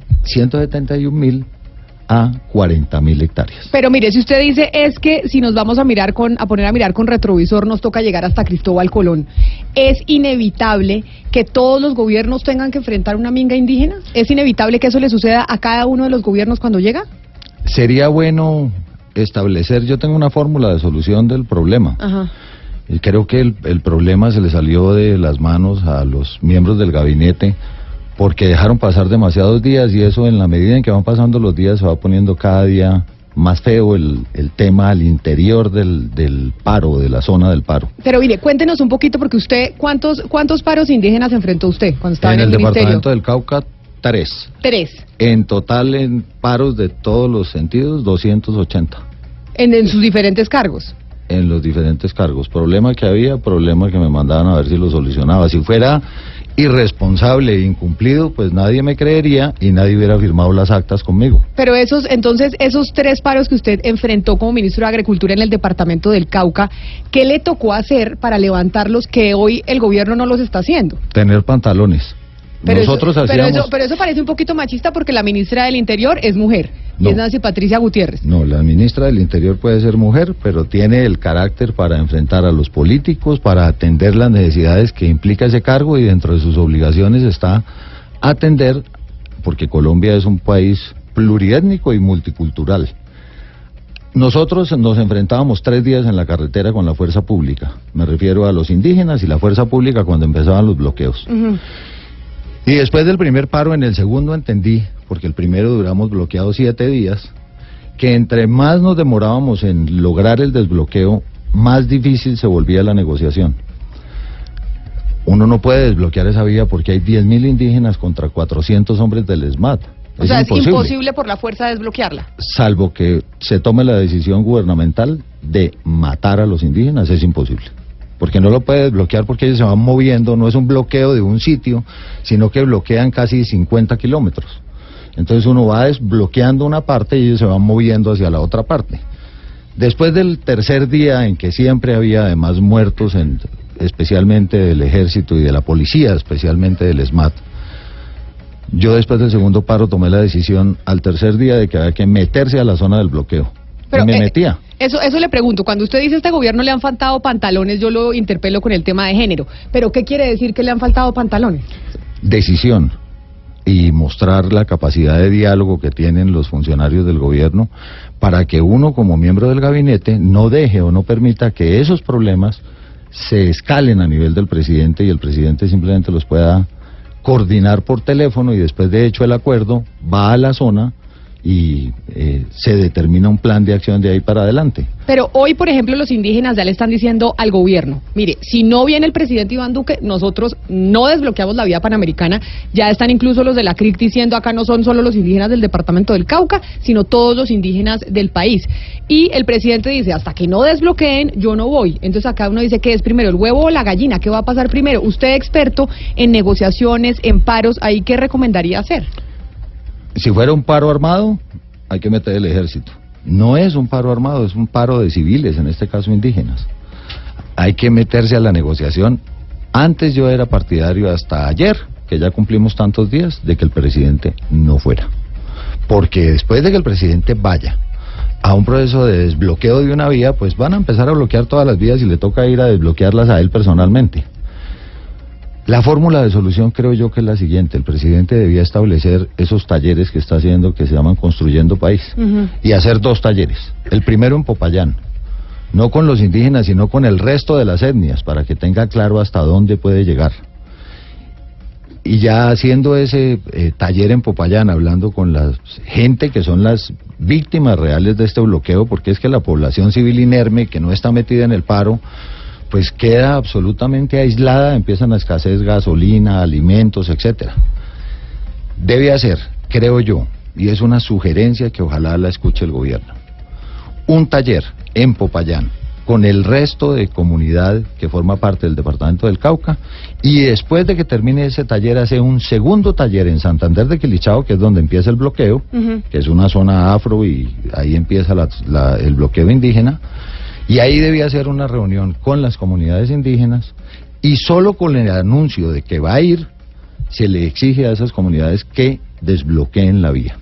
171.000 a 40.000 hectáreas.
Pero mire, si usted dice es que si nos vamos a poner a mirar con retrovisor, nos toca llegar hasta Cristóbal Colón, ¿es inevitable que todos los gobiernos tengan que enfrentar una minga indígena? ¿Es inevitable que eso le suceda a cada uno de los gobiernos cuando llega?
Sería bueno establecer, yo tengo una fórmula de solución del problema.
Ajá.
Y creo que el problema se le salió de las manos a los miembros del gabinete, porque dejaron pasar demasiados días, y eso, en la medida en que van pasando los días, se va poniendo cada día más feo el tema al interior del paro, de la zona del paro.
Pero mire, cuéntenos un poquito, porque usted, ¿cuántos paros indígenas enfrentó usted cuando estaba en el ministerio?
En el departamento del Cauca, 3.
3.
En total, en paros de todos los sentidos, 280.
En sus diferentes cargos.
En los diferentes cargos. Problema que había, problema que me mandaban a ver si lo solucionaba. Si fuera irresponsable e incumplido, pues nadie me creería y nadie hubiera firmado las actas conmigo.
Pero esos 3 paros que usted enfrentó como ministro de Agricultura en el departamento del Cauca, ¿qué le tocó hacer para levantarlos que hoy el gobierno no los está haciendo?
Tener pantalones.
Pero
nosotros hacíamos...
Pero eso parece un poquito machista, porque la ministra del Interior es mujer, y es Nancy Patricia Gutiérrez.
No, la ministra del Interior puede ser mujer, pero tiene el carácter para enfrentar a los políticos, para atender las necesidades que implica ese cargo, y dentro de sus obligaciones está atender, porque Colombia es un país pluriétnico y multicultural. Nosotros nos enfrentábamos 3 días en la carretera con la fuerza pública. Me refiero a los indígenas y la fuerza pública cuando empezaban los bloqueos. Y después del primer paro, en el segundo entendí, porque el primero duramos bloqueados 7 días, que entre más nos demorábamos en lograr el desbloqueo, más difícil se volvía la negociación. Uno no puede desbloquear esa vía porque hay 10.000 indígenas contra 400 hombres del ESMAD.
O sea, es imposible por la fuerza desbloquearla.
Salvo que se tome la decisión gubernamental de matar a los indígenas, es imposible. Porque no lo puede desbloquear, porque ellos se van moviendo, no es un bloqueo de un sitio, sino que bloquean casi 50 kilómetros. Entonces uno va desbloqueando una parte y ellos se van moviendo hacia la otra parte. Después del tercer día, en que siempre había además muertos, especialmente del ejército y de la policía, especialmente del ESMAD, yo después del segundo paro tomé la decisión al tercer día de que había que meterse a la zona del bloqueo.
Pero,
y me metía.
Eso le pregunto, cuando usted dice a este gobierno le han faltado pantalones, yo lo interpelo con el tema de género, pero ¿qué quiere decir que le han faltado pantalones?
Decisión y mostrar la capacidad de diálogo que tienen los funcionarios del gobierno para que uno, como miembro del gabinete, no deje o no permita que esos problemas se escalen a nivel del presidente y el presidente simplemente los pueda coordinar por teléfono, y después de hecho el acuerdo va a la zona y se determina un plan de acción de ahí para adelante.
Pero hoy, por ejemplo, los indígenas ya le están diciendo al gobierno, mire, si no viene el presidente Iván Duque, nosotros no desbloqueamos la vía panamericana. Ya están incluso los de la CRIC diciendo, acá no son solo los indígenas del departamento del Cauca, sino todos los indígenas del país. Y el presidente dice, hasta que no desbloqueen, yo no voy. Entonces acá uno dice, ¿qué es primero, el huevo o la gallina? ¿Qué va a pasar primero? Usted, experto en negociaciones, en paros, ¿ahí qué recomendaría hacer?
Si fuera un paro armado, hay que meter el ejército. No es un paro armado, es un paro de civiles, en este caso indígenas. Hay que meterse a la negociación. Antes yo era partidario, hasta ayer, que ya cumplimos tantos días, de que el presidente no fuera. Porque después de que el presidente vaya a un proceso de desbloqueo de una vía, pues van a empezar a bloquear todas las vías y le toca ir a desbloquearlas a él personalmente. La fórmula de solución creo yo que es la siguiente: el presidente debía establecer esos talleres que está haciendo, que se llaman Construyendo País, y hacer 2 talleres. El primero en Popayán, no con los indígenas, sino con el resto de las etnias, para que tenga claro hasta dónde puede llegar. y ya haciendo ese taller en Popayán, hablando con la gente que son las víctimas reales de este bloqueo, porque es que la población civil inerme, que no está metida en el paro, pues queda absolutamente aislada, empiezan a escasez gasolina, alimentos, etcétera. Debe hacer, creo yo, y es una sugerencia que ojalá la escuche el gobierno, un taller en Popayán con el resto de comunidad que forma parte del departamento del Cauca, y después de que termine ese taller hace un segundo taller en Santander de Quilichao, que es donde empieza el bloqueo, que es una zona afro y ahí empieza el bloqueo indígena, y ahí debía hacer una reunión con las comunidades indígenas, y solo con el anuncio de que va a ir, se le exige a esas comunidades que desbloqueen la vía.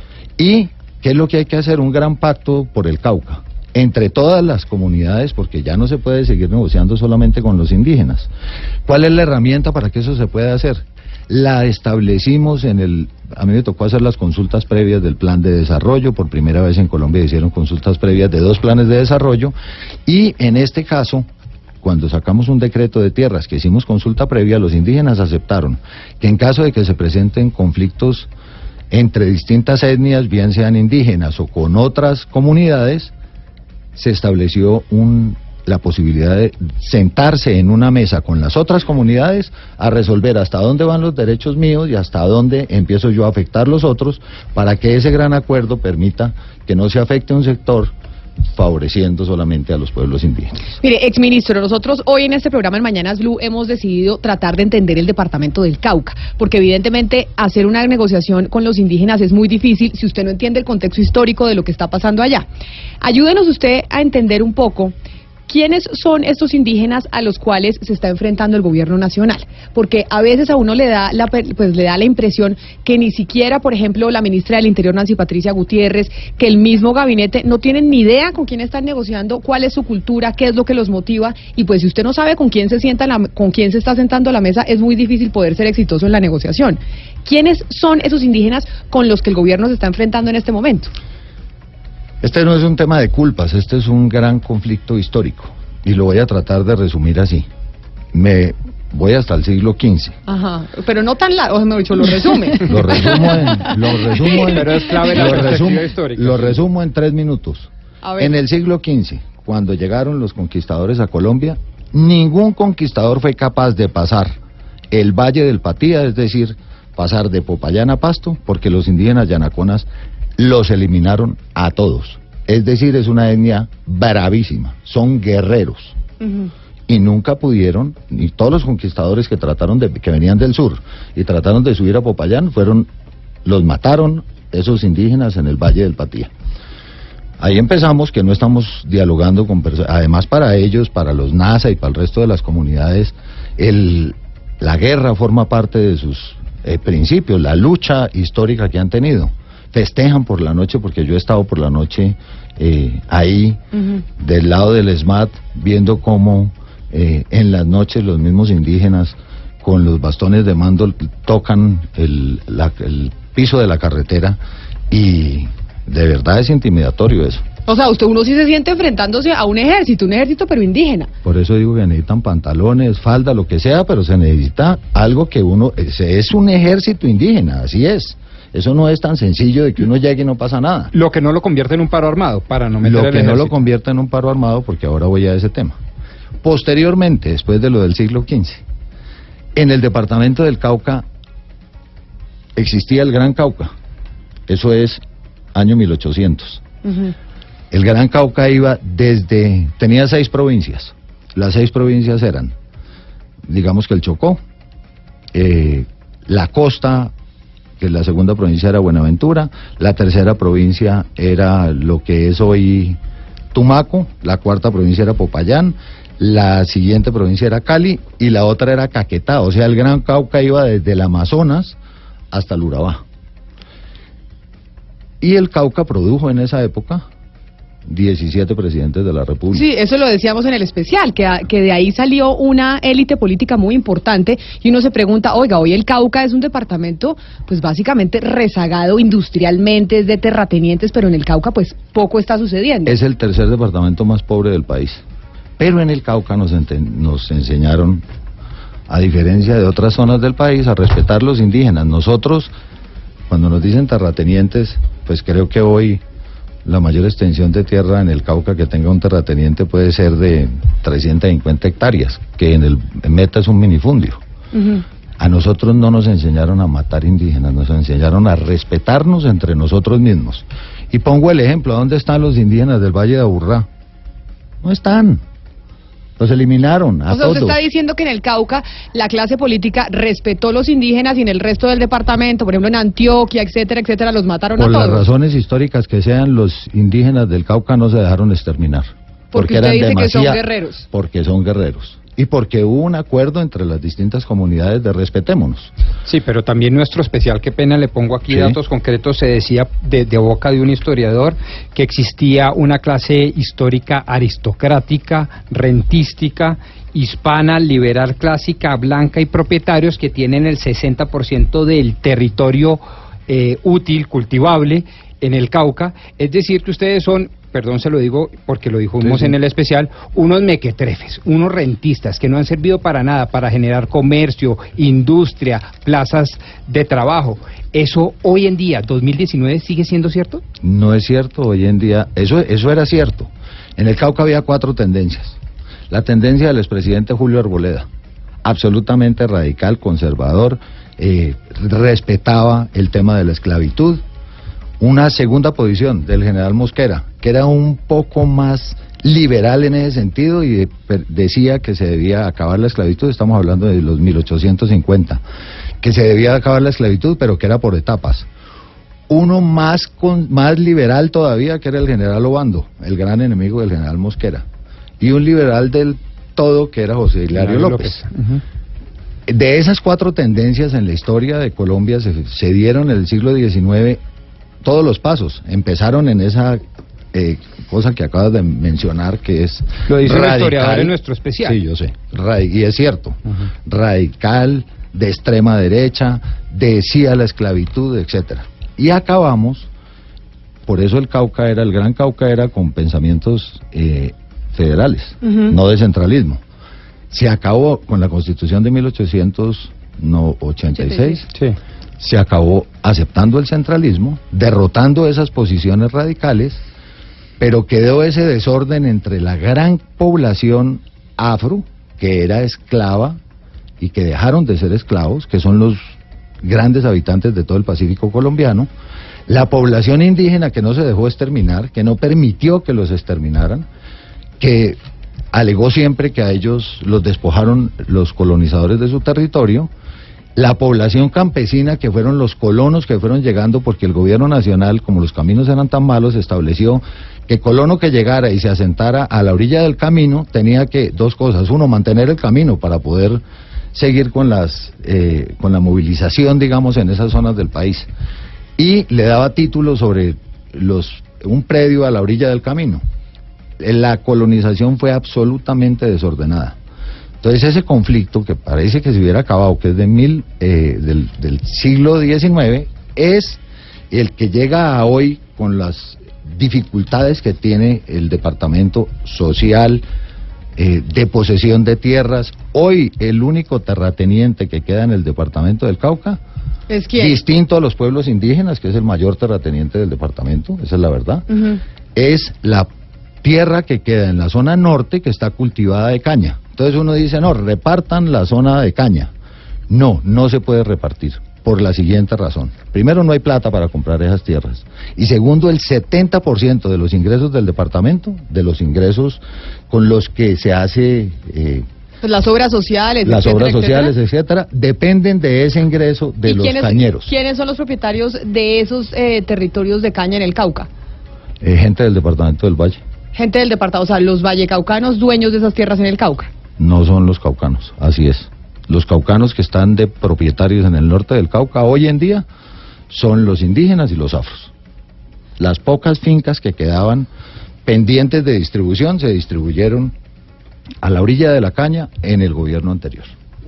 ¿Y qué es lo que hay que hacer? Un gran pacto por el Cauca, entre todas las comunidades, porque ya no se puede seguir negociando solamente con los indígenas. ¿Cuál es la herramienta para que eso se pueda hacer? La establecimos a mí me tocó hacer las consultas previas del plan de desarrollo, por primera vez en Colombia hicieron consultas previas de 2 planes de desarrollo, y en este caso, cuando sacamos un decreto de tierras que hicimos consulta previa, los indígenas aceptaron que en caso de que se presenten conflictos entre distintas etnias, bien sean indígenas o con otras comunidades, se estableció la posibilidad de sentarse en una mesa con las otras comunidades a resolver hasta dónde van los derechos míos y hasta dónde empiezo yo a afectar los otros, para que ese gran acuerdo permita que no se afecte un sector favoreciendo solamente a los pueblos indígenas.
Mire, exministro, nosotros hoy en este programa en Mañanas Blue hemos decidido tratar de entender el departamento del Cauca, porque evidentemente hacer una negociación con los indígenas es muy difícil si usted no entiende el contexto histórico de lo que está pasando allá. Ayúdenos usted a entender un poco ¿quiénes son estos indígenas a los cuales se está enfrentando el gobierno nacional? Porque a veces a uno le da la impresión que ni siquiera, por ejemplo, la ministra del Interior, Nancy Patricia Gutiérrez, que el mismo gabinete no tienen ni idea con quién están negociando, cuál es su cultura, qué es lo que los motiva, y pues si usted no sabe con quién se está sentando a la mesa, es muy difícil poder ser exitoso en la negociación. ¿Quiénes son esos indígenas con los que el gobierno se está enfrentando en este momento?
Este no es un tema de culpas, este es un gran conflicto histórico, y lo voy a tratar de resumir así. Me voy hasta el siglo XV.
Ajá, pero no tan largo, me he dicho, lo resume.
Lo resumo en 3 minutos. En el siglo XV, cuando llegaron los conquistadores a Colombia, ningún conquistador fue capaz de pasar el Valle del Patía, es decir, pasar de Popayán a Pasto, porque los indígenas yanaconas los eliminaron a todos. Es decir, es una etnia bravísima, son guerreros. Y nunca pudieron, ni todos los conquistadores que que venían del sur y trataron de subir a Popayán, los mataron esos indígenas en el Valle del Patía. Ahí empezamos, que no estamos dialogando con personas. Además, para ellos, para los NASA y para el resto de las comunidades, la guerra forma parte de sus principios, la lucha histórica que han tenido. Festejan por la noche, porque yo he estado por la noche ahí, del lado del ESMAD, viendo cómo en las noches los mismos indígenas con los bastones de mando tocan el piso de la carretera, y de verdad es intimidatorio eso.
O sea, uno sí se siente enfrentándose a un ejército pero indígena.
Por eso digo que necesitan pantalones, falda, lo que sea, pero se necesita algo que es un ejército indígena, así es. Eso no es tan sencillo de que uno llegue y no pasa nada.
Lo que no lo convierte en un paro armado, para no meter
Lo que no lo convierte en un paro armado, porque ahora voy a ese tema. Posteriormente, después de lo del siglo XV, en el departamento del Cauca existía el Gran Cauca. Eso es año 1800. El Gran Cauca tenía 6 provincias. Las 6 provincias eran, digamos que el Chocó, la costa, que la segunda provincia era Buenaventura, la tercera provincia era lo que es hoy Tumaco, la cuarta provincia era Popayán, la siguiente provincia era Cali y la otra era Caquetá. O sea, el Gran Cauca iba desde el Amazonas hasta el Urabá. Y el Cauca produjo en esa época 17 presidentes de la República.
Sí, eso lo decíamos en el especial, que de ahí salió una élite política muy importante, y uno se pregunta, oiga, hoy el Cauca es un departamento pues básicamente rezagado industrialmente, es de terratenientes, pero en el Cauca pues poco está sucediendo.
Es el tercer departamento más pobre del país, pero en el Cauca nos enseñaron a diferencia de otras zonas del país, a respetar los indígenas. Nosotros, cuando nos dicen terratenientes, pues creo que hoy la mayor extensión de tierra en el Cauca que tenga un terrateniente puede ser de 350 hectáreas, que en Meta es un minifundio. A nosotros no nos enseñaron a matar indígenas, nos enseñaron a respetarnos entre nosotros mismos. Y pongo el ejemplo, ¿dónde están los indígenas del Valle de Aburrá? No están. Los eliminaron a todos.
Usted está diciendo que en el Cauca la clase política respetó los indígenas y en el resto del departamento, por ejemplo en Antioquia, etcétera, etcétera, los mataron a todos.
Por las razones históricas que sean, los indígenas del Cauca no se dejaron exterminar.
Porque usted dice que son guerreros.
Porque son guerreros. Y porque hubo un acuerdo entre las distintas comunidades de respetémonos.
Sí, pero también nuestro especial, qué pena, le pongo aquí datos concretos, se decía de boca de un historiador que existía una clase histórica aristocrática, rentística, hispana, liberal clásica, blanca y propietarios que tienen el 60% del territorio útil, cultivable en el Cauca. Es decir, que ustedes son, perdón, se lo digo porque lo dijimos en el especial, unos mequetrefes, unos rentistas que no han servido para nada, para generar comercio, industria, plazas de trabajo. ¿Eso hoy en día, 2019, sigue siendo cierto?
No es cierto, hoy en día, eso era cierto. En el Cauca había 4 tendencias. La tendencia del expresidente Julio Arboleda, absolutamente radical, conservador, respetaba el tema de la esclavitud. Una segunda posición del general Mosquera, que era un poco más liberal en ese sentido y decía que se debía acabar la esclavitud, estamos hablando de los 1850, que se debía acabar la esclavitud, pero que era por etapas. Uno más liberal todavía, que era el general Obando, el gran enemigo del general Mosquera, y un liberal del todo, que era José Hilario López. De esas 4 tendencias en la historia de Colombia se dieron en el siglo XIX todos los pasos. Empezaron en esa cosa que acabas de mencionar, que es
lo dice el historiador en nuestro especial.
Sí, yo sé, y es cierto, radical, de extrema derecha, de sí a la esclavitud, etcétera. Y acabamos, por eso el Gran Cauca era con pensamientos federales, no de centralismo. Se acabó con la Constitución de 1886. Sí. Se acabó aceptando el centralismo, derrotando esas posiciones radicales, pero quedó ese desorden entre la gran población afro, que era esclava y que dejaron de ser esclavos, que son los grandes habitantes de todo el Pacífico colombiano, la población indígena que no se dejó exterminar, que no permitió que los exterminaran, que alegó siempre que a ellos los despojaron los colonizadores de su territorio, la población campesina, que fueron los colonos que fueron llegando, porque el gobierno nacional, como los caminos eran tan malos, estableció que colono que llegara y se asentara a la orilla del camino tenía que, 2 cosas: uno, mantener el camino para poder seguir con la movilización, digamos, en esas zonas del país, y le daba títulos sobre un predio a la orilla del camino. La colonización fue absolutamente desordenada. Entonces ese conflicto, que parece que se hubiera acabado, que es del siglo XIX, es el que llega a hoy con las dificultades que tiene el departamento social, de posesión de tierras. Hoy el único terrateniente que queda en el departamento del Cauca,
¿es quién?
Distinto a los pueblos indígenas, que es el mayor terrateniente del departamento, esa es la verdad, es la tierra que queda en la zona norte, que está cultivada de caña. Entonces uno dice, no, repartan la zona de caña. No, no se puede repartir, por la siguiente razón. Primero, no hay plata para comprar esas tierras. Y segundo, el 70% de los ingresos del departamento, de los ingresos con los que se hace...
pues las obras sociales,
etcétera, dependen de ese ingreso de los cañeros.
¿Quiénes son los propietarios de esos territorios de caña en el Cauca?
Gente del departamento del Valle.
Gente del departamento, o sea, los vallecaucanos dueños de esas tierras en el Cauca.
No son los caucanos, así es. Los caucanos que están de propietarios en el norte del Cauca hoy en día son los indígenas y los afros. Las pocas fincas que quedaban pendientes de distribución se distribuyeron a la orilla de la caña en el gobierno anterior.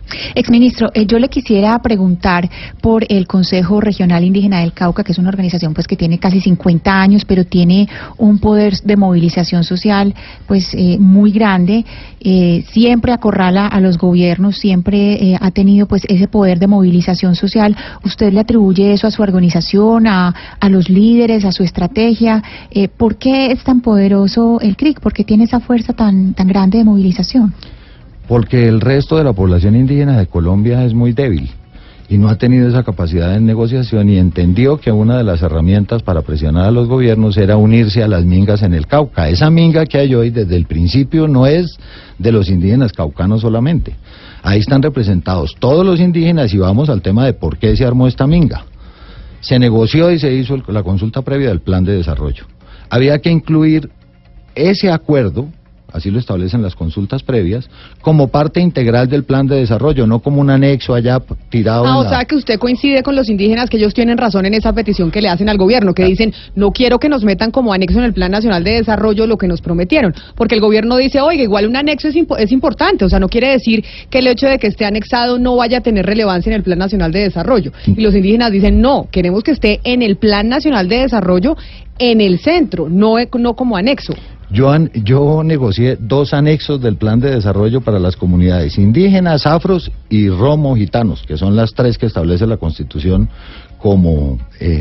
Exministro, yo le quisiera preguntar por el Consejo Regional Indígena del Cauca, que es una organización pues que tiene casi 50 años, pero tiene un poder de movilización social pues muy grande, siempre acorrala a los gobiernos, siempre ha tenido pues ese poder de movilización social. ¿Usted le atribuye eso a su organización, a los líderes, a su estrategia? ¿Por qué es tan poderoso el CRIC? ¿Por qué tiene esa fuerza tan grande de movilización?
Porque el resto de la población indígena de Colombia es muy débil y no ha tenido esa capacidad de negociación y entendió que una de las herramientas para presionar a los gobiernos era unirse a las mingas en el Cauca. Esa minga que hay hoy desde el principio no es de los indígenas caucanos solamente. Ahí están representados todos los indígenas y vamos al tema de por qué se armó esta minga. Se negoció y se hizo la consulta previa del plan de desarrollo. Había que incluir ese acuerdo, así lo establecen las consultas previas, como parte integral del plan de desarrollo, no como un anexo allá tirado.
O sea que usted coincide con los indígenas, que ellos tienen razón en esa petición que le hacen al gobierno, que dicen, no quiero que nos metan como anexo en el Plan Nacional de Desarrollo lo que nos prometieron, porque el gobierno dice, oiga, igual un anexo es importante, o sea, no quiere decir que el hecho de que esté anexado no vaya a tener relevancia en el Plan Nacional de Desarrollo. Y los indígenas dicen, no, queremos que esté en el Plan Nacional de Desarrollo en el centro, no como anexo.
Yo negocié 2 anexos del plan de desarrollo para las comunidades indígenas, afros y romo gitanos, que son las 3 que establece la Constitución como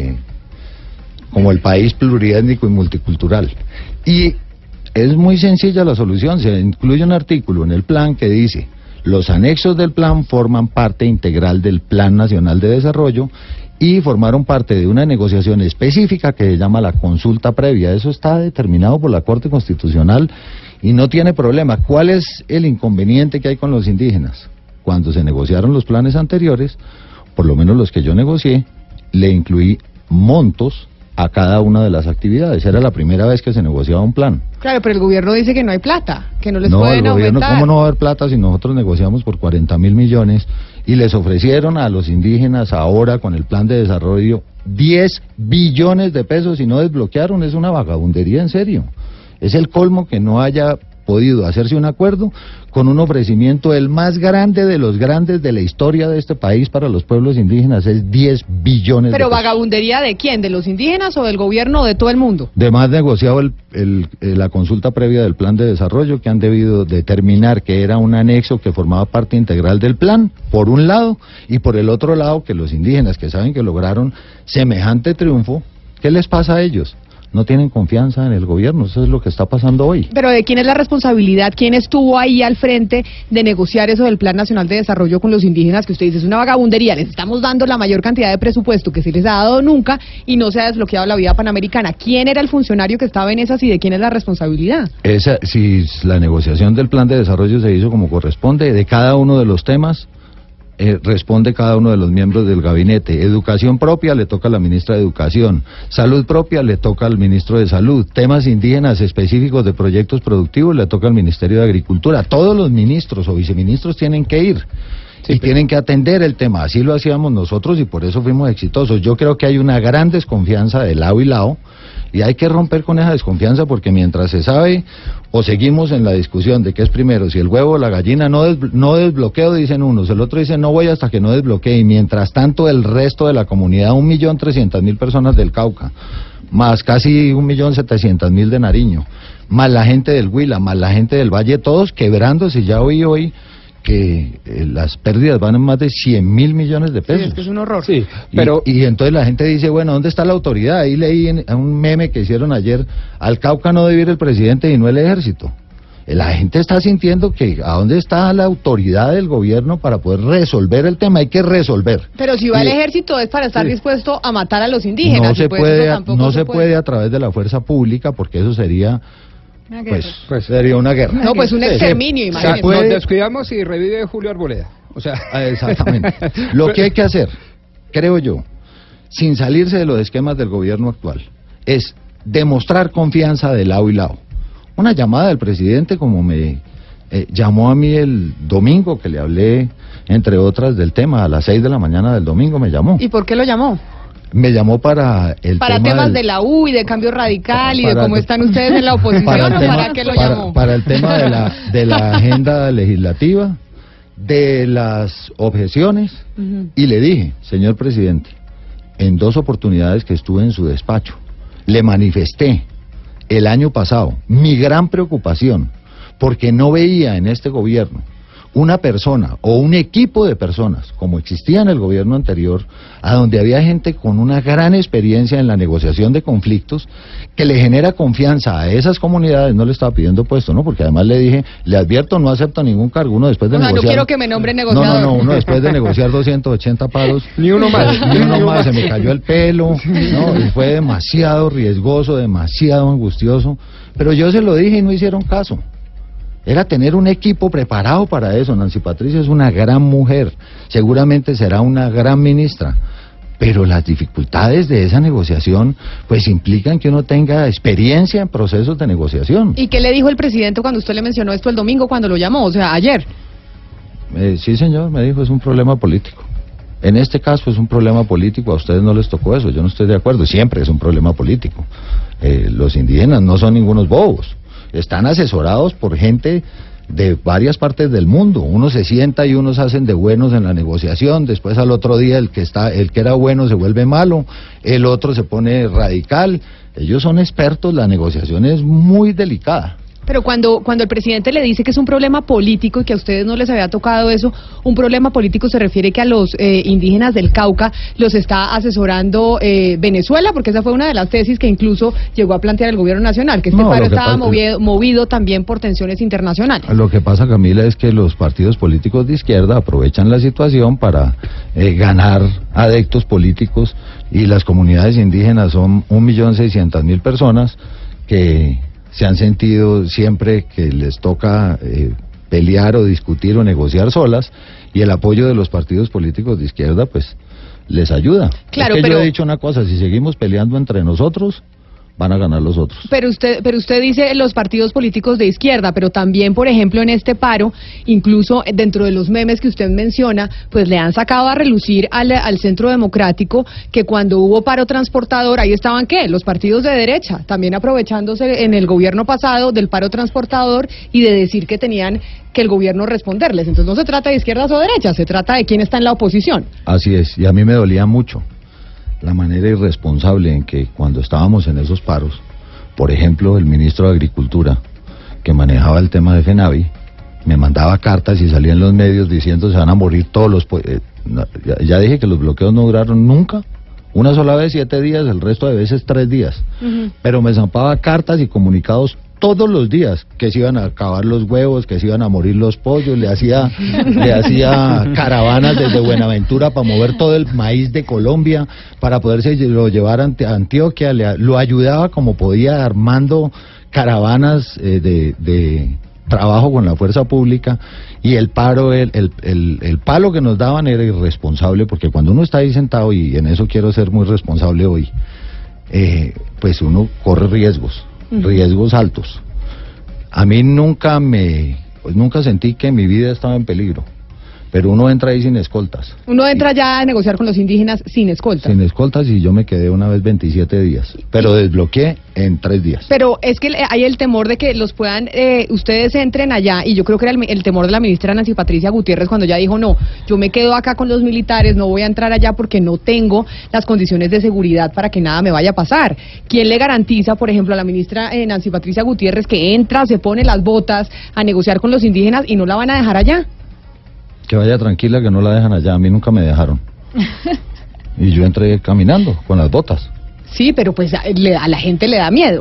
el país pluriétnico y multicultural. Y es muy sencilla la solución, se incluye un artículo en el plan que dice: los anexos del plan forman parte integral del Plan Nacional de Desarrollo y formaron parte de una negociación específica que se llama la consulta previa. Eso está determinado por la Corte Constitucional y no tiene problema. ¿Cuál es el inconveniente que hay con los indígenas? Cuando se negociaron los planes anteriores, por lo menos los que yo negocié, le incluí montos a cada una de las actividades. Era la primera vez que se negociaba un plan.
Claro, pero el gobierno dice que no hay plata, que no les
pueden
aumentar.
No, el gobierno, ¿cómo no va a haber plata si nosotros negociamos por 40.000 millones y les ofrecieron a los indígenas ahora con el plan de desarrollo 10 billones de pesos y no desbloquearon? Es una vagabundería, en serio. Es el colmo que no haya podido hacerse un acuerdo con un ofrecimiento el más grande de los grandes de la historia de este país para los pueblos indígenas. Es 10 billones de pesos.
¿Pero vagabundería de quién? ¿De los indígenas o del gobierno o de todo el mundo?
De más negociado la consulta previa del plan de desarrollo, que han debido determinar que era un anexo que formaba parte integral del plan, por un lado, y por el otro lado que los indígenas, que saben que lograron semejante triunfo, ¿qué les pasa a ellos? No tienen confianza en el gobierno, eso es lo que está pasando hoy.
Pero ¿de quién es la responsabilidad? ¿Quién estuvo ahí al frente de negociar eso del Plan Nacional de Desarrollo con los indígenas? Que usted dice, es una vagabundería, les estamos dando la mayor cantidad de presupuesto que se les ha dado nunca y no se ha desbloqueado la vía panamericana. ¿Quién era el funcionario que estaba en esas y de quién es la responsabilidad?
Si la negociación del Plan de Desarrollo se hizo como corresponde, de cada uno de los temas responde cada uno de los miembros del gabinete. Educación propia le toca a la ministra de Educación, salud propia le toca al ministro de Salud, temas indígenas específicos de proyectos productivos le toca al Ministerio de Agricultura. Todos los ministros o viceministros tienen que ir y tienen que atender el tema. Así lo hacíamos nosotros y por eso fuimos exitosos. Yo creo que hay una gran desconfianza de lado y lado y hay que romper con esa desconfianza, porque mientras se sabe o seguimos en la discusión de qué es primero, si el huevo o la gallina, no desbloqueo, dicen unos, el otro dice no voy hasta que no desbloquee, y mientras tanto el resto de la comunidad, 1.300.000 personas del Cauca, más casi 1.700.000 de Nariño, más la gente del Huila, más la gente del Valle, todos quebrándose. Ya oí hoy que las pérdidas van en más de 100.000 millones de pesos.
Sí, es que es un horror.
Sí, pero y entonces la gente dice, bueno, ¿dónde está la autoridad? Ahí leí en un meme que hicieron ayer, al Cauca no debe ir el presidente y no el ejército. La gente está sintiendo que ¿a dónde está la autoridad del gobierno para poder resolver el tema? Hay que resolver.
Pero si va el ejército es para estar dispuesto a matar a los indígenas.
No se puede a través de la fuerza pública, porque eso sería... Pues sería una guerra.
No, pues un exterminio, imagínate.
Nos descuidamos y revive Julio Arboleda. O sea,
exactamente. Lo que hay que hacer, creo yo, sin salirse de los esquemas del gobierno actual, es demostrar confianza de lado y lado. Una llamada del presidente, como me llamó a mí el domingo, que le hablé, entre otras, del tema, a las 6 de la mañana del domingo me llamó.
¿Y por qué lo llamó?
Me llamó para el
para
tema
temas de la U y de cambio radical y de cómo están ustedes en la oposición, ¿o para qué lo llamó?
Para el tema de la agenda legislativa de las objeciones y le dije, señor presidente, en 2 oportunidades que estuve en su despacho, le manifesté el año pasado mi gran preocupación porque no veía en este gobierno una persona o un equipo de personas, como existía en el gobierno anterior, a donde había gente con una gran experiencia en la negociación de conflictos, que le genera confianza a esas comunidades. No le estaba pidiendo puesto, ¿no? Porque además le dije, le advierto, no acepto ningún cargo. Uno después de negociar...
no quiero que me nombre negociador.
No, uno después de negociar 280 paros...
Ni uno más.
Se me cayó el pelo, ¿no? Y fue demasiado riesgoso, demasiado angustioso. Pero yo se lo dije y no hicieron caso. Era tener un equipo preparado para eso. Nancy Patricia es una gran mujer, seguramente será una gran ministra, pero las dificultades de esa negociación pues implican que uno tenga experiencia en procesos de negociación.
¿Y qué le dijo el presidente cuando usted le mencionó esto el domingo, cuando lo llamó, o sea, ayer?
Sí, señor, me dijo, es un problema político. En este caso es un problema político, a ustedes no les tocó eso, yo no estoy de acuerdo, siempre es un problema político. Los indígenas no son ningunos bobos. Están asesorados por gente de varias partes del mundo. Uno se sienta y unos hacen de buenos en la negociación, después al otro día el que era bueno se vuelve malo, el otro se pone radical. Ellos son expertos, la negociación es muy delicada.
Pero cuando el presidente le dice que es un problema político y que a ustedes no les había tocado eso, un problema político se refiere que a los indígenas del Cauca los está asesorando Venezuela, porque esa fue una de las tesis que incluso llegó a plantear el gobierno nacional, que este paro estaba movido también por tensiones internacionales.
Lo que pasa, Camila, es que los partidos políticos de izquierda aprovechan la situación para ganar adeptos políticos, y las comunidades indígenas son 1.600.000 personas que se han sentido siempre que les toca pelear o discutir o negociar solas, y el apoyo de los partidos políticos de izquierda pues les ayuda.
Claro,
es que yo he dicho una cosa, si seguimos peleando entre nosotros, van a ganar los otros.
Pero usted dice los partidos políticos de izquierda, pero también, por ejemplo, en este paro, incluso dentro de los memes que usted menciona, pues le han sacado a relucir al Centro Democrático que cuando hubo paro transportador, ahí estaban, ¿qué? Los partidos de derecha, también aprovechándose en el gobierno pasado del paro transportador y de decir que tenían que el gobierno responderles. Entonces no se trata de izquierdas o derechas, se trata de quién está en la oposición.
Así es, y a mí me dolía mucho la manera irresponsable en que cuando estábamos en esos paros, por ejemplo, el ministro de Agricultura, que manejaba el tema de FENAVI, me mandaba cartas y salía en los medios diciendo se van a morir todos los... ya dije que los bloqueos no duraron nunca, una sola vez 7 días, el resto de veces 3 días. Pero me zampaba cartas y comunicados todos los días, que se iban a acabar los huevos, que se iban a morir los pollos, le hacía caravanas desde Buenaventura para mover todo el maíz de Colombia, para poderse lo llevar a Antioquia, lo ayudaba como podía armando caravanas de trabajo con la fuerza pública, y el paro, el palo que nos daban era irresponsable, porque cuando uno está ahí sentado, y en eso quiero ser muy responsable hoy, pues uno corre riesgos altos. A mí nunca sentí que mi vida estaba en peligro, pero uno entra ahí sin escoltas.
Uno entra ya a negociar con los indígenas sin escoltas.
Sin escoltas, y yo me quedé una vez 27 días, pero desbloqueé en 3 días.
Pero es que hay el temor de que los puedan, ustedes entren allá, y yo creo que era el temor de la ministra Nancy Patricia Gutiérrez cuando ya dijo, no, yo me quedo acá con los militares, no voy a entrar allá porque no tengo las condiciones de seguridad para que nada me vaya a pasar. ¿Quién le garantiza, por ejemplo, a la ministra Nancy Patricia Gutiérrez que entra, se pone las botas a negociar con los indígenas y no la van a dejar allá?
Que vaya tranquila, que no la dejan allá. A mí nunca me dejaron. Y yo entré caminando con las botas.
Sí, pero pues a la gente le da miedo.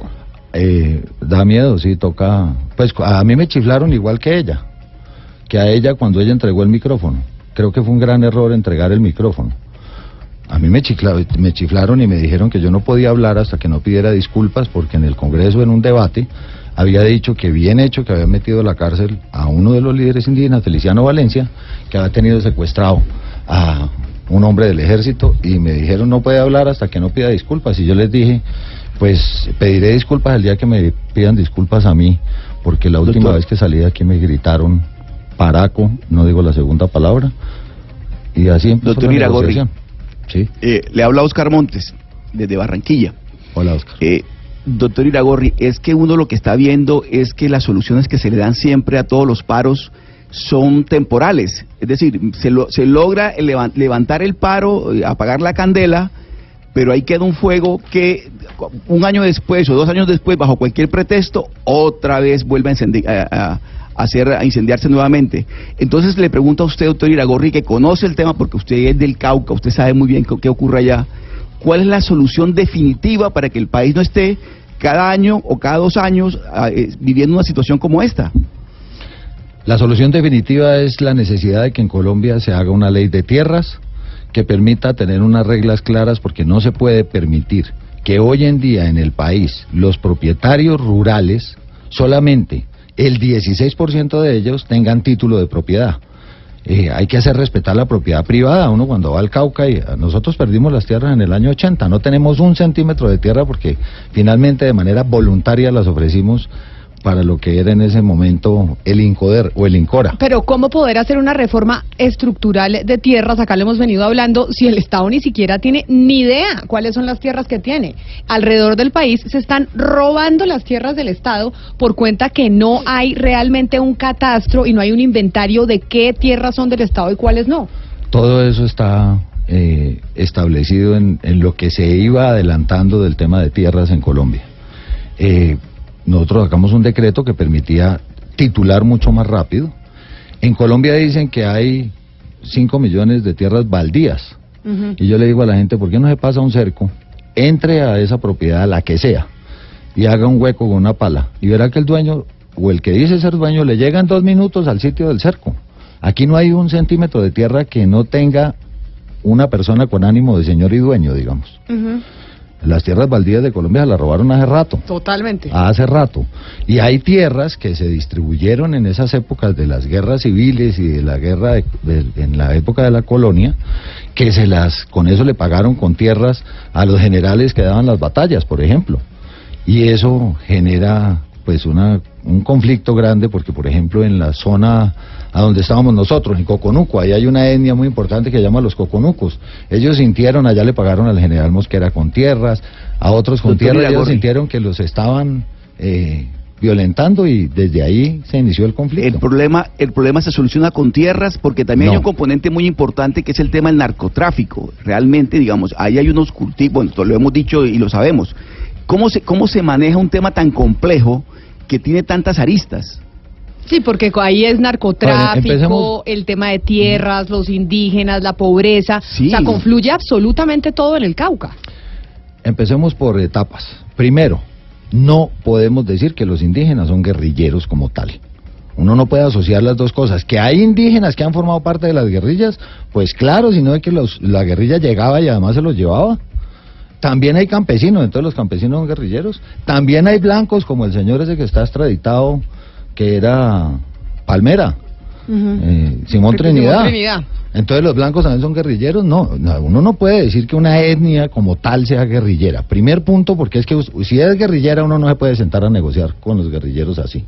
Da miedo, sí, toca... Pues a mí me chiflaron igual que ella. Que a ella cuando ella entregó el micrófono. Creo que fue un gran error entregar el micrófono. A mí me chiflaron y me dijeron que yo no podía hablar hasta que no pidiera disculpas, porque en el Congreso, en un debate, había dicho que bien hecho, que había metido a la cárcel a uno de los líderes indígenas, Feliciano Valencia, que había tenido secuestrado a un hombre del ejército, y me dijeron no puede hablar hasta que no pida disculpas, y yo les dije, pues pediré disculpas el día que me pidan disculpas a mí, porque la última vez que salí de aquí me gritaron paraco, no digo la segunda palabra, y así empezó la negociación. Sí.
Le habla Oscar Montes, desde Barranquilla.
Hola, Oscar.
Doctor Iragorri, es que uno lo que está viendo es que las soluciones que se le dan siempre a todos los paros son temporales, es decir, se logra levantar el paro, apagar la candela, pero ahí queda un fuego que un año después o 2 años después, bajo cualquier pretexto, otra vez vuelve a incendiarse nuevamente. Entonces le pregunto a usted, doctor Iragorri, que conoce el tema porque usted es del Cauca, usted sabe muy bien qué ocurre allá, ¿cuál es la solución definitiva para que el país no esté cada año o cada 2 años viviendo una situación como esta?
La solución definitiva es la necesidad de que en Colombia se haga una ley de tierras que permita tener unas reglas claras, porque no se puede permitir que hoy en día en el país los propietarios rurales, solamente el 16% de ellos tengan título de propiedad. Hay que hacer respetar la propiedad privada. Uno cuando va al Cauca, y nosotros perdimos las tierras en el año 80, no tenemos 1 centímetro de tierra porque finalmente de manera voluntaria las ofrecimos para lo que era en ese momento el INCODER o el INCORA.
Pero ¿cómo poder hacer una reforma estructural de tierras? Acá lo hemos venido hablando, si el Estado ni siquiera tiene ni idea cuáles son las tierras que tiene. Alrededor del país se están robando las tierras del Estado por cuenta que no hay realmente un catastro y no hay un inventario de qué tierras son del Estado y cuáles no.
Todo eso está establecido en lo que se iba adelantando del tema de tierras en Colombia. Nosotros sacamos un decreto que permitía titular mucho más rápido. En Colombia dicen que hay 5 millones de tierras baldías. Y yo le digo a la gente, ¿por qué no se pasa un cerco? Entre a esa propiedad, la que sea, y haga un hueco con una pala. Y verá que el dueño, o el que dice ser dueño, le llega en 2 minutos al sitio del cerco. Aquí no hay 1 centímetro de tierra que no tenga una persona con ánimo de señor y dueño, digamos. Las tierras baldías de Colombia se las robaron hace rato.
Totalmente. Hace
rato. Y hay tierras que se distribuyeron en esas épocas de las guerras civiles y de la guerra en la época de la colonia, que con eso le pagaron con tierras a los generales que daban las batallas, por ejemplo. Y eso genera pues un conflicto grande, porque por ejemplo en la zona a donde estábamos nosotros, en Coconuco, ahí hay una etnia muy importante que se llama los coconucos. Ellos sintieron, allá le pagaron al general Mosquera con tierras, a otros con tierras, ellos sintieron que los estaban violentando y desde ahí se inició el conflicto.
El problema se soluciona con tierras, porque también hay un componente muy importante que es el tema del narcotráfico. Realmente, digamos, ahí hay unos cultivos, bueno, esto lo hemos dicho y lo sabemos. ¿Cómo se maneja un tema tan complejo que tiene tantas aristas?
Sí, porque ahí es narcotráfico, el tema de tierras, los indígenas, la pobreza, sí. O sea, confluye absolutamente todo en el Cauca.
Empecemos por etapas. Primero, no podemos decir que los indígenas son guerrilleros como tal. Uno no puede asociar las dos cosas. ¿Que hay indígenas que han formado parte de las guerrillas? Pues claro, sino que la guerrilla llegaba y además se los llevaba. También hay campesinos, entonces los campesinos son guerrilleros. También hay blancos, como el señor ese que está extraditado, que era Palmera, Simón Trinidad. Entonces los blancos también son guerrilleros. No, uno no puede decir que una etnia como tal sea guerrillera. Primer punto, porque es que si es guerrillera uno no se puede sentar a negociar con los guerrilleros así.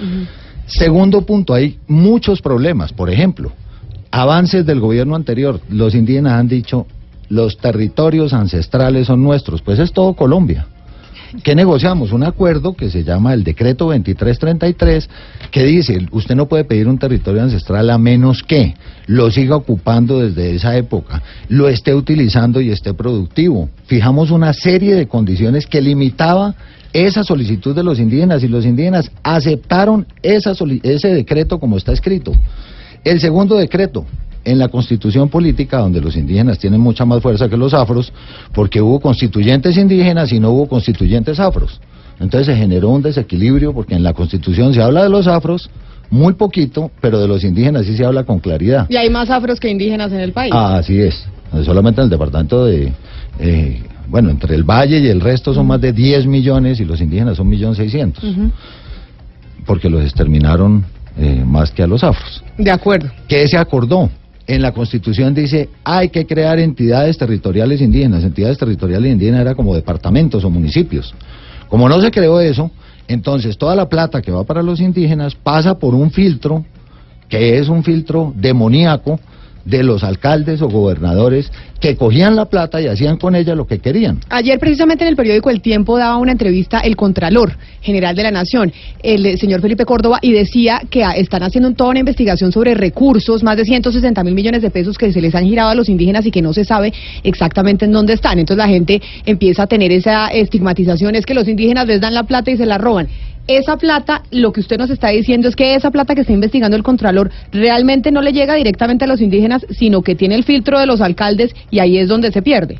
Segundo punto, hay muchos problemas. Por ejemplo, avances del gobierno anterior. Los indígenas han dicho, los territorios ancestrales son nuestros. Pues es todo Colombia. ¿Qué negociamos? Un acuerdo que se llama el Decreto 2333, que dice, usted no puede pedir un territorio ancestral a menos que lo siga ocupando desde esa época, lo esté utilizando y esté productivo. Fijamos una serie de condiciones que limitaba esa solicitud de los indígenas, y los indígenas aceptaron ese decreto como está escrito. El segundo decreto, en la constitución política, donde los indígenas tienen mucha más fuerza que los afros, porque hubo constituyentes indígenas y no hubo constituyentes afros. Entonces se generó un desequilibrio, porque en la constitución se habla de los afros muy poquito, pero de los indígenas sí se habla con claridad.
Y hay más afros que indígenas en el país.
Así es, solamente en el departamento de... bueno, entre el Valle y el resto son más de 10 millones y los indígenas son 1.600.000, porque los exterminaron más que a los afros.
De acuerdo.
¿Qué se acordó? En la Constitución dice, hay que crear entidades territoriales indígenas. Entidades territoriales indígenas era como departamentos o municipios. Como no se creó eso, entonces toda la plata que va para los indígenas pasa por un filtro, que es un filtro demoníaco, de los alcaldes o gobernadores que cogían la plata y hacían con ella lo que querían.
Ayer precisamente en el periódico El Tiempo daba una entrevista el Contralor General de la Nación, el señor Felipe Córdoba, y decía que están haciendo toda una investigación sobre recursos, más de 160.000 millones de pesos que se les han girado a los indígenas y que no se sabe exactamente en dónde están. Entonces la gente empieza a tener esa estigmatización, es que los indígenas les dan la plata y se la roban. Esa plata, lo que usted nos está diciendo es que esa plata que está investigando el Contralor realmente no le llega directamente a los indígenas, sino que tiene el filtro de los alcaldes y ahí es donde se pierde.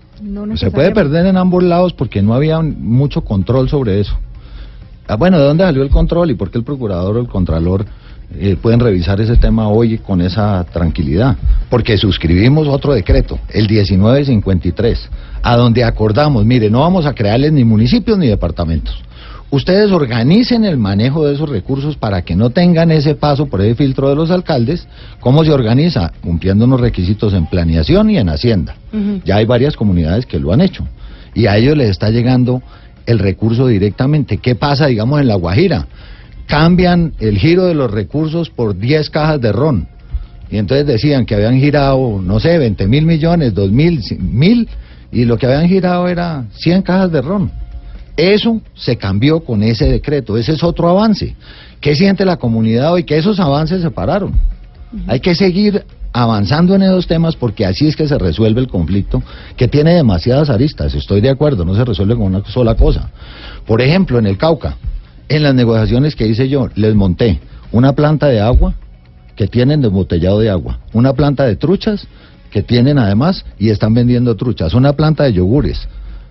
Se puede perder en ambos lados porque no había mucho control sobre eso. Bueno, ¿de dónde salió el control y por qué el procurador o el Contralor pueden revisar ese tema hoy con esa tranquilidad? Porque suscribimos otro decreto, el 1953, a donde acordamos, mire, no vamos a crearles ni municipios ni departamentos. Ustedes organicen el manejo de esos recursos para que no tengan ese paso por el filtro de los alcaldes. ¿Cómo se organiza? Cumpliendo unos requisitos en planeación y en Hacienda. Ya hay varias comunidades que lo han hecho. Y a ellos les está llegando el recurso directamente. ¿Qué pasa, digamos, en La Guajira? Cambian el giro de los recursos por 10 cajas de ron. Y entonces decían que habían girado, no sé, 20.000 millones, 2.000, 1.000, y lo que habían girado era 100 cajas de ron. Eso se cambió con ese decreto, ese es otro avance. ¿Qué siente la comunidad hoy? Que esos avances se pararon. Hay que seguir avanzando en esos temas porque así es que se resuelve el conflicto, que tiene demasiadas aristas, estoy de acuerdo, no se resuelve con una sola cosa. Por ejemplo, en el Cauca, en las negociaciones que hice yo, les monté una planta de agua que tienen de embotellado de agua, una planta de truchas que tienen además y están vendiendo truchas, una planta de yogures,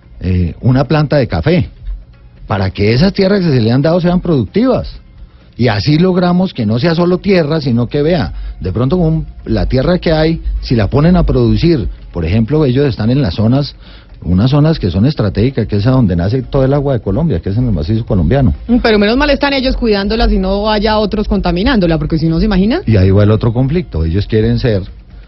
una planta de café, para que esas tierras que se le han dado sean productivas. Y así logramos que no sea solo tierra, sino que vea, de pronto con la tierra que hay, si la ponen a producir, por ejemplo, ellos están en las zonas, unas zonas que son estratégicas, que es a donde nace todo el agua de Colombia, que es en el macizo colombiano.
Pero menos mal están ellos cuidándolas y no haya otros contaminándola, porque si no, ¿se imagina?
Y ahí va el otro conflicto, ellos quieren ser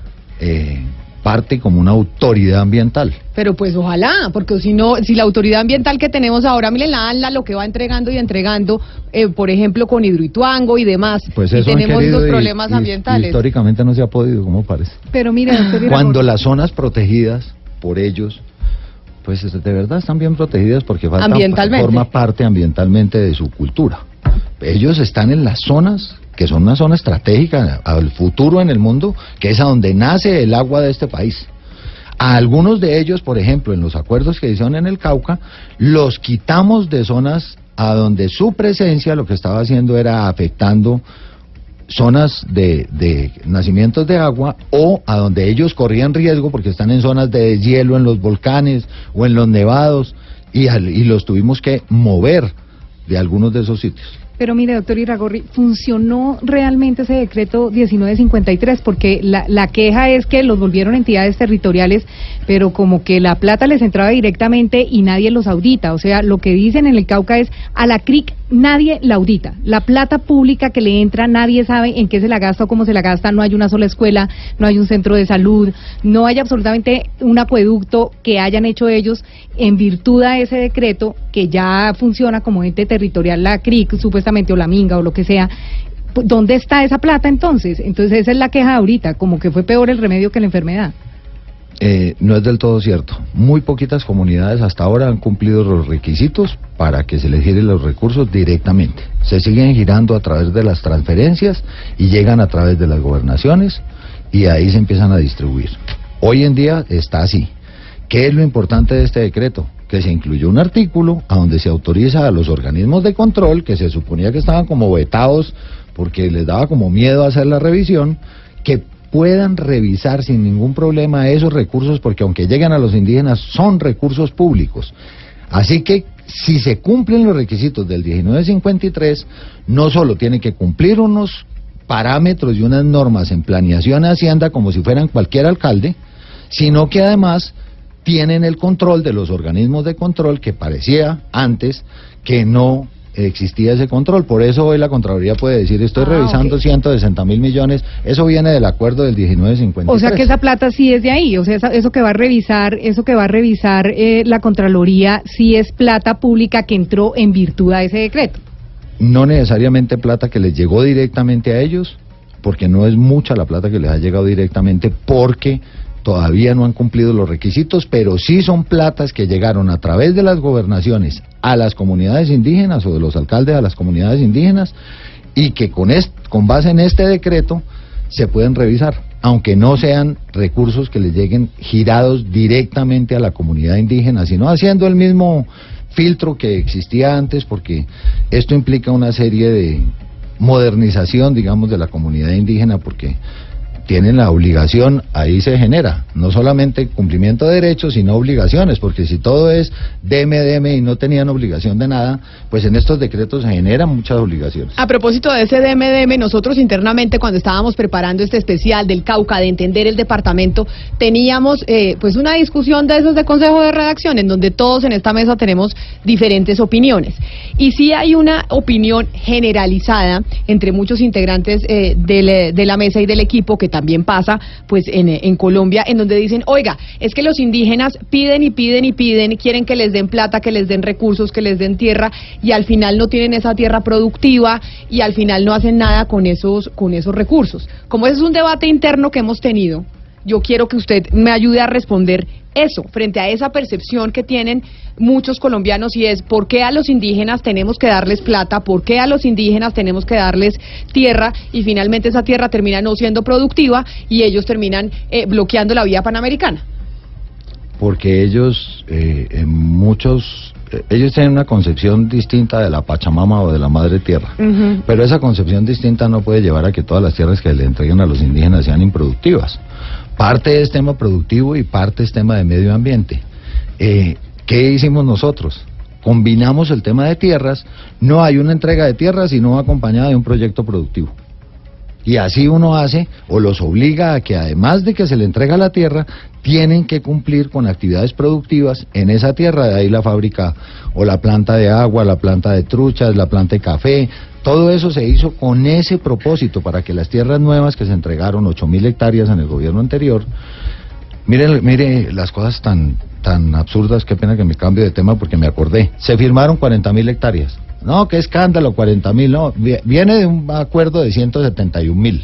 parte como una autoridad ambiental.
Pero pues ojalá, porque si no, si la autoridad ambiental que tenemos ahora, miren la ANLA lo que va entregando y entregando, por ejemplo con Hidroituango y demás,
pues
y tenemos esos problemas ambientales.
Históricamente no se ha podido, ¿cómo parece?
Pero mire,
cuando las zonas protegidas por ellos, pues de verdad están bien protegidas porque forma parte ambientalmente de su cultura. Ellos están en las zonas que son una zona estratégica al futuro en el mundo, que es a donde nace el agua de este país. A algunos de ellos, por ejemplo, en los acuerdos que hicieron en el Cauca, los quitamos de zonas a donde su presencia lo que estaba haciendo era afectando zonas de nacimientos de agua, o a donde ellos corrían riesgo porque están en zonas de hielo en los volcanes o en los nevados, y los tuvimos que mover de algunos de esos sitios.
Pero mire, doctor Iragorri, ¿funcionó realmente ese decreto 1953? Porque la queja es que los volvieron entidades territoriales, pero como que la plata les entraba directamente y nadie los audita. O sea, lo que dicen en el Cauca es, a la CRIC nadie la audita. La plata pública que le entra, nadie sabe en qué se la gasta o cómo se la gasta. No hay una sola escuela, no hay un centro de salud, no hay absolutamente un acueducto que hayan hecho ellos en virtud a ese decreto que ya funciona como ente territorial, la CRIC, supuestamente, o la Minga, o lo que sea. ¿Dónde está esa plata entonces? Entonces esa es la queja ahorita, como que fue peor el remedio que la enfermedad.
No es del todo cierto. Muy poquitas comunidades hasta ahora han cumplido los requisitos para que se les giren los recursos directamente. Se siguen girando a través de las transferencias y llegan a través de las gobernaciones y ahí se empiezan a distribuir. Hoy en día está así. ¿Qué es lo importante de este decreto? Que se incluyó un artículo a donde se autoriza a los organismos de control, que se suponía que estaban como vetados porque les daba como miedo hacer la revisión, que puedan revisar sin ningún problema esos recursos, porque aunque lleguen a los indígenas son recursos públicos. Así que si se cumplen los requisitos del 1953, no solo tiene que cumplir unos parámetros y unas normas en planeación de Hacienda como si fueran cualquier alcalde, sino que además tienen el control de los organismos de control, que parecía antes que no existía ese control. Por eso hoy la Contraloría puede decir, estoy revisando 160.000 millones, eso viene del acuerdo del 1953.
O sea que esa plata sí es de ahí, o sea, eso que va a revisar la Contraloría sí es plata pública que entró en virtud a ese decreto.
No necesariamente plata que les llegó directamente a ellos, porque no es mucha la plata que les ha llegado directamente, porque todavía no han cumplido los requisitos, pero sí son platas que llegaron a través de las gobernaciones a las comunidades indígenas o de los alcaldes a las comunidades indígenas, y que con base en este decreto se pueden revisar, aunque no sean recursos que les lleguen girados directamente a la comunidad indígena, sino haciendo el mismo filtro que existía antes, porque esto implica una serie de modernización, digamos, de la comunidad indígena, porque tienen la obligación, ahí se genera no solamente cumplimiento de derechos, sino obligaciones, porque si todo es deme y no tenían obligación de nada, pues en estos decretos se generan muchas obligaciones.
A propósito de ese deme, nosotros internamente, cuando estábamos preparando este especial del Cauca, de entender el departamento, teníamos pues una discusión de esos de consejo de redacción, en donde todos en esta mesa tenemos diferentes opiniones. Y sí hay una opinión generalizada entre muchos integrantes de la mesa y del equipo, que también pasa pues en Colombia, en donde dicen, oiga, es que los indígenas piden, quieren que les den plata, que les den recursos, que les den tierra, y al final no tienen esa tierra productiva, y al final no hacen nada con esos recursos. Como ese es un debate interno que hemos tenido, yo quiero que usted me ayude a responder eso, frente a esa percepción que tienen muchos colombianos, y es: ¿por qué a los indígenas tenemos que darles plata? ¿Por qué a los indígenas tenemos que darles tierra? Y finalmente esa tierra termina no siendo productiva y ellos terminan bloqueando la vía panamericana.
Porque ellos, ellos tienen una concepción distinta de la Pachamama o de la Madre Tierra. Pero esa concepción distinta no puede llevar a que todas las tierras que le entreguen a los indígenas sean improductivas. Parte es tema productivo y parte es tema de medio ambiente. ¿Qué hicimos nosotros? Combinamos el tema de tierras, no hay una entrega de tierras sino acompañada de un proyecto productivo. Y así uno hace, o los obliga a que, además de que se le entrega la tierra, tienen que cumplir con actividades productivas en esa tierra. De ahí la fábrica o la planta de agua, la planta de truchas, la planta de café. Todo eso se hizo con ese propósito, para que las tierras nuevas que se entregaron, 8.000 hectáreas en el gobierno anterior, mire las cosas tan absurdas, qué pena que me cambie de tema porque me acordé. Se firmaron 40.000 hectáreas. No, qué escándalo, 40.000, no, viene de un acuerdo de 171.000.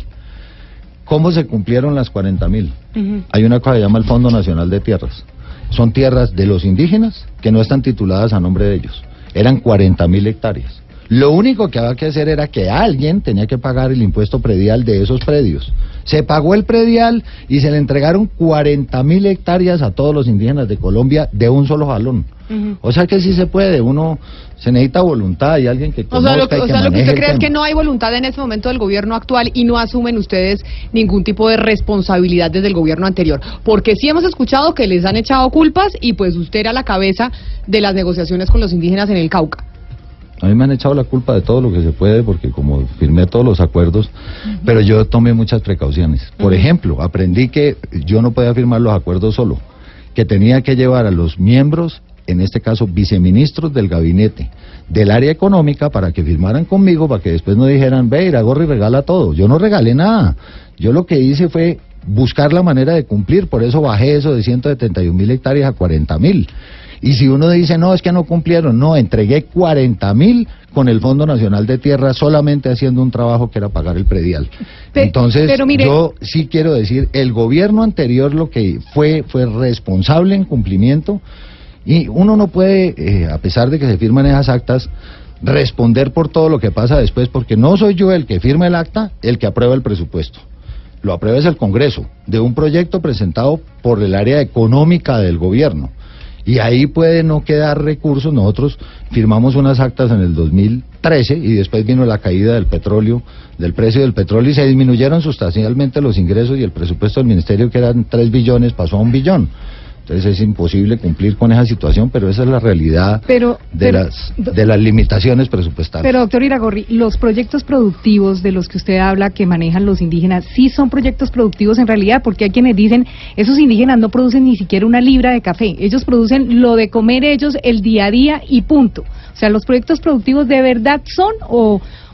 ¿Cómo se cumplieron las 40.000? Hay una cosa que se llama el Fondo Nacional de Tierras. Son tierras de los indígenas que no están tituladas a nombre de ellos. Eran 40.000 hectáreas. Lo único que había que hacer era que alguien tenía que pagar el impuesto predial de esos predios. Se pagó el predial y se le entregaron 40.000 hectáreas a todos los indígenas de Colombia de un solo jalón. O sea que sí se puede, se necesita voluntad y alguien que conozca.
Lo que usted cree es que no hay voluntad en este momento del gobierno actual, y no asumen ustedes ningún tipo de responsabilidad desde el gobierno anterior, porque sí hemos escuchado que les han echado culpas, y pues usted era la cabeza de las negociaciones con los indígenas en el Cauca.
A mí me han echado la culpa de todo lo que se puede, porque como firmé todos los acuerdos, pero yo tomé muchas precauciones. Por ejemplo, aprendí que yo no podía firmar los acuerdos solo, que tenía que llevar a los miembros, en este caso viceministros del gabinete del área económica, para que firmaran conmigo, para que después no dijeran, ve, Iragorri regala todo. Yo no regalé nada. Yo lo que hice fue buscar la manera de cumplir, por eso bajé eso de 171.000 hectáreas a 40.000. Y si uno dice, no, es que no cumplieron, no, entregué 40.000 con el Fondo Nacional de Tierra, solamente haciendo un trabajo que era pagar el predial. Entonces, mire, yo sí quiero decir, el gobierno anterior lo que fue responsable en cumplimiento, y uno no puede, a pesar de que se firman esas actas, responder por todo lo que pasa después, porque no soy yo el que firma el acta, el que aprueba el presupuesto. Lo aprueba es el Congreso, de un proyecto presentado por el área económica del gobierno. Y ahí puede no quedar recursos. Nosotros firmamos unas actas en el 2013 y después vino la caída del petróleo, del precio del petróleo, y se disminuyeron sustancialmente los ingresos, y el presupuesto del ministerio, que eran 3 billones, pasó a 1 billón. Entonces es imposible cumplir con esa situación, pero esa es la realidad de las limitaciones presupuestarias.
Pero, doctor Iragorri, los proyectos productivos de los que usted habla, que manejan los indígenas, ¿sí son proyectos productivos en realidad? Porque hay quienes dicen, esos indígenas no producen ni siquiera una libra de café, ellos producen lo de comer ellos el día a día y punto. O sea, ¿los proyectos productivos de verdad son o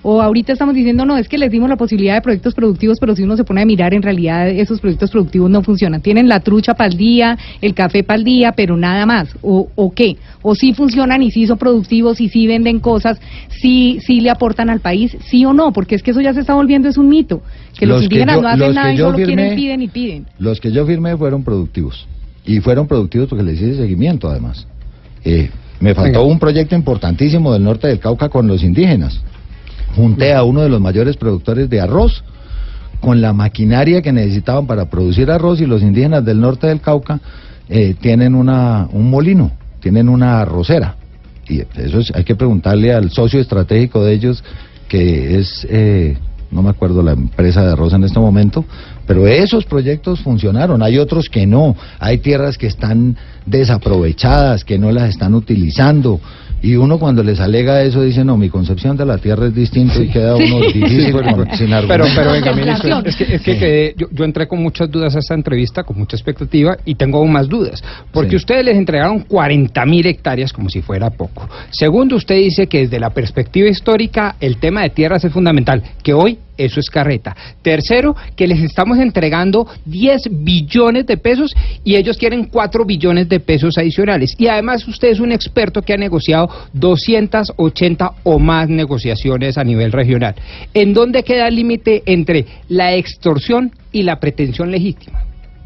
O ahorita estamos diciendo, no, es que les dimos la posibilidad de proyectos productivos, pero si uno se pone a mirar, en realidad esos proyectos productivos no funcionan. Tienen la trucha para el día, el café para el día, pero nada más. ¿O qué? ¿O sí funcionan y sí son productivos y sí venden cosas, sí le aportan al país, sí o no? Porque es que eso ya se está volviendo, es un mito. Que los indígenas no hacen nada y solo quieren, piden y piden.
Los que yo firmé fueron productivos. Y fueron productivos porque les hice seguimiento, además. Me faltó un proyecto importantísimo del norte del Cauca con los indígenas. Junté a uno de los mayores productores de arroz con la maquinaria que necesitaban para producir arroz, y los indígenas del norte del Cauca tienen un molino, tienen una arrocera. Y eso hay que preguntarle al socio estratégico de ellos, que es... no me acuerdo la empresa de arroz en este momento, pero esos proyectos funcionaron. Hay otros que no, hay tierras que están desaprovechadas, que no las están utilizando, y uno cuando les alega eso dice, no, mi concepción de la tierra es distinta, y queda uno difícil sin argumentos.
Pero venga, ministro, es que yo entré con muchas dudas a esta entrevista, con mucha expectativa, y tengo aún más dudas, porque ustedes les entregaron 40.000 hectáreas como si fuera poco. Segundo, usted dice que desde la perspectiva histórica el tema de tierras es fundamental, que hoy eso es carreta. Tercero, que les estamos entregando 10 billones de pesos y ellos quieren 4 billones de pesos adicionales. Y además usted es un experto que ha negociado 280 o más negociaciones a nivel regional. ¿En dónde queda el límite entre la extorsión y la pretensión legítima?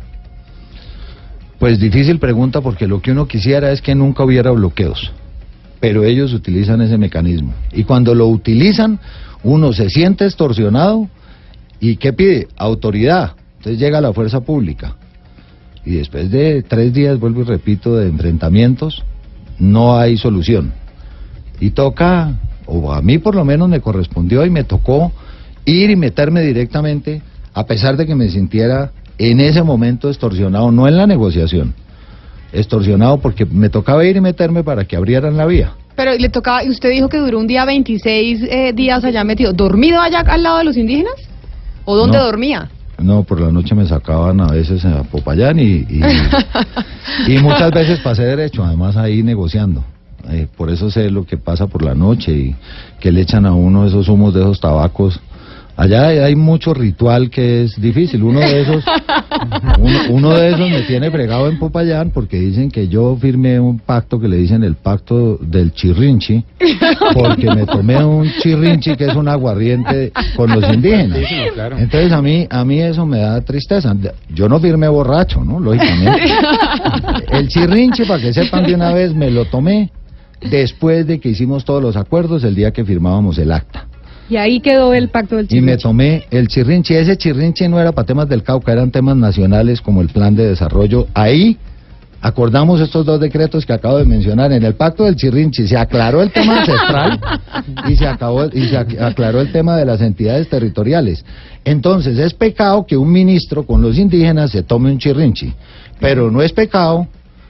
Pues difícil pregunta, porque lo que uno quisiera es que nunca hubiera bloqueos, pero ellos utilizan ese mecanismo, y cuando lo utilizan uno se siente extorsionado. ¿Y qué pide? Autoridad. Entonces llega la fuerza pública, y después de 3 días, vuelvo y repito, de enfrentamientos, no hay solución, y toca, o a mí por lo menos me correspondió y me tocó ir y meterme directamente, a pesar de que me sintiera en ese momento extorsionado, no en la negociación, extorsionado porque me tocaba ir y meterme para que abrieran la vía.
Pero le tocaba, y usted dijo que duró un día 26 días allá metido. ¿Dormido allá al lado de los indígenas? ¿O dónde dormía?
No, por la noche me sacaban a veces a Popayán y muchas veces pasé derecho, además ahí negociando. Por eso sé lo que pasa por la noche, y que le echan a uno esos humos de esos tabacos. Allá hay mucho ritual que es difícil. Uno de esos me tiene fregado en Popayán, porque dicen que yo firmé un pacto que le dicen el pacto del chirrinchi, porque me tomé un chirrinchi, que es un aguardiente con los indígenas. Entonces a mí eso me da tristeza. Yo no firmé borracho, ¿no? Lógicamente. El chirrinchi, para que sepan de una vez, me lo tomé después de que hicimos todos los acuerdos, el día que firmábamos el acta.
Y ahí quedó el pacto del chirrinchi.
Y me tomé el chirrinchi. Ese chirrinchi no era para temas del Cauca, eran temas nacionales como el plan de desarrollo. Ahí acordamos estos 2 decretos que acabo de mencionar. En el pacto del chirrinchi se aclaró el tema ancestral y se aclaró el tema de las entidades territoriales. Entonces es pecado que un ministro con los indígenas se tome un chirrinchi, pero no es pecado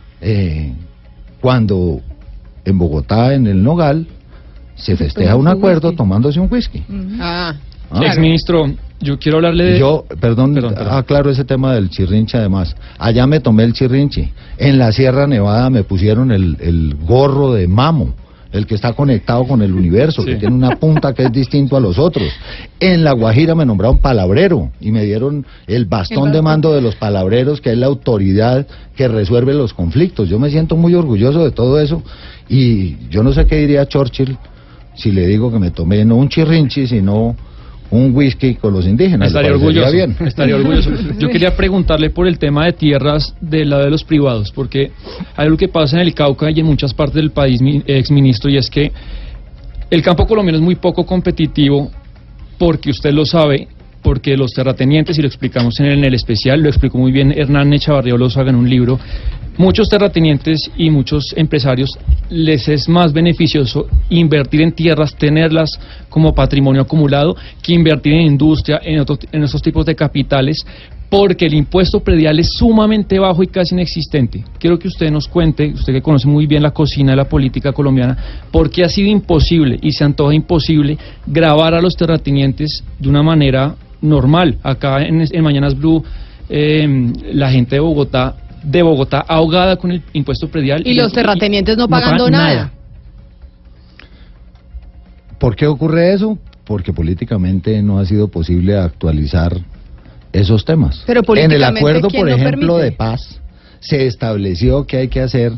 cuando en Bogotá, en el Nogal, se festeja un acuerdo tomándose un whisky.
Exministro, yo quiero hablarle de...
Perdón. Aclaro ese tema del chirrinchi además. Allá me tomé el chirrinchi. En la Sierra Nevada me pusieron el gorro de Mamo, el que está conectado con el universo, que tiene una punta que es distinto a los otros. En La Guajira me nombraron palabrero y me dieron el bastón de mando de los palabreros, que es la autoridad que resuelve los conflictos. Yo me siento muy orgulloso de todo eso, y yo no sé qué diría Churchill si le digo que me tomé no un chirrinchi, sino un whisky con los indígenas.
Estaría orgulloso. Yo quería preguntarle por el tema de tierras del lado de los privados, porque hay algo que pasa en el Cauca y en muchas partes del país, exministro, y es que el campo colombiano es muy poco competitivo, porque usted lo sabe, porque los terratenientes, y lo explicamos en el especial, lo explicó muy bien Hernán Echavarría Olózaga en un libro, muchos terratenientes y muchos empresarios les es más beneficioso invertir en tierras, tenerlas como patrimonio acumulado, que invertir en industria, en otros tipos de capitales, porque el impuesto predial es sumamente bajo y casi inexistente. Quiero que usted nos cuente, usted que conoce muy bien la cocina de la política colombiana, por qué ha sido imposible y se antoja imposible gravar a los terratenientes de una manera normal. Acá en Mañanas Blue, la gente de Bogotá ahogada con el impuesto predial.
Y los terratenientes no pagando nada.
¿Por qué ocurre eso? porque políticamente no ha sido posible actualizar esos temas.
Pero
en el
políticamente,
acuerdo,
¿quién
por
lo
ejemplo,
permite?
de paz, se estableció que hay que hacer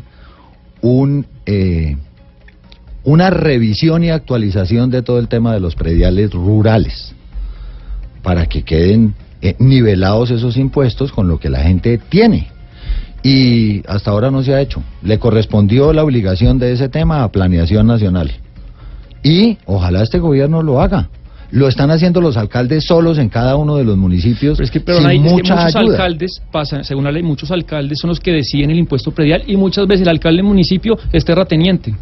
una revisión y actualización de todo el tema de los prediales rurales, para que queden nivelados esos impuestos con lo que la gente tiene. Y hasta ahora no se ha hecho. Le correspondió la obligación de ese tema a Planeación Nacional. Y ojalá este gobierno lo haga. Lo están haciendo los alcaldes solos en cada uno de los municipios,
Pero
sin
hay
mucha
muchos
ayuda.
alcaldes, según la ley, muchos alcaldes son los que deciden el impuesto predial y muchas veces el alcalde del municipio es terrateniente.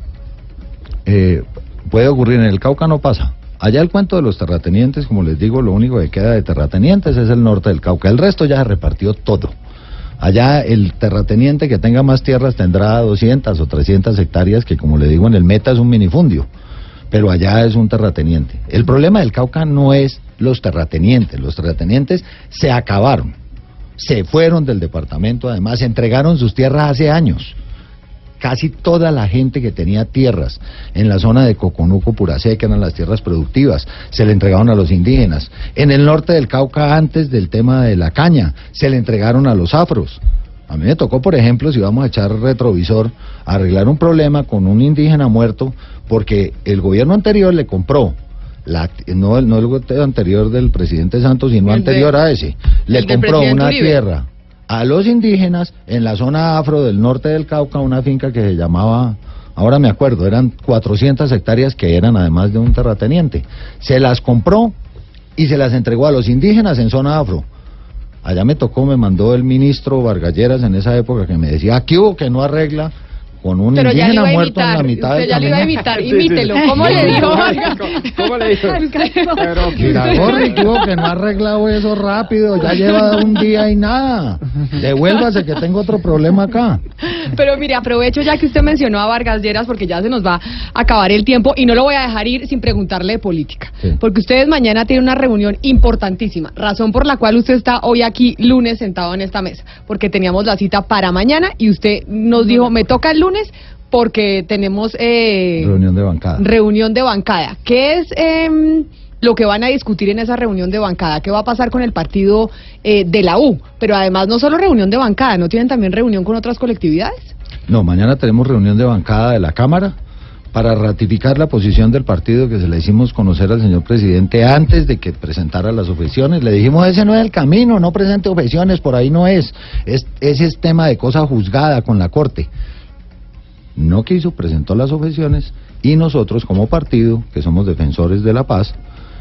Puede ocurrir, en el Cauca no pasa. Allá el cuento de los terratenientes, como les digo, lo único que queda de terratenientes es el norte del Cauca. El resto ya se repartió todo. Allá el terrateniente que tenga más tierras tendrá 200 o 300 hectáreas, que como le digo, en el Meta es un minifundio, pero allá es un terrateniente. El problema del Cauca no es los terratenientes se acabaron, se fueron del departamento, además se entregaron sus tierras hace años. Casi toda la gente que tenía tierras en la zona de Coconuco, Puracé, que eran las tierras productivas, se le entregaron a los indígenas. En el norte del Cauca, antes del tema de la caña, se le entregaron a los afros. A mí me tocó, por ejemplo, si vamos a echar retrovisor, arreglar un problema con un indígena muerto, porque el gobierno anterior le compró, no el gobierno anterior del presidente Santos, sino anterior a ese, le compró una tierra a los indígenas en la zona afro del norte del Cauca, una finca que se llamaba, ahora me acuerdo, eran 400 hectáreas que eran además de un terrateniente. Se las compró y se las entregó a los indígenas en zona afro. Allá me mandó el ministro Vargas Lleras en esa época, que me decía, aquí hubo que no arregla con un
Pero ya le
indígena
iba a
muerto en la
imitar,
mitad
usted
del
ya le iba a
camino.
imitar, imítelo. ¿Cómo le dijo Vargas?
¿Cómo le dijo?
Pero mira, Gorri, que hubo que no ha arreglado eso rápido, ya lleva un día y nada. Devuélvase que tengo otro problema acá.
Pero mire, aprovecho ya que usted mencionó a Vargas Lleras, porque ya se nos va a acabar el tiempo y no lo voy a dejar ir sin preguntarle de política.
Sí.
Porque ustedes mañana tienen una reunión importantísima, razón por la cual usted está hoy aquí lunes sentado en esta mesa, porque teníamos la cita para mañana y usted nos dijo, me toca el lunes porque tenemos
Reunión de bancada.
reunión de bancada. ¿Qué es lo que van a discutir en esa reunión de bancada? ¿Qué va a pasar con el partido de la U? Pero además no solo reunión de bancada, ¿no tienen también reunión con otras colectividades?
No, mañana tenemos reunión de bancada de la Cámara para ratificar la posición del partido que se le hicimos conocer al señor presidente antes de que presentara las objeciones. Le dijimos, ese no es el camino, no presente objeciones, por ahí no es. Ese es tema de cosa juzgada con la Corte. No quiso, presentó las objeciones y nosotros como partido, que somos defensores de la paz,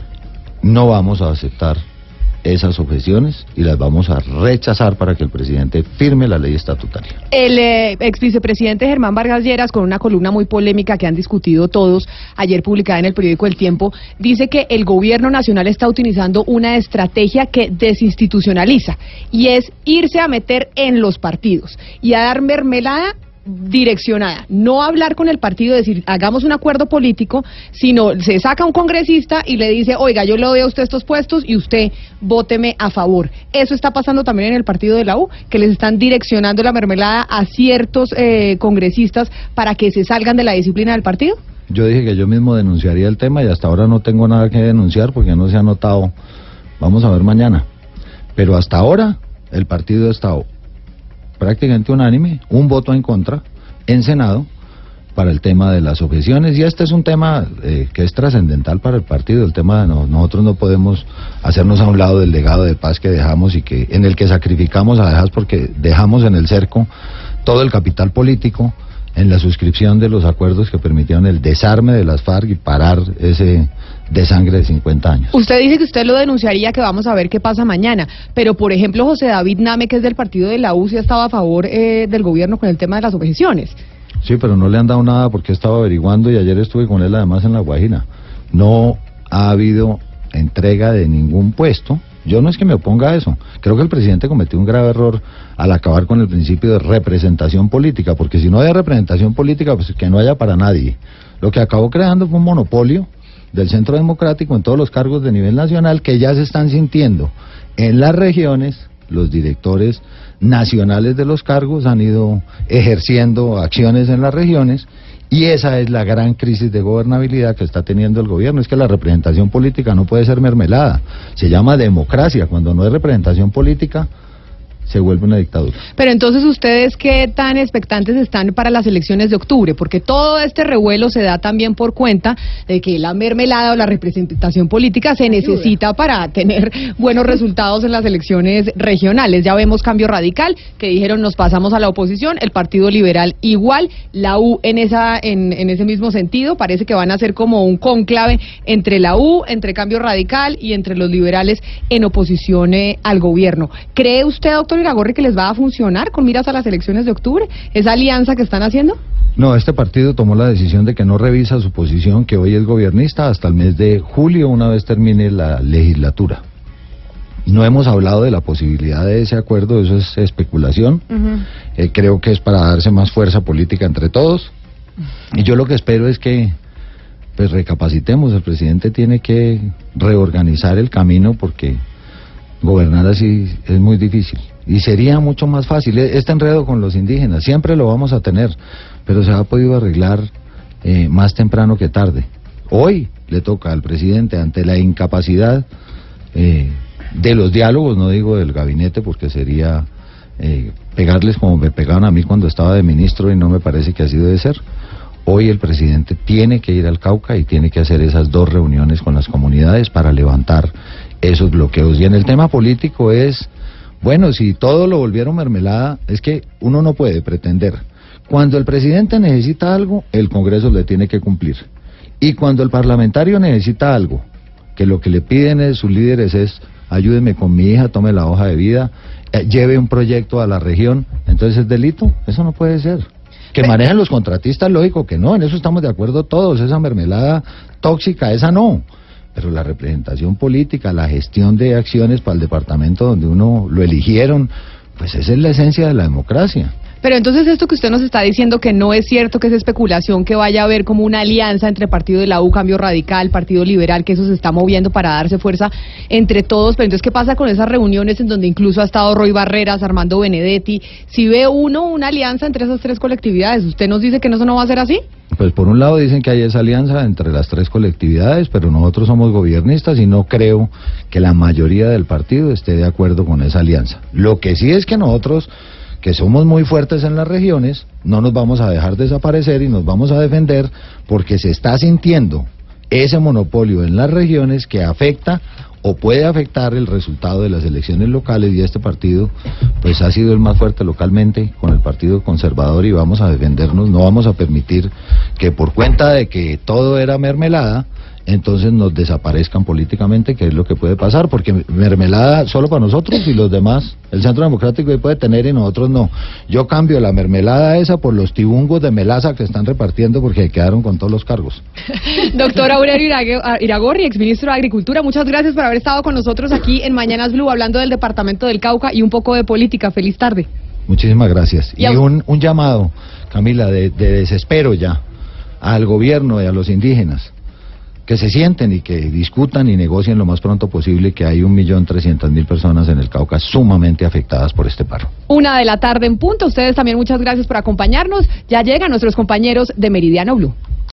no vamos a aceptar esas objeciones y las vamos a rechazar para que el presidente firme la ley estatutaria.
El ex vicepresidente Germán Vargas Lleras, con una columna muy polémica que han discutido todos, ayer publicada en el periódico El Tiempo, dice que el gobierno nacional está utilizando una estrategia que desinstitucionaliza y es irse a meter en los partidos y a dar mermelada direccionada, no hablar con el partido, decir hagamos un acuerdo político, sino se saca un congresista y le dice, oiga, yo le doy a usted estos puestos y usted vóteme a favor. Eso está pasando también en el partido de la U, que les están direccionando la mermelada a ciertos congresistas para que se salgan de la disciplina del partido.
Yo dije que yo mismo denunciaría el tema y hasta ahora no tengo nada que denunciar porque no se ha notado. Vamos a ver mañana. Pero hasta ahora el partido ha estado prácticamente unánime, un voto en contra en Senado para el tema de las objeciones, y este es un tema que es trascendental para el partido, el tema de nosotros no podemos hacernos a un lado del legado de paz que dejamos y que en el que sacrificamos a Dejas, porque dejamos en el cerco todo el capital político en la suscripción de los acuerdos que permitieron el desarme de las FARC y parar ese desangre de 50 años.
Usted dice que usted lo denunciaría, que vamos a ver qué pasa mañana, pero por ejemplo José David Name, que es del partido de la U, sí estaba a favor del gobierno con el tema de las objeciones.
Sí, pero no le han dado nada porque estaba averiguando y ayer estuve con él además en La Guajira. No ha habido entrega de ningún puesto. Yo no es que me oponga a eso. Creo que el presidente cometió un grave error al acabar con el principio de representación política, porque si no hay representación política, pues que no haya para nadie. Lo que acabó creando fue un monopolio del Centro Democrático en todos los cargos de nivel nacional que ya se están sintiendo en las regiones. Los directores nacionales de los cargos han ido ejerciendo acciones en las regiones Y esa es la gran crisis de gobernabilidad que está teniendo el gobierno, es que la representación política no puede ser mermelada, se llama democracia, cuando no hay representación política se vuelve una dictadura.
Pero entonces, ¿ustedes qué tan expectantes están para las elecciones de octubre? Porque todo este revuelo se da también por cuenta de que la mermelada o la representación política se necesita para tener buenos resultados en las elecciones regionales. Ya vemos Cambio Radical, que dijeron nos pasamos a la oposición, el Partido Liberal igual, la U en ese mismo sentido, parece que van a ser como un cónclave entre la U, entre Cambio Radical y entre los liberales en oposición al gobierno. ¿Cree usted, doctor Iragorri, que les va a funcionar con miras a las elecciones de octubre, esa alianza que están haciendo?
No, este partido tomó la decisión de que no revisa su posición, que hoy es gobernista, hasta el mes de julio, una vez termine la legislatura. No hemos hablado de la posibilidad de ese acuerdo, eso es especulación. Creo que es para darse más fuerza política entre todos. Y yo lo que espero es que pues recapacitemos, el presidente tiene que reorganizar el camino porque gobernar así es muy difícil. Y sería mucho más fácil. Este enredo con los indígenas siempre lo vamos a tener, pero se ha podido arreglar más temprano que tarde. Hoy le toca al presidente, ante la incapacidad de los diálogos, no digo del gabinete porque sería pegarles como me pegaban a mí cuando estaba de ministro y no me parece que así debe ser. Hoy el presidente tiene que ir al Cauca y tiene que hacer esas 2 reuniones con las comunidades para levantar esos bloqueos. Y en el tema político es... Bueno, si todo lo volvieron mermelada, es que uno no puede pretender. Cuando el presidente necesita algo, el Congreso le tiene que cumplir. Y cuando el parlamentario necesita algo, que lo que le piden sus líderes es, ayúdeme con mi hija, tome la hoja de vida, lleve un proyecto a la región, entonces es delito, eso no puede ser. Que manejan los contratistas, lógico que no, en eso estamos de acuerdo todos, esa mermelada tóxica, esa no. Pero la representación política, la gestión de acciones para el departamento donde uno lo eligieron, pues esa es la esencia de la democracia.
Pero entonces esto que usted nos está diciendo que no es cierto, que es especulación, que vaya a haber como una alianza entre partido de la U, Cambio Radical, Partido Liberal, que eso se está moviendo para darse fuerza entre todos. Pero entonces, ¿qué pasa con esas reuniones en donde incluso ha estado Roy Barreras, Armando Benedetti? Si ve uno una alianza entre esas 3 colectividades, ¿usted nos dice que eso no va a ser así?
Pues por un lado dicen que hay esa alianza entre las 3 colectividades, pero nosotros somos gobiernistas y no creo que la mayoría del partido esté de acuerdo con esa alianza. Lo que sí es que nosotros, que somos muy fuertes en las regiones, no nos vamos a dejar desaparecer y nos vamos a defender porque se está sintiendo ese monopolio en las regiones que afecta o puede afectar el resultado de las elecciones locales, y este partido pues ha sido el más fuerte localmente con el Partido Conservador y vamos a defendernos, no vamos a permitir que por cuenta de que todo era mermelada, entonces nos desaparezcan políticamente, que es lo que puede pasar, porque mermelada solo para nosotros y los demás, el Centro Democrático puede tener y nosotros no. Yo cambio la mermelada esa por los tibungos de melaza que están repartiendo porque quedaron con todos los cargos.
Doctor Aurelio Iragorri, exministro de Agricultura, muchas gracias por haber estado con nosotros aquí en Mañanas Blue hablando del departamento del Cauca y un poco de política. Feliz tarde.
Muchísimas gracias. Y un llamado, Camila, de desespero ya al gobierno y a los indígenas, que se sienten y que discutan y negocien lo más pronto posible, que hay 1.300.000 personas en el Cauca sumamente afectadas por este paro.
1:00 p.m. en punto. Ustedes también muchas gracias por acompañarnos. Ya llegan nuestros compañeros de Meridiano Blue.